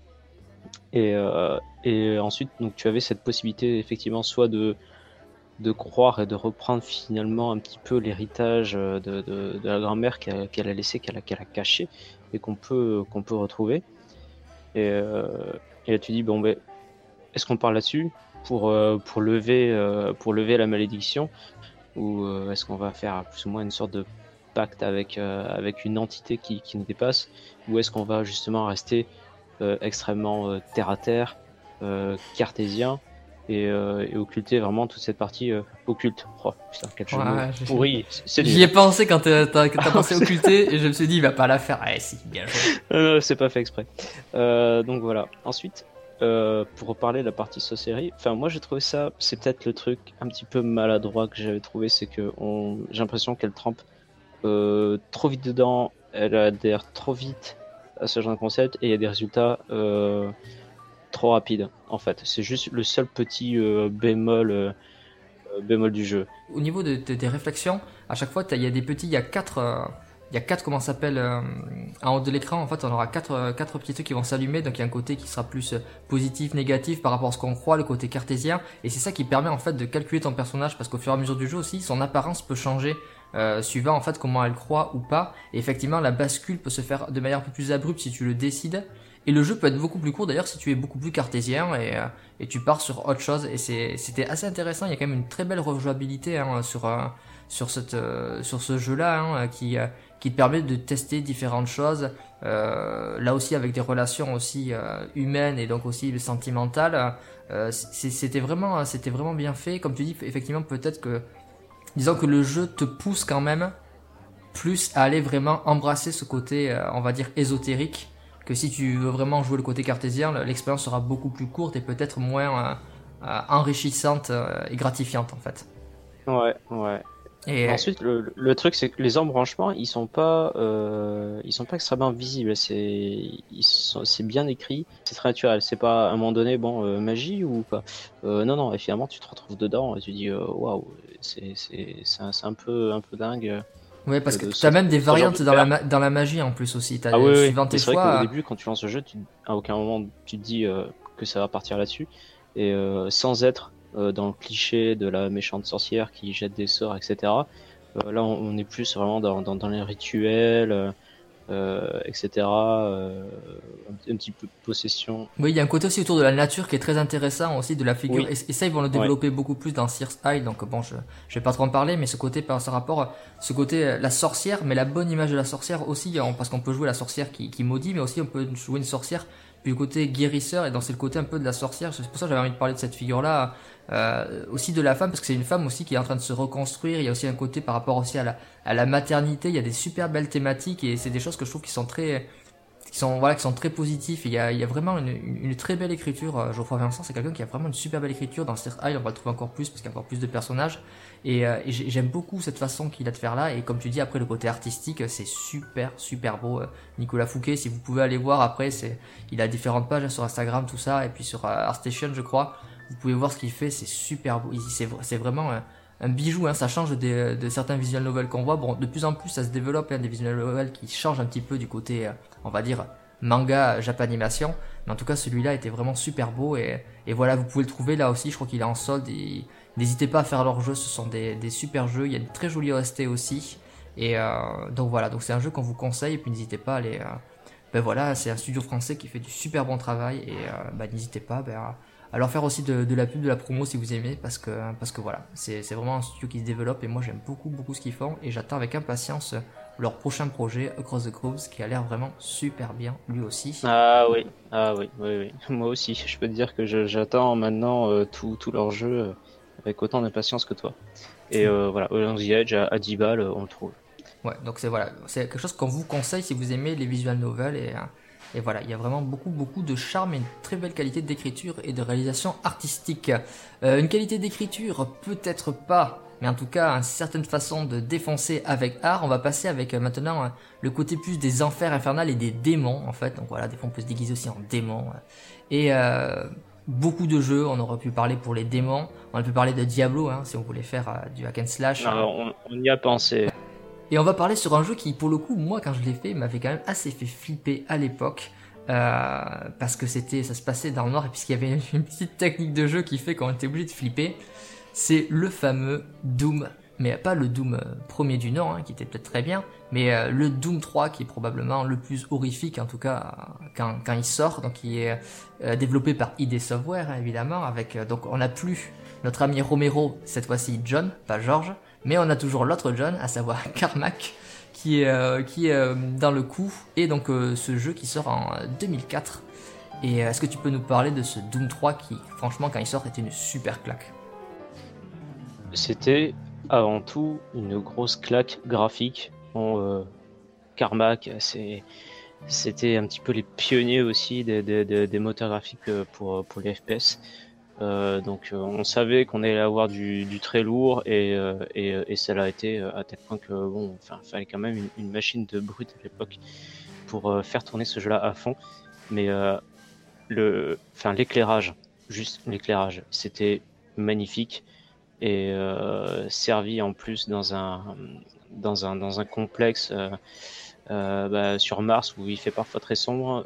Et ensuite, donc tu avais cette possibilité effectivement soit de croire et de reprendre finalement un petit peu l'héritage de la grand-mère qu'elle a laissé, qu'elle a caché et qu'on peut retrouver. Et là tu dis bon ben est-ce qu'on parle là-dessus pour lever la malédiction, ou est-ce qu'on va faire plus ou moins une sorte de pacte avec une entité qui nous dépasse, ou est-ce qu'on va justement rester extrêmement terre à terre, cartésien, et occulter vraiment toute cette partie occulte. Oh putain, quel jeu de mots pourri, c'est nul. J'y ai pensé quand t'as pensé occulter, et je me suis dit il va pas la faire. Ah si, bien joué. C'est pas fait exprès. Donc voilà. Ensuite, pour reparler de la partie sorcellerie, enfin moi j'ai trouvé ça, c'est peut-être le truc un petit peu maladroit que j'avais trouvé, c'est que j'ai l'impression qu'elle trempe trop vite dedans, elle adhère trop vite à ce genre de concept et il y a des résultats trop rapides en fait. C'est juste le seul petit bémol du jeu. Au niveau des réflexions, à chaque fois il y a des petits, il y a quatre comment ça s'appelle en haut de l'écran. En fait on aura quatre petits trucs qui vont s'allumer, donc il y a un côté qui sera plus positif, négatif par rapport à ce qu'on croit, le côté cartésien, et c'est ça qui permet en fait de calculer ton personnage, parce qu'au fur et à mesure du jeu aussi son apparence peut changer suivant en fait comment elle croit ou pas, et effectivement la bascule peut se faire de manière un peu plus abrupte si tu le décides, et le jeu peut être beaucoup plus court d'ailleurs si tu es beaucoup plus cartésien et tu pars sur autre chose, et c'était assez intéressant. Il y a quand même une très belle rejouabilité sur ce jeu-là qui te permet de tester différentes choses, là aussi avec des relations aussi humaines et donc aussi sentimentales. C'était vraiment bien fait. Comme tu dis, effectivement, peut-être que, disons que le jeu te pousse quand même plus à aller vraiment embrasser ce côté, on va dire, ésotérique, que si tu veux vraiment jouer le côté cartésien, l'expérience sera beaucoup plus courte et peut-être moins enrichissante et gratifiante en fait. Ouais. Et ensuite, le truc, c'est que les embranchements, ils sont pas extrêmement visibles. C'est bien écrit, c'est très naturel. C'est pas à un moment donné, bon, magie ou pas. Non, et finalement, tu te retrouves dedans et tu dis, waouh, c'est un peu dingue. Ouais, parce que t'as même des variantes dans la magie en plus aussi. T'as suivant tes choix. C'est vrai qu'au début, quand tu lances le jeu, à aucun moment tu te dis que ça va partir là-dessus, et sans être dans le cliché de la méchante sorcière qui jette des sorts, etc. Là, on est plus vraiment dans les rituels, etc. Un petit peu de possession. Oui, il y a un côté aussi autour de la nature qui est très intéressant aussi, de la figure. Oui. Et ça, ils vont le développer beaucoup plus dans Circe Eye. Donc bon, je vais pas trop en parler, mais ce côté, ce côté la sorcière, mais la bonne image de la sorcière aussi, parce qu'on peut jouer la sorcière qui maudit, mais aussi on peut jouer une sorcière du côté guérisseur, et donc c'est le côté un peu de la sorcière. C'est pour ça que j'avais envie de parler de cette figure-là, aussi de la femme, parce que c'est une femme aussi qui est en train de se reconstruire. Il y a aussi un côté par rapport aussi à la maternité. Il y a des super belles thématiques, et c'est des choses que je trouve qui sont très qui sont très positifs. Il y a vraiment une très belle écriture. Geoffroy Vincent, c'est quelqu'un qui a vraiment une super belle écriture. Dans Stealth Isle, on va le trouver encore plus parce qu'il y a encore plus de personnages. Et j'aime beaucoup cette façon qu'il a de faire là. Et comme tu dis, après le côté artistique, c'est super beau. Nicolas Fouquet, si vous pouvez aller voir après, il a différentes pages sur Instagram, tout ça, et puis sur ArtStation, je crois. Vous pouvez voir ce qu'il fait, c'est super beau. C'est vraiment un bijou, hein, ça change de certains visual novels qu'on voit. Bon, de plus en plus, ça se développe, des visual novels qui changent un petit peu du côté, on va dire, manga, japanimation. Mais en tout cas, celui-là était vraiment super beau et voilà, vous pouvez le trouver là aussi. Je crois qu'il est en solde. Et n'hésitez pas à faire leurs jeux, ce sont des super jeux. Il y a une très jolie OST aussi. Et donc voilà, donc c'est un jeu qu'on vous conseille. Et puis n'hésitez pas à aller. Ben voilà, c'est un studio français qui fait du super bon travail et n'hésitez pas à leur faire aussi de la pub, de la promo si vous aimez parce que voilà, c'est vraiment un studio qui se développe et moi j'aime beaucoup ce qu'ils font et j'attends avec impatience leur prochain projet Across the Groves qui a l'air vraiment super bien lui aussi. Ah oui, oui. Moi aussi, je peux te dire que j'attends maintenant tous leurs jeux avec autant d'impatience que toi. Et voilà, Along the Edge à 10 balles, on le trouve. Ouais, donc c'est quelque chose qu'on vous conseille si vous aimez les visual novels et voilà, il y a vraiment beaucoup de charme et une très belle qualité d'écriture et de réalisation artistique. Une qualité d'écriture, peut-être pas, mais en tout cas une certaine façon de défoncer avec art. On va passer avec maintenant le côté plus des enfers infernales et des démons en fait. Donc voilà, des fois on peut se déguiser aussi en démons. Et beaucoup de jeux, on aurait pu parler pour les démons, on aurait pu parler de Diablo si on voulait faire du hack and slash. On y a pensé. Et on va parler sur un jeu qui, pour le coup, moi, quand je l'ai fait, m'avait quand même assez fait flipper à l'époque. Parce que ça se passait dans le noir et puisqu'il y avait une petite technique de jeu qui fait qu'on était obligé de flipper. C'est le fameux Doom. Mais pas le Doom premier du nom, qui était peut-être très bien, mais le Doom 3 qui est probablement le plus horrifique, en tout cas, quand il sort. Donc, qui est développé par ID Software, évidemment. Donc, on n'a plus notre ami Romero, cette fois-ci John, pas George. Mais on a toujours l'autre John, à savoir Carmack, qui est dans le coup. Et donc ce jeu qui sort en 2004. Et est-ce que tu peux nous parler de ce Doom 3 qui, franchement, quand il sort, était une super claque? C'était avant tout une grosse claque graphique. Carmack, c'était un petit peu les pionniers aussi des moteurs graphiques pour les FPS. Donc on savait qu'on allait avoir du très lourd et ça l'a été à tel point que fallait quand même une machine de brute à l'époque pour faire tourner ce jeu-là à fond. Mais l'éclairage, juste l'éclairage, c'était magnifique et servi en plus dans un complexe sur Mars où il fait parfois très sombre.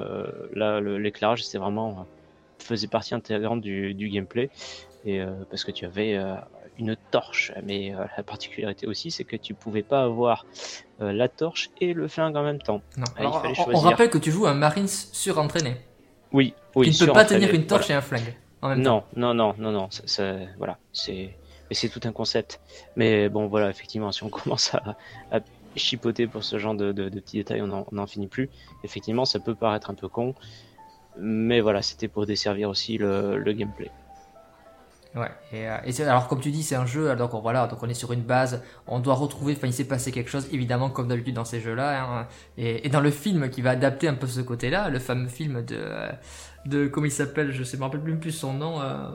Là, l'éclairage, c'était vraiment faisait partie intégrante du gameplay et parce que tu avais une torche, mais la particularité aussi c'est que tu pouvais pas avoir la torche et le flingue en même temps. Non. Alors, on rappelle que tu joues un Marines surentraîné. Oui, qui ne peut pas tenir une torche et un flingue en même temps. Non, voilà, c'est tout un concept. Mais bon, voilà, effectivement, si on commence à chipoter pour ce genre de petits détails, on n'en finit plus. Effectivement, ça peut paraître un peu con. Mais voilà, c'était pour desservir aussi le gameplay. Ouais, alors comme tu dis, c'est un jeu, donc on est sur une base, on doit retrouver, il s'est passé quelque chose, évidemment, comme d'habitude dans ces jeux-là, et dans le film qui va adapter un peu ce côté-là, le fameux film de comment il s'appelle, je me rappelle plus son nom,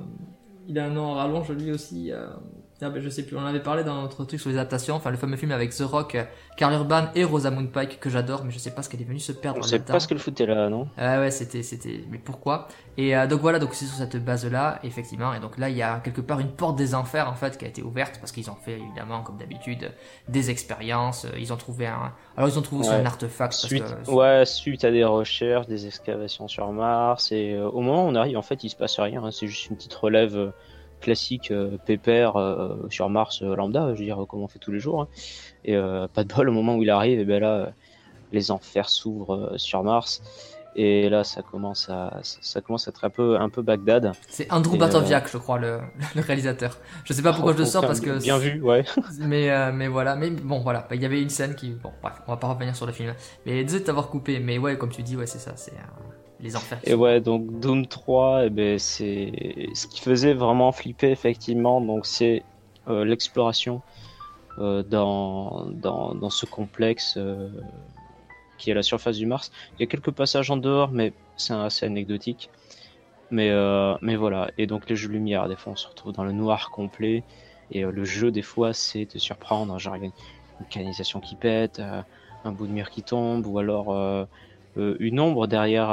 il a un nom en rallonge lui aussi, je sais plus, on en avait parlé dans notre truc sur les adaptations, le fameux film avec The Rock, Karl Urban et Rosamund Pike que j'adore, mais je sais pas ce qu'elle est venue se perdre. On sait pas ce qu'elle foutait là, non? Ouais, c'était, mais pourquoi? Et donc voilà, donc c'est sur cette base-là, effectivement, et donc là il y a quelque part une porte des enfers en fait qui a été ouverte parce qu'ils ont fait évidemment comme d'habitude des expériences, ils ont trouvé aussi un artefact. Suite à des recherches, des excavations sur Mars, et au moment où on arrive en fait il se passe rien, c'est juste une petite relève classique pépère sur Mars lambda, je veux dire comme on fait tous les jours, et pas de bol au moment où il arrive, et ben là les enfers s'ouvrent sur Mars et là ça commence à être un peu Bagdad. C'est Andrew Bartowiak je crois le réalisateur. Je sais pas pourquoi je le sors parce que bien vu, ouais. mais voilà, mais bon voilà, il y avait une scène qui bref, on va pas revenir sur le film. Mais désolé de t'avoir coupé, mais ouais comme tu dis, ouais c'est ça, c'est les enfers. Et ouais, donc Doom 3, c'est ce qui faisait vraiment flipper effectivement. Donc c'est l'exploration dans ce complexe qui est à la surface du Mars. Il y a quelques passages en dehors, mais c'est assez anecdotique. Mais voilà. Et donc les jeux lumière, des fois on se retrouve dans le noir complet. Et le jeu, des fois, c'est te surprendre. Genre, il y a une canalisation qui pète, un bout de mur qui tombe, ou alors une ombre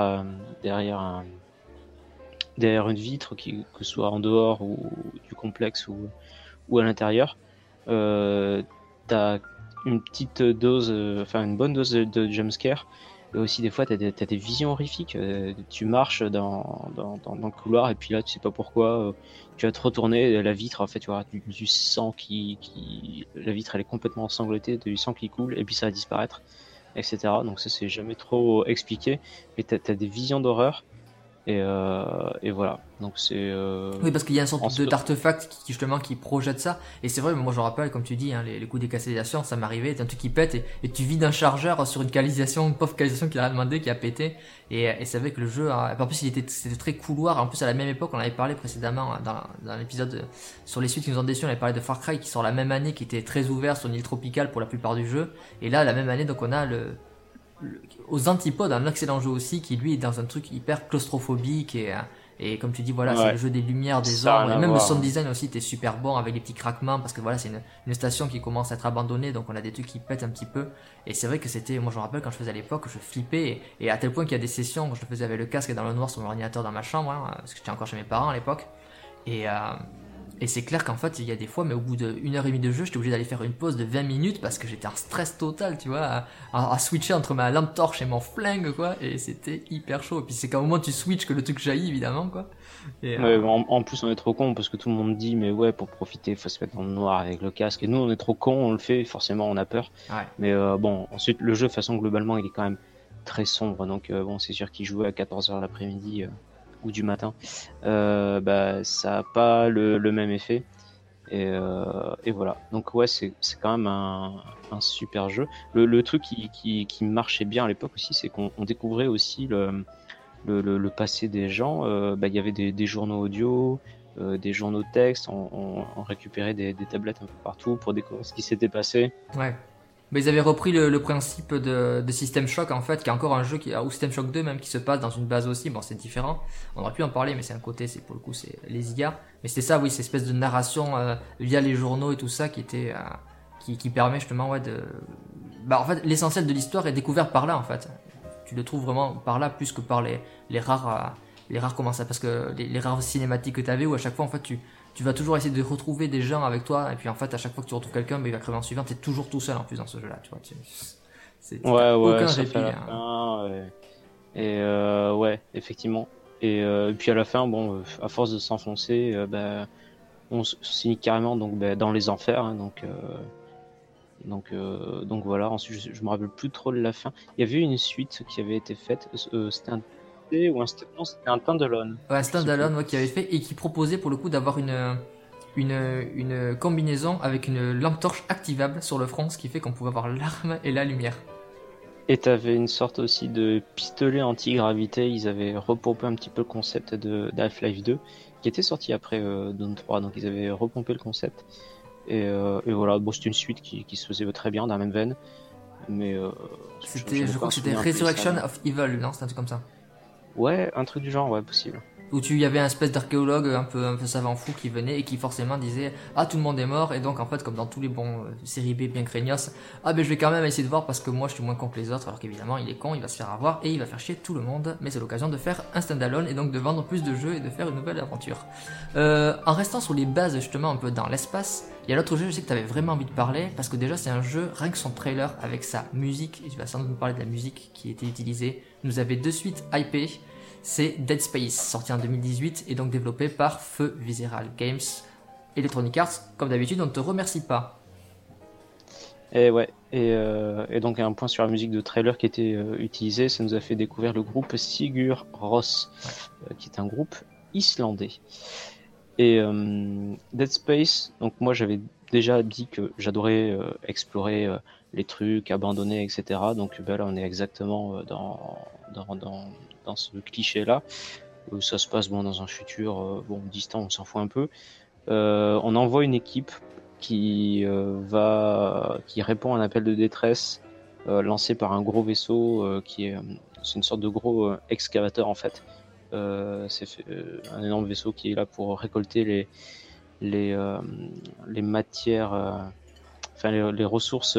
derrière une vitre, que ce soit en dehors ou du complexe ou à l'intérieur. T'as une petite dose, enfin une bonne dose de jumpscare. Et aussi des fois t'as des visions horrifiques. Tu marches dans le couloir et puis là tu sais pas pourquoi tu vas te retourner, la vitre en fait tu vois du sang la vitre elle est complètement ensanglantée, du sang qui coule et puis ça va disparaître, etc. Donc ça c'est jamais trop expliqué, mais t'as des visions d'horreur et voilà. Donc c'est Oui, parce qu'il y a une en sorte soi- d'artefact justement qui projette ça. Et c'est vrai, moi je me rappelle, comme tu dis, hein, les coups des canalisations, ça m'arrivait, t'as un truc qui pète et tu vides un chargeur sur une canalisation, une pauvre canalisation qui a demandé, qui a pété. Et c'est vrai que le jeu, en plus c'était très couloir. En plus à la même époque, on avait parlé précédemment dans l'épisode sur les suites qui nous ont déçus, on avait parlé de Far Cry qui sort la même année, qui était très ouvert sur une île tropicale pour la plupart du jeu. Et là, la même année, donc on a aux antipodes un excellent jeu aussi qui lui est dans un truc hyper claustrophobique et comme tu dis voilà c'est ouais, le jeu des lumières, des ça a rien ombres et à même le voir, sound hein. design aussi était super bon avec les petits craquements parce que voilà c'est une station qui commence à être abandonnée donc on a des trucs qui pètent un petit peu et c'est vrai que c'était moi je me rappelle quand je faisais à l'époque je flippais et à tel point qu'il y a des sessions où je le faisais avec le casque et dans le noir sur mon ordinateur dans ma chambre hein, parce que j'étais encore chez mes parents à l'époque et et c'est clair qu'en fait, il y a des fois, mais au bout d'une heure et demie de jeu, j'étais obligé d'aller faire une pause de 20 minutes parce que j'étais en stress total, tu vois, à switcher entre ma lampe torche et mon flingue, quoi, et c'était hyper chaud. Et puis c'est qu'à un moment tu switches que le truc jaillit, évidemment, quoi. Et Ouais, en plus on est trop con parce que tout le monde dit mais ouais pour profiter faut se mettre dans le noir avec le casque et nous on est trop con, on le fait forcément on a peur. ouais. Mais bon ensuite le jeu de façon globalement il est quand même très sombre donc bon c'est sûr qu'il jouait à 14h l'après-midi ou du matin bah ça a pas le même effet et voilà donc ouais c'est quand même un super jeu. Le truc qui marchait bien à l'époque aussi c'est qu'on découvrait aussi le passé des gens. Bah, il y avait des journaux audio, des journaux de texte, on récupérait des tablettes un peu partout pour découvrir ce qui s'était passé. Ouais. Mais ils avaient repris le principe de System Shock en fait, qui est encore un jeu ou System Shock 2 même qui se passe dans une base aussi. Bon, c'est différent. On aurait pu en parler, mais c'est un côté, c'est pour le coup, c'est les IA. Mais c'était ça, oui, cette espèce de narration via les journaux et tout ça qui était, qui permet justement, ouais, de, bah en fait, l'essentiel de l'histoire est découvert par là en fait. Tu le trouves vraiment par là plus que par les rares comment ça, parce que les rares cinématiques que t'avais où à chaque fois en fait tu vas toujours essayer de retrouver des gens avec toi et puis en fait à chaque fois que tu retrouves quelqu'un il va crever en suivant, t'es toujours tout seul en plus dans ce jeu là tu vois t'as Ouais, ouais, aucun sauf répit à la hein. fin. Ouais. Et ouais, effectivement. Et puis à la fin, bon, à force de s'enfoncer, bah, on se finit carrément donc bah, dans les enfers. Hein, donc voilà. Ensuite, je me rappelle plus trop de la fin. Il y avait une suite qui avait été faite. C'était un D ou un non, c'était un standalone. Ouais, un Je sais plus. standalone ouais, qui avait fait et qui proposait pour le coup d'avoir une combinaison avec une lampe torche activable sur le front ce qui fait qu'on pouvait avoir l'arme et la lumière. Et t'avais une sorte aussi de pistolet anti-gravité. Ils avaient repompé un petit peu le concept de d'Half-Life 2, qui était sorti après Dawn 3. Donc ils avaient repompé le concept. Et voilà, bon, c'était une suite qui se faisait très bien dans la même veine. Mais C'était, j'avais je pas crois un que c'était souvenir plus Resurrection ça. of Evil, non? C'était un truc comme ça. Ouais, un truc du genre, ouais, possible. Où tu y avait un espèce d'archéologue un peu savant fou qui venait et qui forcément disait ah tout le monde est mort et donc en fait comme dans tous les bons séries B bien craignos ah ben je vais quand même essayer de voir parce que moi je suis moins con que les autres alors qu'évidemment il est con il va se faire avoir et il va faire chier tout le monde mais c'est l'occasion de faire un standalone et donc de vendre plus de jeux et de faire une nouvelle aventure. En restant sur les bases justement un peu dans l'espace il y a l'autre jeu je sais que tu avais vraiment envie de parler parce que déjà c'est un jeu rien que son trailer avec sa musique et tu vas sans doute nous parler de la musique qui était utilisée nous avait de suite hypé. C'est Dead Space, sorti en 2018 et donc développé par Feu Visceral Games. Electronic Arts, comme d'habitude, on ne te remercie pas. Et ouais, et donc un point sur la musique de trailer qui était utilisée, ça nous a fait découvrir le groupe Sigur Rós, Ouais. qui est un groupe islandais. Et Dead Space, donc moi j'avais déjà dit que j'adorais explorer les trucs abandonnés, etc. Donc ben là on est exactement dans, dans, dans ce cliché-là. Ça se passe bon dans un futur bon distant, on s'en fout un peu. On envoie une équipe qui répond à un appel de détresse lancé par un gros vaisseau c'est une sorte de gros excavateur en fait. Un énorme vaisseau qui est là pour récolter les matières, les ressources,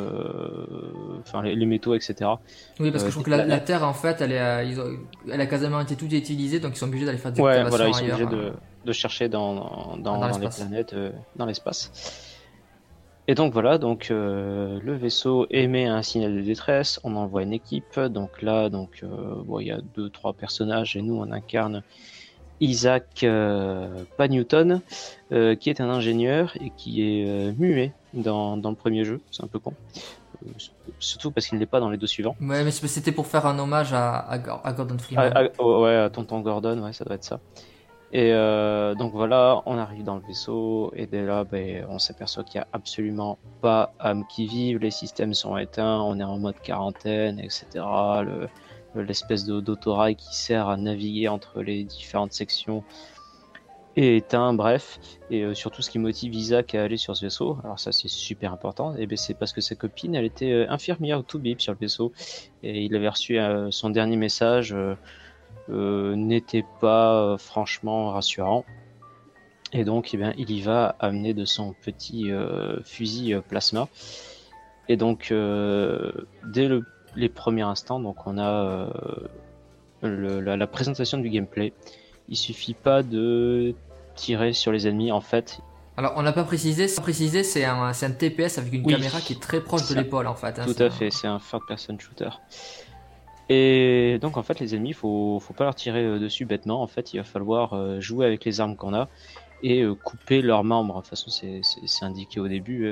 les métaux, etc. Oui, parce que je trouve que la Terre, en fait, elle a quasiment été toute utilisée, donc ils sont obligés d'aller faire des Ouais, excavations voilà, ils sont ailleurs. obligés de chercher dans les l'espace. planètes, dans l'espace. Et donc voilà, le vaisseau émet un signal de détresse, on envoie une équipe. Donc là, il y a 2-3 personnages et nous on incarne Isaac Newton, qui est un ingénieur et qui est muet dans le premier jeu. C'est un peu con. Surtout parce qu'il n'est pas dans les deux suivants. Ouais, mais c'était pour faire un hommage à Gordon Freeman. Ouais, à Tonton Gordon, ouais, ça doit être ça. Et donc voilà, on arrive dans le vaisseau et dès là, on s'aperçoit qu'il n'y a absolument pas âme qui vive, les systèmes sont éteints, on est en mode quarantaine, etc. L'espèce d'autorail qui sert à naviguer entre les différentes sections est éteint, bref. Et surtout ce qui motive Isaac à aller sur ce vaisseau, alors ça c'est super important, et c'est parce que sa copine, elle était infirmière au tout bip sur le vaisseau, et il avait reçu son dernier message. N'était pas franchement rassurant. Et donc, il y va amener de son petit fusil plasma. Et donc, dès les premiers instants, donc on a la présentation du gameplay. Il suffit pas de tirer sur les ennemis, en fait. Alors, on n'a pas précisé, c'est un TPS avec une caméra qui est très proche de l'épaule, en fait. Tout à fait, c'est un third-person shooter. Et donc en fait les ennemis, faut pas leur tirer dessus bêtement. En fait, il va falloir jouer avec les armes qu'on a et couper leurs membres. De toute façon, c'est indiqué au début.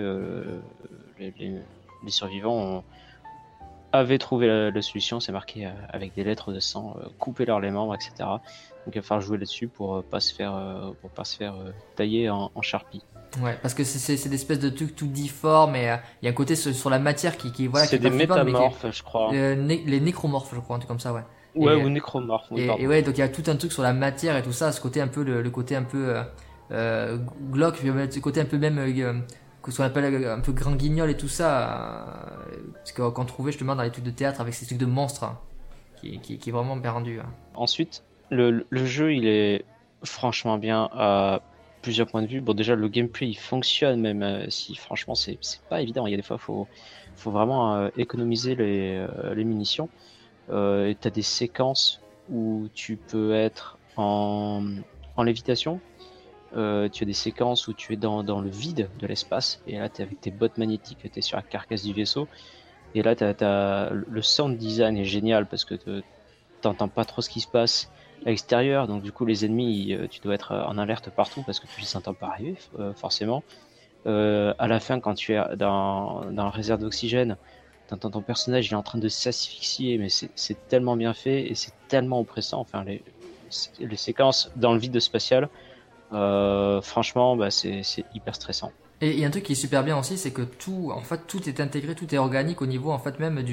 Les survivants avaient trouvé la solution. C'est marqué avec des lettres de sang, couper les membres, etc. Donc il va falloir jouer là-dessus pour pas se faire tailler en charpie. Ouais, parce que c'est des espèces de trucs tout difformes et il y a un côté sur la matière qui voilà. C'est des métamorphes, je crois. Les nécromorphes, je crois, un truc comme ça, ouais. Ouais, ou nécromorphes. Oui, et ouais, donc il y a tout un truc sur la matière et tout ça, ce côté un peu le côté un peu glauque, ce côté un peu même ce qu'on appelle un peu grand guignol et tout ça, parce qu'on trouvait justement dans les trucs de théâtre avec ces trucs de monstres, hein, qui est vraiment bien rendu. Hein. Ensuite, le jeu, il est franchement bien à plusieurs points de vue. Bon, déjà, le gameplay, il fonctionne, même si franchement, c'est pas évident. Il y a des fois, faut vraiment économiser les munitions. Et t'as des séquences où tu peux être en lévitation. Tu as des séquences où tu es dans le vide de l'espace. Et là, t'es avec tes bottes magnétiques, t'es sur la carcasse du vaisseau. Et là, le sound design est génial parce que t'entends pas trop ce qui se passe à l'extérieur, donc du coup les ennemis, tu dois être en alerte partout parce que tu les entends pas arriver, forcément. À la fin, quand tu es dans le réserve d'oxygène, t'entends ton personnage, il est en train de s'asphyxier, mais c'est tellement bien fait et c'est tellement oppressant. Enfin, les séquences dans le vide spatial, franchement, c'est hyper stressant. Et il y a un truc qui est super bien aussi, c'est que tout est intégré, tout est organique au niveau en fait même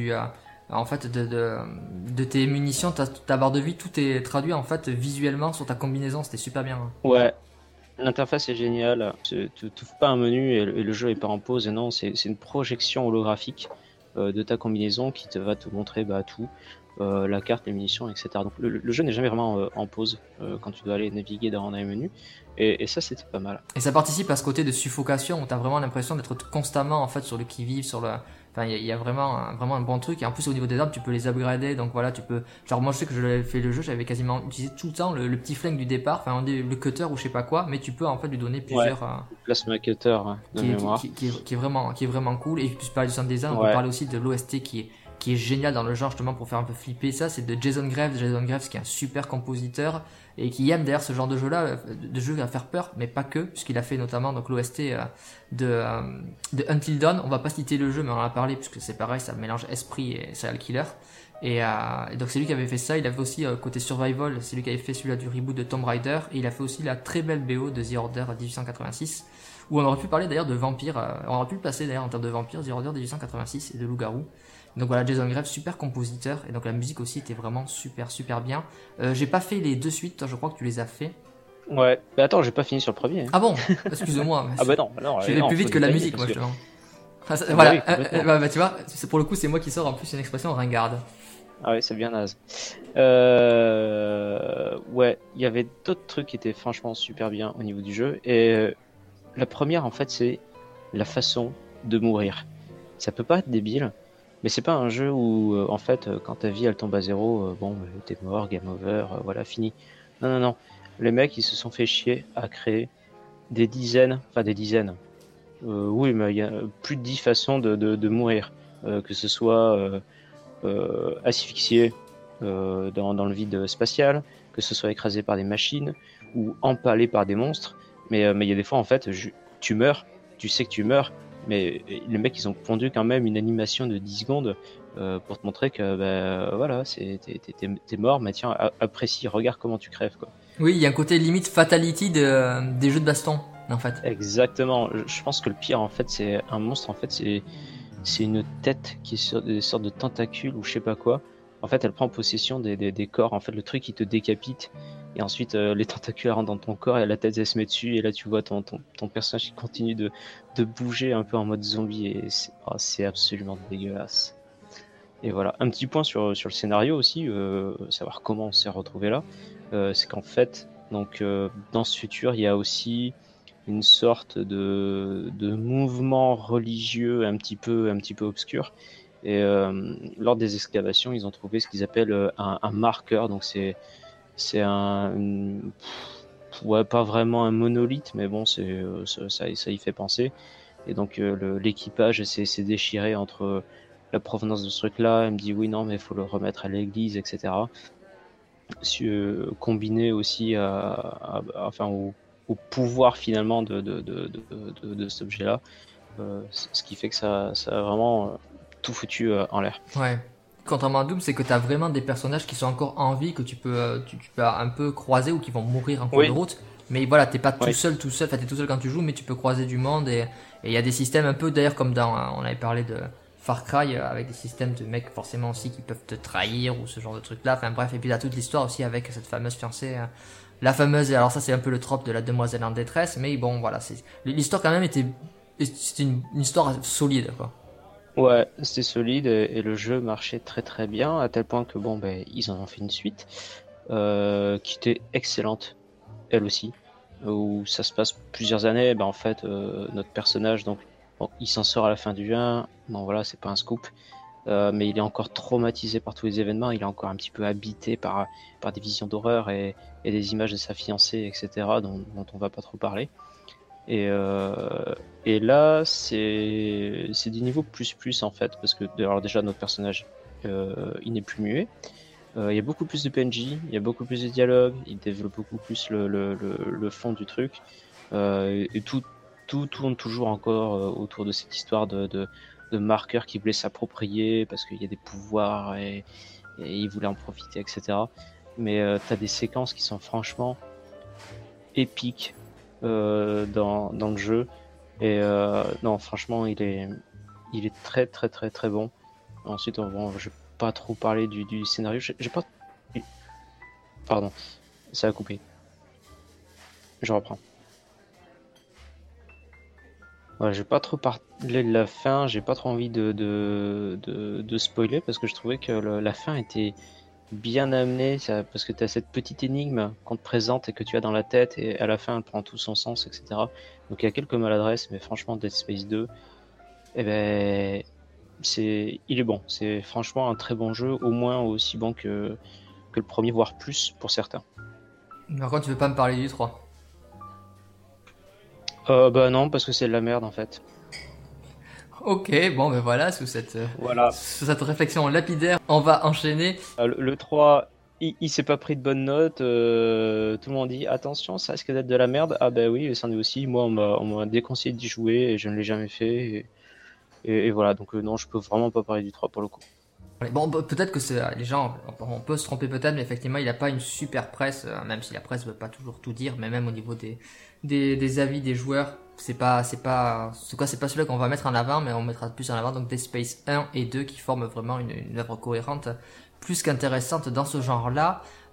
de tes munitions, ta barre de vie, tout est traduit en fait visuellement sur ta combinaison, c'était super bien. Ouais, l'interface est géniale. Tu n'ouvres pas un menu et le jeu est pas en pause. Et non, c'est une projection holographique de ta combinaison qui va te montrer tout, la carte, les munitions, etc. Donc le jeu n'est jamais vraiment en pause quand tu dois aller naviguer dans les menus. Et ça, c'était pas mal. Et ça participe à ce côté de suffocation où tu as vraiment l'impression d'être constamment en fait sur le qui-vive, sur le. Enfin, il y a vraiment un bon truc. Et en plus, au niveau des armes, tu peux les upgrader. Donc voilà, tu peux. Genre, moi, je sais que je l'avais fait le jeu, j'avais quasiment utilisé tout le temps le petit flingue du départ, enfin, le cutter ou je sais pas quoi. Mais tu peux en fait lui donner plusieurs. Plasma cutter, de mémoire. Qui est vraiment cool. Et puis, tu parlais du sound design, on peut parler aussi de l'OST qui est génial dans le genre, justement, pour faire un peu flipper ça. C'est de Jason Graves. Jason Graves, qui est un super compositeur et qui aime d'ailleurs ce genre de jeu-là, de jeu à faire peur, mais pas que, puisqu'il a fait notamment donc l'OST de Until Dawn. On va pas citer le jeu, mais on en a parlé, puisque c'est pareil, ça mélange esprit et serial killer. Et donc c'est lui qui avait fait ça. Il avait aussi côté survival, c'est lui qui avait fait celui-là du reboot de Tomb Raider, et il a fait aussi la très belle BO de The Order 1886, où on aurait pu parler d'ailleurs de vampires, on aurait pu le placer d'ailleurs en termes de vampires, The Order 1886 et de loup-garou. Donc voilà, Jason Graves, super compositeur, et donc la musique aussi était vraiment super bien. J'ai pas fait les deux suites, toi je crois que tu les as fait. Ouais, mais attends, j'ai pas fini sur le premier. Ah bon, excuse-moi. Ah bah non, je vais plus vite que la musique, moi justement. Voilà, oui, complètement. tu vois, pour le coup, c'est moi qui sors en plus une expression ringarde. Ah ouais, c'est bien naze. Ouais, il y avait d'autres trucs qui étaient franchement super bien au niveau du jeu. Et la première, en fait, c'est la façon de mourir. Ça peut pas être débile, mais c'est pas un jeu où, en fait, quand ta vie elle tombe à zéro, bon, t'es mort, game over, voilà, fini. Non, non, non. Les mecs, ils se sont fait chier à créer des dizaines, enfin des dizaines. Oui, mais il y a plus de 10 façons de mourir. Que ce soit asphyxié dans le vide spatial, que ce soit écrasé par des machines ou empalé par des monstres. Mais il y a des fois, en fait, tu meurs, tu sais que tu meurs, mais les mecs, ils ont pondu quand même une animation de 10 secondes pour te montrer que voilà, t'es mort, mais tiens, apprécie, regarde comment tu crèves, quoi. Oui, il y a un côté limite fatality des jeux de baston, en fait. Exactement. Je pense que le pire, en fait, c'est un monstre, en fait, c'est une tête qui est sur des sortes de tentacules ou je sais pas quoi. En fait, elle prend possession des corps. En fait, le truc, il te décapite. Et ensuite, les tentacules rentrent dans ton corps et la tête, elle se met dessus. Et là, tu vois ton personnage qui continue de bouger un peu en mode zombie. Et c'est absolument dégueulasse. Et voilà. Un petit point sur le scénario aussi, savoir comment on s'est retrouvé là. C'est qu'en fait, donc, dans ce futur, il y a aussi une sorte de mouvement religieux un petit peu obscur. Et lors des excavations, ils ont trouvé ce qu'ils appellent un marqueur. Donc c'est ouais, pas vraiment un monolithe, mais bon, ça y fait penser. Et donc l'équipage s'est déchiré entre la provenance de ce truc-là. Elle me dit oui, non, mais il faut le remettre à l'église, etc. Combiné aussi enfin, au pouvoir finalement de cet objet-là. Ce qui fait que ça a vraiment tout foutu en l'air. Ouais. Contrairement à Doom, c'est que t'as vraiment des personnages qui sont encore en vie, que tu peux un peu croiser ou qui vont mourir en cours de Oui, route. Mais voilà, t'es pas oui, tout seul, enfin t'es tout seul quand tu joues, mais tu peux croiser du monde et il y a des systèmes un peu d'ailleurs comme dans, on avait parlé de Far Cry avec des systèmes de mecs forcément aussi qui peuvent te trahir ou ce genre de truc là. Enfin bref, et puis t'as toute l'histoire aussi avec cette fameuse fiancée, la fameuse, alors ça c'est un peu le trope de la demoiselle en détresse, mais bon voilà, l'histoire quand même c'était une histoire solide quoi. ouais, c'était solide et le jeu marchait très très bien à tel point que bon ben ils en ont fait une suite qui était excellente elle aussi où ça se passe plusieurs années. Ben en fait notre personnage donc bon, il s'en sort à la fin du 1. Bon voilà, c'est pas un scoop. Mais il est encore traumatisé par tous les événements, il est encore un petit peu habité par des visions d'horreur et des images de sa fiancée, etc., dont on va pas trop parler. Et, euh, et là, c'est du niveau plus en fait, parce que alors déjà notre personnage, il n'est plus muet. Il y a beaucoup plus de PNJ, il y a beaucoup plus de dialogues, il développe beaucoup plus le fond du truc. Et tout tourne toujours encore autour de cette histoire de marqueurs qui voulait s'approprier parce qu'il y a des pouvoirs et il voulait en profiter, etc. Mais t'as des séquences qui sont franchement épiques dans le jeu. Et non, franchement, il est très très très très bon. Ensuite, je vais pas trop parler du scénario. J'ai pas. Pardon, ça a coupé. Je reprends. Ouais, je vais pas trop parler de la fin, j'ai pas trop envie de spoiler parce que je trouvais que la fin était bien amenée, parce que tu as cette petite énigme qu'on te présente et que tu as dans la tête et à la fin elle prend tout son sens, etc. Donc il y a quelques maladresses, mais franchement Dead Space 2, eh ben, il est bon, c'est franchement un très bon jeu, au moins aussi bon que le premier, voire plus pour certains. Par contre, tu veux pas me parler du 3. Bah non, parce que c'est de la merde en fait. Ok, bon ben voilà, Voilà. sous cette réflexion lapidaire, on va enchaîner. Le 3, il s'est pas pris de bonnes notes. Tout le monde dit attention, ça risque d'être de la merde. Ah bah oui, c'en est aussi. Moi, on m'a déconseillé d'y jouer et je ne l'ai jamais fait. Et voilà, donc non, je peux vraiment pas parler du 3 pour le coup. Bon, peut-être que les gens, on peut se tromper peut-être, mais effectivement, il n'a pas une super presse, même si la presse veut pas toujours tout dire, mais même au niveau des avis des joueurs, en tout cas, c'est pas celui-là qu'on va mettre en avant, mais on mettra plus en avant donc Dead Space 1 et 2 qui forment vraiment une œuvre cohérente, plus qu'intéressante dans ce genre-là.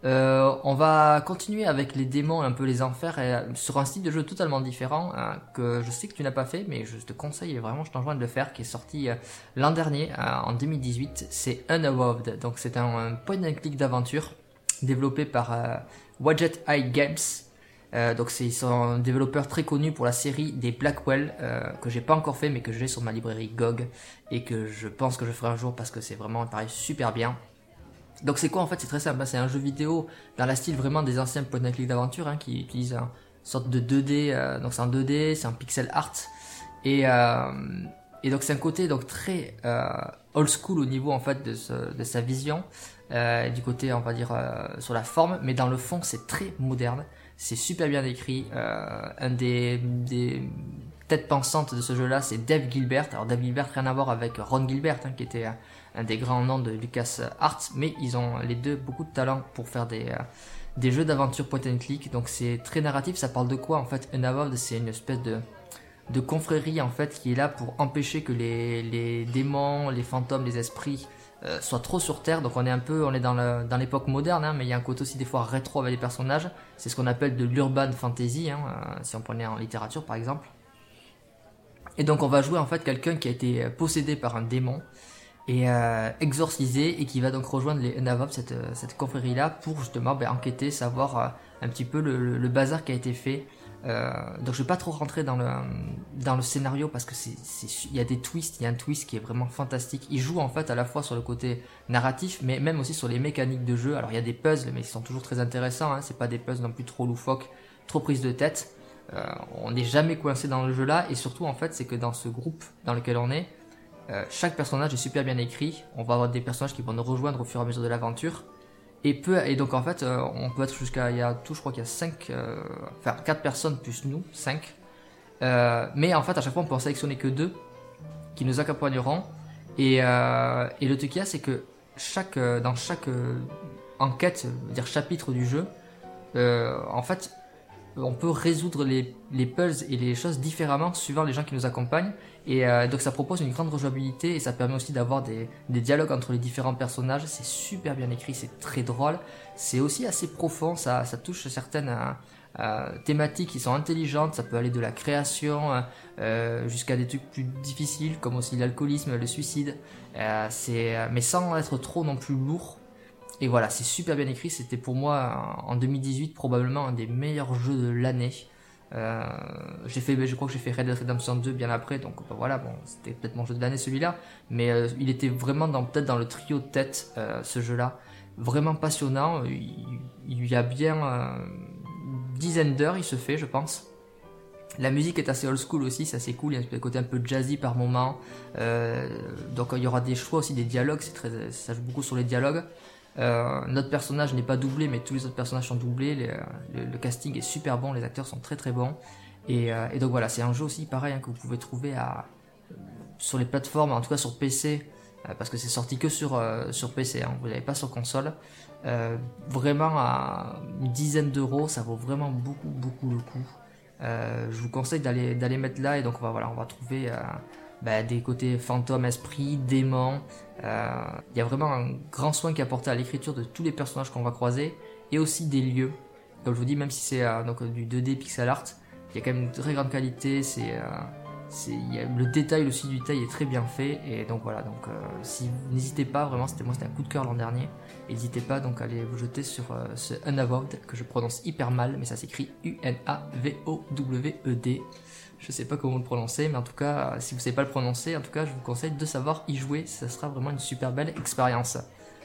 On va continuer avec les démons et un peu les enfers sur un style de jeu totalement différent que je sais que tu n'as pas fait, mais je te conseille vraiment, je t'enjoins de le faire, qui est sorti l'an dernier, en 2018. C'est Unavowed, donc c'est un point and click d'aventure développé par Wadjet Eye Games. Donc ils sont un développeur très connu pour la série des Blackwell que j'ai pas encore fait mais que j'ai sur ma librairie GOG et que je pense que je ferai un jour parce que c'est vraiment pareil super bien. Donc c'est quoi en fait? C'est très simple, c'est un jeu vidéo dans la style vraiment des anciens point and click d'aventure qui utilise une sorte de 2D, donc c'est en 2D, c'est en pixel art et donc c'est un côté donc très old school au niveau en fait de sa vision, du côté on va dire sur la forme, mais dans le fond c'est très moderne, c'est super bien écrit. Un des têtes pensantes de ce jeu-là, c'est Dave Gilbert. Alors Dave Gilbert, rien à voir avec Ron Gilbert, qui était un des grands noms de LucasArts, mais ils ont les deux beaucoup de talent pour faire des jeux d'aventure point and click. Donc c'est très narratif. Ça parle de quoi en fait? Unavowed, c'est une espèce de confrérie en fait qui est là pour empêcher que les démons, les fantômes, les esprits soient trop sur Terre. Donc on est dans l'époque moderne, mais il y a un côté aussi des fois rétro avec les personnages. C'est ce qu'on appelle de l'urban fantasy, si on prenait en littérature par exemple. Et donc on va jouer en fait quelqu'un qui a été possédé par un démon et exorcisé et qui va donc rejoindre les Unavowed, cette confrérie là, pour justement enquêter, savoir un petit peu le bazar qui a été fait. Donc je vais pas trop rentrer dans le scénario parce que il y a des twists, il y a un twist qui est vraiment fantastique. Il joue en fait à la fois sur le côté narratif mais même aussi sur les mécaniques de jeu. Alors il y a des puzzles mais ils sont toujours très intéressants, c'est pas des puzzles non plus trop loufoques, trop prises de tête. On n'est jamais coincé dans le jeu là, et surtout en fait c'est que dans ce groupe dans lequel on est, chaque personnage est super bien écrit. On va avoir des personnages qui vont nous rejoindre au fur et à mesure de l'aventure. Et donc en fait on peut être jusqu'à, je crois qu'il y a 4 personnes plus nous, 5. Mais en fait à chaque fois on peut en sélectionner que 2 qui nous accompagneront. Et le truc qu'il y a, c'est que dans chaque enquête, dire chapitre du jeu, en fait on peut résoudre les puzzles et les choses différemment suivant les gens qui nous accompagnent. Et donc ça propose une grande rejouabilité et ça permet aussi d'avoir des dialogues entre les différents personnages. C'est super bien écrit, c'est très drôle, c'est aussi assez profond, ça touche certaines thématiques qui sont intelligentes. Ça peut aller de la création jusqu'à des trucs plus difficiles comme aussi l'alcoolisme, le suicide, mais sans être trop non plus lourd. Et voilà, c'est super bien écrit. C'était pour moi en 2018 probablement un des meilleurs jeux de l'année. Je crois que j'ai fait Red Dead Redemption 2 bien après, donc voilà, bon, c'était peut-être mon jeu de l'année celui-là, mais il était vraiment peut-être dans le trio de tête, ce jeu-là, vraiment passionnant. Il y a bien une dizaine d'heures, il se fait, je pense. La musique est assez old school aussi, c'est assez cool, il y a un côté un peu jazzy par moment. Donc il y aura des choix aussi, des dialogues, ça joue beaucoup sur les dialogues. Notre personnage n'est pas doublé, mais tous les autres personnages sont doublés. Le casting est super bon, les acteurs sont très très bons. Et donc voilà, c'est un jeu aussi pareil que vous pouvez trouver sur les plateformes, en tout cas sur PC, parce que c'est sorti que sur PC, vous n'avez pas sur console. Vraiment à une dizaine d'euros, ça vaut vraiment beaucoup beaucoup le coup. Je vous conseille d'aller mettre là, et donc on va trouver des côtés fantômes, esprits, démons. Il y a vraiment un grand soin qui est apporté à l'écriture de tous les personnages qu'on va croiser, et aussi des lieux. Comme je vous dis, même si c'est donc du 2D pixel art, il y a quand même une très grande qualité. Le détail aussi du détail est très bien fait, et donc voilà. Donc n'hésitez pas, vraiment, c'était un coup de cœur l'an dernier. N'hésitez pas donc à aller vous jeter sur ce Unavowed, que je prononce hyper mal, mais ça s'écrit Unavowed. Je sais pas comment le prononcer, mais en tout cas, si vous savez pas le prononcer, en tout cas, je vous conseille de savoir y jouer. Ça sera vraiment une super belle expérience.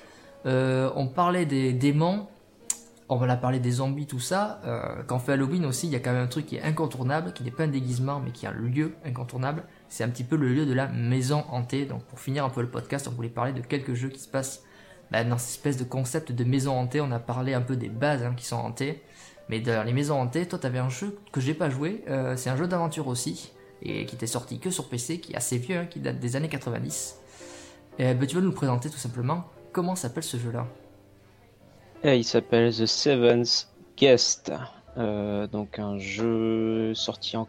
On parlait des démons, on va parler des zombies, tout ça. Quand on fait Halloween aussi, il y a quand même un truc qui est incontournable, qui n'est pas un déguisement, mais qui est un lieu incontournable. C'est un petit peu le lieu de la maison hantée. Donc pour finir un peu le podcast, on voulait parler de quelques jeux qui se passent dans cette espèce de concept de maison hantée. On a parlé un peu des bases qui sont hantées. Mais dans les maisons hantées, toi t'avais un jeu que j'ai pas joué, c'est un jeu d'aventure aussi, et qui était sorti que sur PC, qui est assez vieux, qui date des années 90. Tu veux nous le présenter tout simplement, comment s'appelle ce jeu-là? Il s'appelle The Seventh Guest, donc un jeu sorti en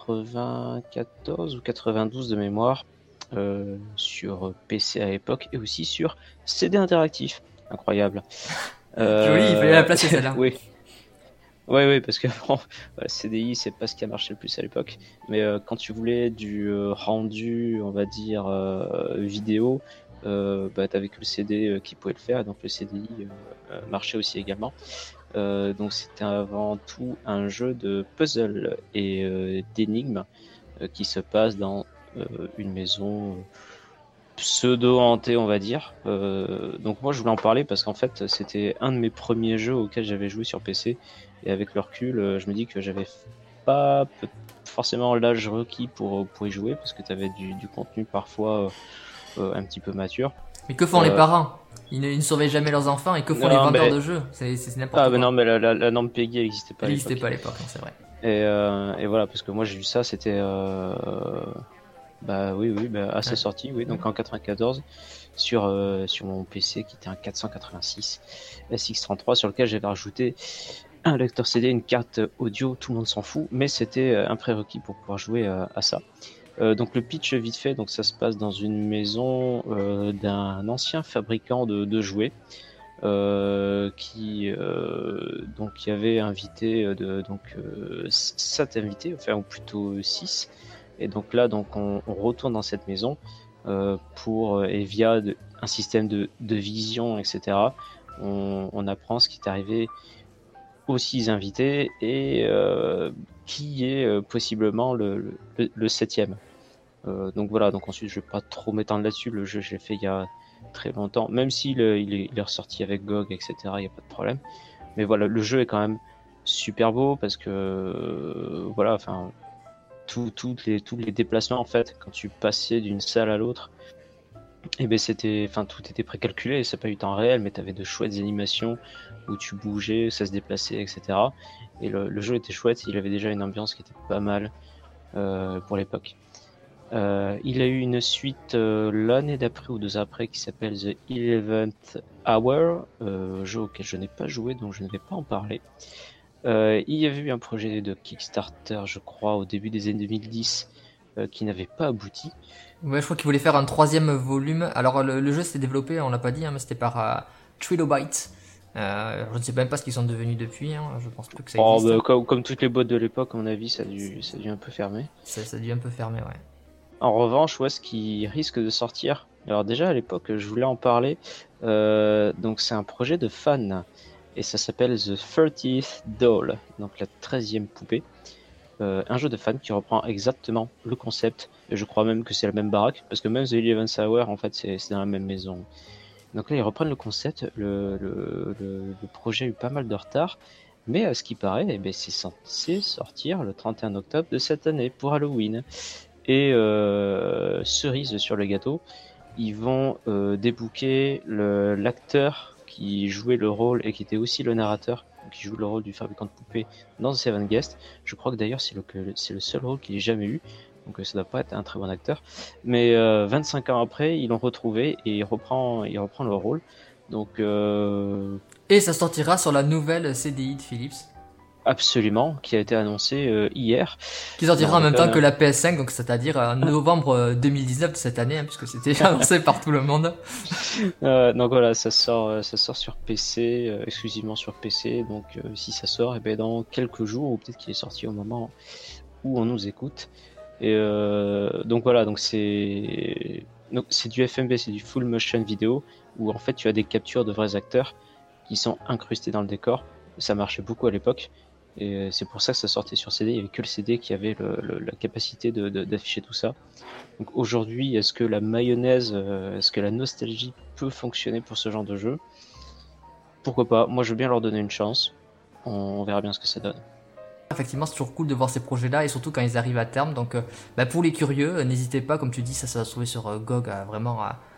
94 ou 92 de mémoire, sur PC à l'époque, et aussi sur CD interactif, incroyable. Joli, il fallait la placer celle-là. Oui. Ouais, oui, parce que bon, CDI, c'est pas ce qui a marché le plus à l'époque. Mais quand tu voulais du rendu, on va dire, vidéo, t'avais que le CD qui pouvait le faire, et donc le CDI marchait aussi également. Donc c'était avant tout un jeu de puzzle et d'énigmes qui se passe dans une maison pseudo-hantée, on va dire. Donc moi je voulais en parler parce qu'en fait c'était un de mes premiers jeux auxquels j'avais joué sur PC, et avec le recul je me dis que j'avais pas forcément l'âge requis pour y jouer, parce que tu avais du contenu parfois un petit peu mature. Mais que font les parents? Ils ne surveillent jamais leurs enfants, et que font les vendeurs de jeux? C'est n'importe quoi. Non, mais la norme PEGI n'existait pas à Elle l'époque. n'existait pas à l'époque, c'est vrai. Et voilà, parce que moi j'ai vu ça, c'était à sa sortie, oui, donc en 94, sur mon PC qui était un 486 SX33, sur lequel j'avais rajouté un lecteur CD, une carte audio, tout le monde s'en fout, mais c'était un prérequis pour pouvoir jouer à ça. Donc le pitch vite fait, donc ça se passe dans une maison d'un ancien fabricant de jouets. Qui avait invité 7 invités, enfin ou plutôt 6, et donc là donc on retourne dans cette maison et via un système de vision, etc. On apprend ce qui est arrivé aux 6 invités, et qui est possiblement le 7e. Donc voilà, donc ensuite je vais pas trop m'étendre là-dessus, le jeu je l'ai fait il y a très longtemps, même s'il il est ressorti avec GOG, etc. Il n'y a pas de problème. Mais voilà, le jeu est quand même super beau, parce que voilà, enfin, tous les déplacements, en fait, quand tu passais d'une salle à l'autre, et ben tout était précalculé, et c'est pas du temps réel, mais tu avais de chouettes animations où tu bougeais, ça se déplaçait, etc. Et le jeu était chouette, il avait déjà une ambiance qui était pas mal pour l'époque. Il a eu une suite l'année d'après ou 2 après qui s'appelle The 11th Hour, jeu auquel je n'ai pas joué, donc je ne vais pas en parler. Il y avait eu un projet de Kickstarter, je crois, au début des années 2010 qui n'avait pas abouti. Ouais, je crois qu'ils voulaient faire un 3e volume. Alors le jeu s'était développé, on l'a pas dit, hein, mais c'était par Trilobyte. Je ne sais même pas ce qu'ils sont devenus depuis, hein. Je pense plus que ça existe. Comme toutes les boîtes de l'époque, à mon avis, ça a dû un peu fermer. Ça a dû un peu fermer, ouais. En revanche, ce qui risque de sortir, alors déjà à l'époque je voulais en parler, donc c'est un projet de fan, et ça s'appelle The 30th Doll, donc la 13e poupée. Un jeu de fan qui reprend exactement le concept, et je crois même que c'est la même baraque, parce que même The 11th Hour, en fait, c'est dans la même maison. Donc là, ils reprennent le concept, le projet a eu pas mal de retard, mais à ce qui paraît, c'est censé sortir le 31 octobre de cette année, pour Halloween. Et cerise sur le gâteau, ils vont débooker l'acteur qui jouait le rôle et qui était aussi le narrateur, qui joue le rôle du fabricant de poupées dans The Seven Guest. Je crois que d'ailleurs c'est le seul rôle qu'il ait jamais eu, donc ça doit pas être un très bon acteur. Mais 25 ans après, ils l'ont retrouvé et il reprend le rôle. Donc Et ça sortira sur la nouvelle CDI de Philips. Absolument, qui a été annoncé hier. Qui sortira en même temps que la PS5, donc c'est-à-dire en novembre 2019 de cette année, hein, puisque c'était annoncé par tout le monde. Donc voilà, ça sort sur PC, exclusivement sur PC. Donc si ça sort, dans quelques jours, ou peut-être qu'il est sorti au moment où on nous écoute. Et donc voilà, donc c'est du FMV, c'est du full motion vidéo, où en fait tu as des captures de vrais acteurs qui sont incrustés dans le décor. Ça marchait beaucoup à l'époque. Et c'est pour ça que ça sortait sur CD. Il n'y avait que le CD qui avait la capacité d'afficher tout ça. Donc aujourd'hui, est-ce que la mayonnaise, est-ce que la nostalgie peut fonctionner pour ce genre de jeu? Pourquoi pas? Moi, je veux bien leur donner une chance. On verra bien ce que ça donne. Effectivement, c'est toujours cool de voir ces projets-là, et surtout quand ils arrivent à terme. Donc pour les curieux, n'hésitez pas, comme tu dis, ça va se trouver sur GOG vraiment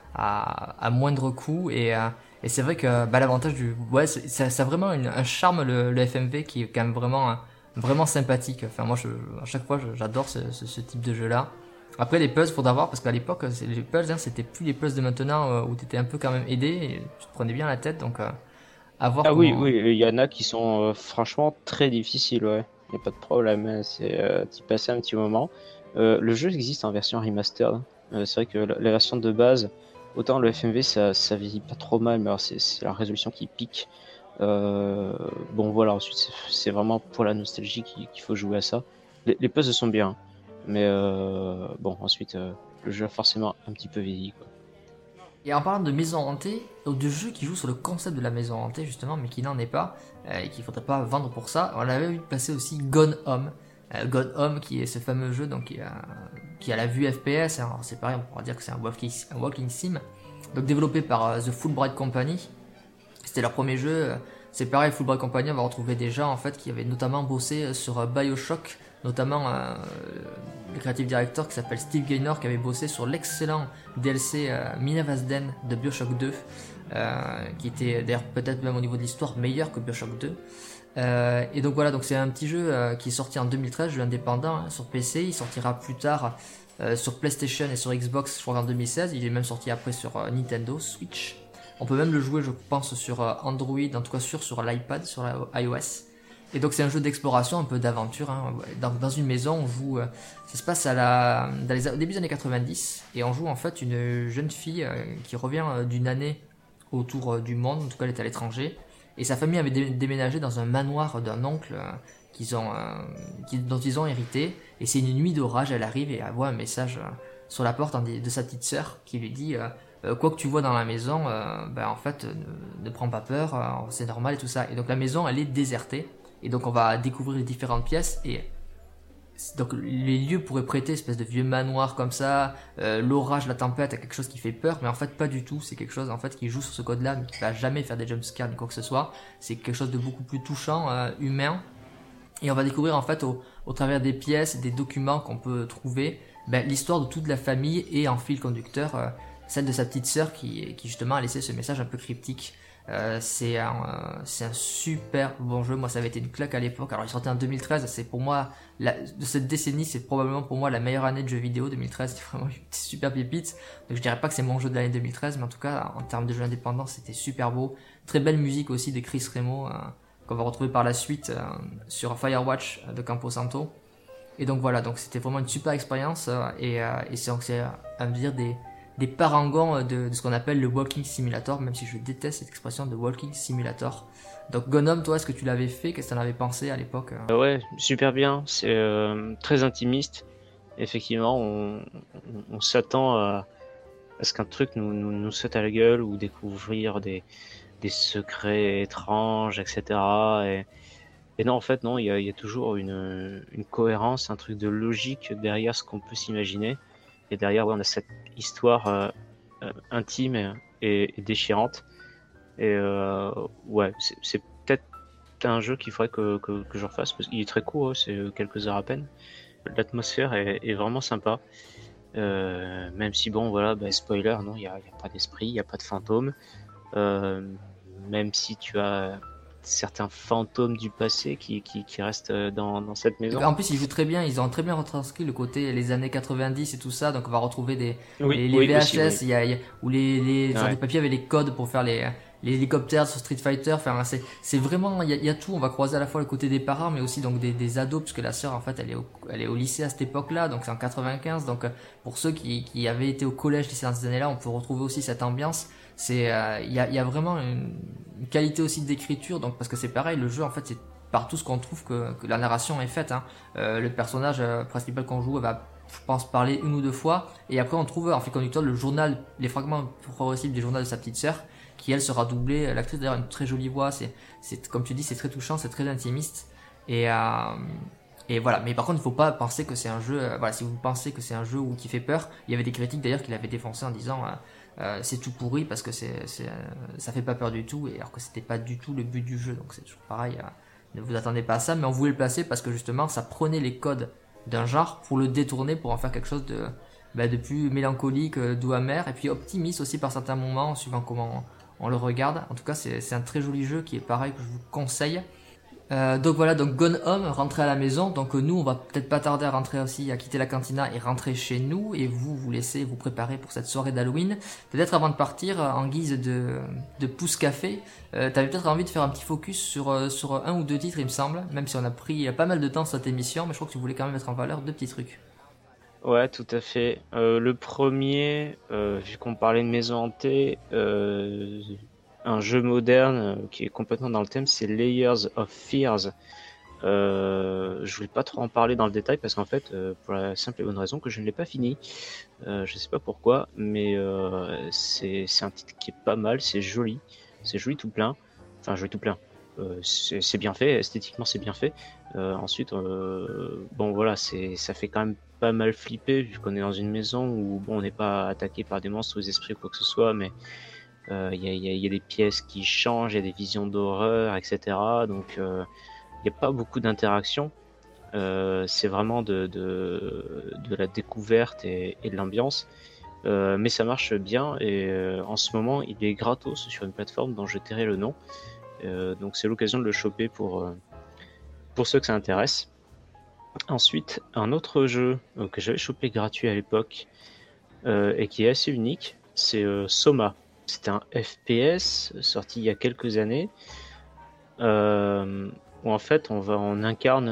à moindre coût. Et c'est vrai que l'avantage ça a vraiment un charme, le FMV, qui est quand même vraiment sympathique. Enfin moi à chaque fois j'adore ce type de jeu là. Après les puzzles, faudra voir, parce qu'à l'époque les puzzles, c'était plus les puzzles de maintenant où t'étais un peu quand même aidé et tu te prenais bien la tête, donc à voir. Oui, il y en a qui sont franchement très difficiles, ouais. Il n'y a pas de problème, hein. C'est d'y passer un petit moment. Le jeu existe en version remastered. C'est vrai que la version de base, autant le FMV ça vieillit pas trop mal, mais alors c'est la résolution qui pique. Bon voilà, ensuite c'est vraiment pour la nostalgie qu'il faut jouer à ça. Les puzzles sont bien, mais bon ensuite le jeu a forcément un petit peu vieilli quoi. Et en parlant de maison hantée, donc de jeux qui jouent sur le concept de la maison hantée justement, mais qui n'en est pas, et qu'il faudrait pas vendre pour ça, on avait vu passer aussi Gone Home. Gone Home qui est ce fameux jeu donc, qui a la vue FPS, hein. Alors, c'est pareil, on pourra dire que c'est un walking sim, donc développé par The Fulbright Company. C'était leur premier jeu. C'est pareil, Fulbright Company, on va retrouver des gens en fait qui avaient notamment bossé sur BioShock, notamment le creative director qui s'appelle Steve Gaynor qui avait bossé sur l'excellent DLC Minerva's Den de BioShock 2, qui était d'ailleurs peut-être même au niveau de l'histoire meilleur que BioShock 2. Et donc voilà, donc c'est un petit jeu qui est sorti en 2013, jeu indépendant hein, sur PC. Il sortira plus tard sur PlayStation et sur Xbox, je crois en 2016. Il est même sorti après sur Nintendo Switch. On peut même le jouer, je pense, sur Android, en tout cas sur l'iPad, sur iOS. Et donc c'est un jeu d'exploration, un peu d'aventure. Hein. Dans une maison, on joue. Ça se passe au début des années 90, et on joue en fait une jeune fille qui revient d'une année autour du monde. En tout cas, elle est à l'étranger. Et sa famille avait déménagé dans un manoir d'un oncle dont ils ont hérité. Et c'est une nuit d'orage, elle arrive et elle voit un message sur la porte de sa petite sœur qui lui dit quoi que tu vois dans la maison, en fait, ne prends pas peur, c'est normal et tout ça. Et donc la maison, elle est désertée. Et donc on va découvrir les différentes pièces. Et donc les lieux pourraient prêter une espèce de vieux manoir comme ça, l'orage, la tempête, à quelque chose qui fait peur, mais en fait pas du tout. C'est quelque chose en fait qui joue sur ce code-là, mais qui va jamais faire des jumpscares ni quoi que ce soit. C'est quelque chose de beaucoup plus touchant, humain. Et on va découvrir en fait au travers des pièces, des documents qu'on peut trouver, l'histoire de toute la famille et en fil conducteur celle de sa petite sœur qui justement a laissé ce message un peu cryptique. C'est un super bon jeu. Moi, ça avait été une claque à l'époque. Alors, il sortait en 2013. C'est pour moi, de cette décennie, c'est probablement pour moi la meilleure année de jeux vidéo. 2013, c'était vraiment une super pépite. Donc, je dirais pas que c'est mon jeu de l'année 2013, mais en tout cas, en termes de jeux indépendants, c'était super beau. Très belle musique aussi de Chris Remo, qu'on va retrouver par la suite sur Firewatch de Camposanto. Et donc voilà, donc c'était vraiment une super expérience et c'est à me dire des parangons de ce qu'on appelle le walking simulator, même si je déteste cette expression de walking simulator. Donc Gone, toi, est-ce que tu l'avais fait? Qu'est-ce que tu en avais pensé à l'époque? Ouais, super bien, c'est très intimiste. Effectivement, on s'attend à ce qu'un truc nous saute à la gueule ou découvrir des secrets étranges, etc. Et non, en fait, non, il y a toujours une cohérence, un truc de logique derrière ce qu'on peut s'imaginer. Et derrière, ouais, on a cette histoire intime et déchirante. Et ouais, c'est peut-être un jeu qu'il faudrait que je refasse, parce qu'il est très court, hein, c'est quelques heures à peine. L'atmosphère est vraiment sympa. Même si, bon, voilà, spoiler, non, il n'y a pas d'esprit, il n'y a pas de fantôme. Même si tu as certains fantômes du passé qui restent dans cette maison. En plus, ils jouent très bien, ils ont très bien retranscrit le côté les années 90 et tout ça, donc on va retrouver Oui, les oui, VHS, aussi, oui. où les sur Ouais. des papiers avec les codes pour faire les hélicoptères sur Street Fighter. Enfin, c'est vraiment, il y a tout. On va croiser à la fois le côté des parents, mais aussi donc des ados, puisque la sœur en fait elle est au lycée à cette époque-là, donc c'est en 95. Donc pour ceux qui avaient été au collège dans ces années-là, on peut retrouver aussi cette ambiance. Il y a vraiment une qualité aussi d'écriture, donc parce que c'est pareil, le jeu en fait c'est par tout ce qu'on trouve que la narration est faite. Hein. Le personnage principal qu'on joue va, je pense, parler une ou deux fois, et après on trouve en fil conducteur le journal, les fragments progressifs du journal de sa petite sœur, qui elle sera doublée. L'actrice d'ailleurs a une très jolie voix, c'est comme tu dis, c'est très touchant, c'est très intimiste, et voilà. Mais par contre, il ne faut pas penser que c'est un jeu. Voilà, si vous pensez que c'est un jeu qui fait peur, il y avait des critiques d'ailleurs qui l'avaient défoncé en disant c'est tout pourri parce que ça fait pas peur du tout, et alors que c'était pas du tout le but du jeu. Donc c'est toujours pareil. Ne vous attendez pas à ça, mais on voulait le placer parce que justement, ça prenait les codes d'un genre pour le détourner, pour en faire quelque chose de plus mélancolique, doux amer, et puis optimiste aussi par certains moments, suivant comment on le regarde. En tout cas, c'est un très joli jeu qui est pareil, que je vous conseille. Donc voilà, donc Gone Home, rentrer à la maison. Donc nous, on va peut-être pas tarder à rentrer aussi, à quitter la cantina et rentrer chez nous. Et vous laissez vous préparer pour cette soirée d'Halloween. Peut-être avant de partir, en guise de pouce café, t'avais peut-être envie de faire un petit focus sur un ou deux titres, il me semble. Même si on a pris pas mal de temps sur cette émission, mais je crois que tu voulais quand même mettre en valeur deux petits trucs. Ouais, tout à fait. Le premier, vu qu'on parlait de maison hantée, un jeu moderne qui est complètement dans le thème, c'est Layers of Fears. Je voulais pas trop en parler dans le détail parce qu'en fait, pour la simple et bonne raison que je ne l'ai pas fini. Je sais pas pourquoi, mais c'est un titre qui est pas mal, c'est joli tout plein. Enfin, joli tout plein. C'est bien fait, esthétiquement c'est bien fait. Ensuite, bon voilà, ça fait quand même pas mal flipper vu qu'on est dans une maison où bon, on n'est pas attaqué par des monstres ou des esprits ou quoi que ce soit, mais y a des pièces qui changent, il y a des visions d'horreur, etc. Donc il n'y a pas beaucoup d'interaction. C'est vraiment de la découverte et de l'ambiance. Mais ça marche bien et en ce moment il est gratos sur une plateforme dont je tairai le nom. Donc c'est l'occasion de le choper pour ceux que ça intéresse. Ensuite, un autre jeu que j'avais chopé gratuit à l'époque et qui est assez unique, c'est Soma. C'est un FPS sorti il y a quelques années où en fait on incarne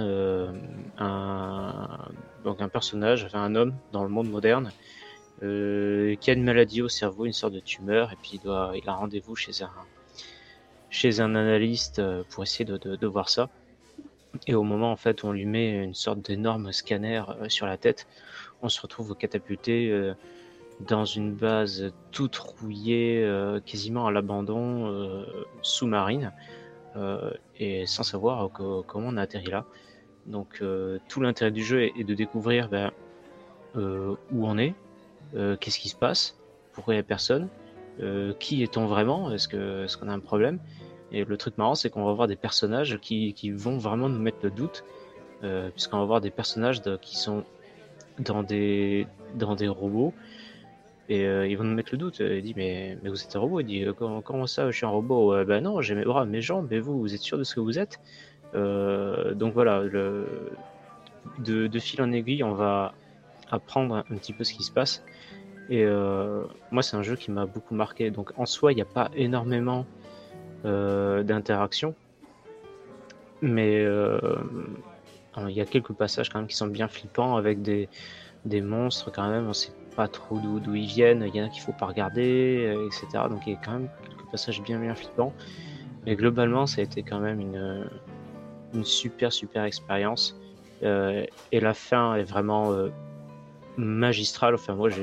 un personnage, enfin un homme dans le monde moderne qui a une maladie au cerveau, une sorte de tumeur, et puis il a rendez-vous chez un analyste pour essayer de voir ça. Et au moment en fait où on lui met une sorte d'énorme scanner sur la tête, on se retrouve catapulté dans une base toute rouillée, quasiment à l'abandon, sous-marine, et sans savoir comment on a atterri là. Donc tout l'intérêt du jeu est de découvrir où on est, qu'est-ce qui se passe, pourquoi il n'y a personne, qui est-on vraiment, est-ce qu'on a un problème. Et le truc marrant, c'est qu'on va voir des personnages qui vont vraiment nous mettre le doute, puisqu'on va voir des personnages qui sont dans des robots, et ils vont nous mettre le doute. Il dit mais vous êtes un robot. Il dit comment ça, je suis un robot. Ben non, j'ai mes bras, mes jambes, mais vous êtes sûr de ce que vous êtes. Donc voilà, de fil en aiguille, on va apprendre un petit peu ce qui se passe. Et moi, c'est un jeu qui m'a beaucoup marqué. Donc en soi, il n'y a pas énormément d'interaction, mais il y a quelques passages quand même qui sont bien flippants avec des monstres quand même. On sait pas trop d'où ils viennent. Il y en a qu'il faut pas regarder, etc. Donc il y a quand même quelques passages bien flippants. Mais globalement, ça a été quand même une super expérience. Et la fin est vraiment magistrale. Enfin moi,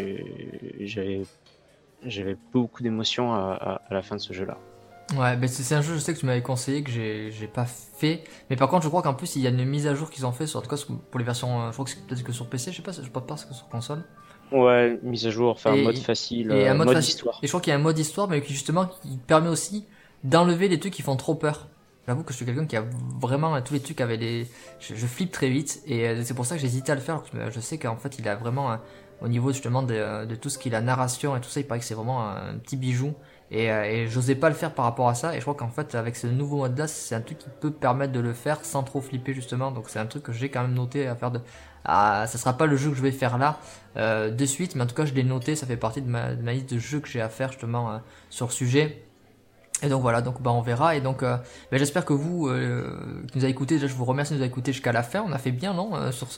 j'avais beaucoup d'émotions à la fin de ce jeu-là. Ouais, ben c'est un jeu, je sais que tu m'avais conseillé, que j'ai pas fait. Mais par contre, je crois qu'en plus, il y a une mise à jour qu'ils ont fait, en tout cas pour les versions, je crois que c'est peut-être que sur PC, je sais pas que sur console. Ouais, mise à jour, enfin mode facile, et un mode histoire. Et je crois qu'il y a un mode histoire, mais qui justement qui permet aussi d'enlever les trucs qui font trop peur. J'avoue que je suis quelqu'un qui a vraiment tous les trucs avec des, je flippe très vite, et c'est pour ça que j'hésitais à le faire. Je sais qu'en fait, il a vraiment au niveau justement de tout ce qui est la narration et tout ça, il paraît que c'est vraiment un petit bijou. Et j'osais pas le faire par rapport à ça, et je crois qu'en fait avec ce nouveau mode là, c'est un truc qui peut permettre de le faire sans trop flipper justement. Donc c'est un truc que j'ai quand même noté à faire ça sera pas le jeu que je vais faire là de suite, mais en tout cas je l'ai noté, ça fait partie de ma liste de jeux que j'ai à faire justement sur le sujet. Et donc voilà, donc on verra. Et donc j'espère que vous qui nous avez écouté, déjà je vous remercie de nous avoir écouté jusqu'à la fin. On a fait bien, non, sur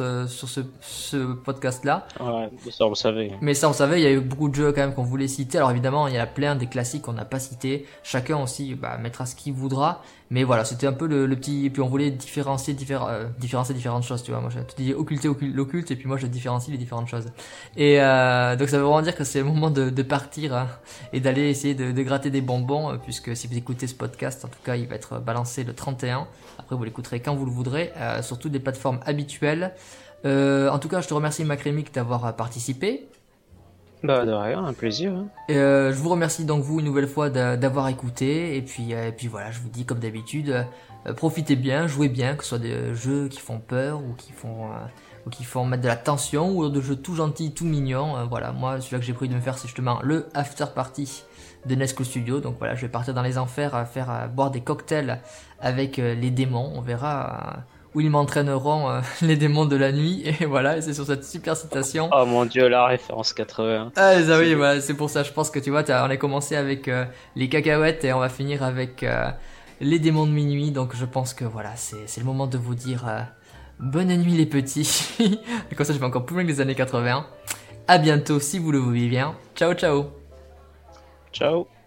ce podcast là. Ouais, ça on le savait. Mais ça on savait, il y a eu beaucoup de jeux quand même qu'on voulait citer. Alors évidemment, il y a plein des classiques qu'on n'a pas cités. Chacun aussi mettra ce qu'il voudra. Mais voilà, c'était un peu le petit, et puis on voulait différencier différentes choses, tu vois. Moi, j'ai tout dit occulter l'occulte, et puis moi, je différencie les différentes choses. Et donc, ça veut vraiment dire que c'est le moment de partir hein, et d'aller essayer de gratter des bonbons, puisque si vous écoutez ce podcast, en tout cas, il va être balancé le 31. Après, vous l'écouterez quand vous le voudrez, sur toutes les plateformes habituelles. En tout cas, je te remercie, Macrémic, d'avoir participé. Bah de rien, un plaisir. Hein. Je vous remercie donc vous une nouvelle fois d'avoir écouté, et puis voilà, je vous dis comme d'habitude, profitez bien, jouez bien, que ce soit des jeux qui font peur ou qui font mettre de la tension, ou de jeux tout gentils, tout mignons. Voilà, moi celui-là que j'ai pris de me faire, c'est justement le After Party de Nesco Studio. Donc voilà, je vais partir dans les enfers, boire des cocktails avec les démons. On verra où ils m'entraîneront les démons de la nuit. Et voilà, et c'est sur cette super citation. Oh mon dieu, la référence 80. Ah oui, voilà, c'est pour ça, je pense que tu vois, on a commencé avec les cacahuètes et on va finir avec les démons de minuit. Donc je pense que voilà, c'est le moment de vous dire bonne nuit les petits. Et comme ça je vais encore plus loin que les années 80. À bientôt si vous le voulez bien. Ciao ciao. Ciao.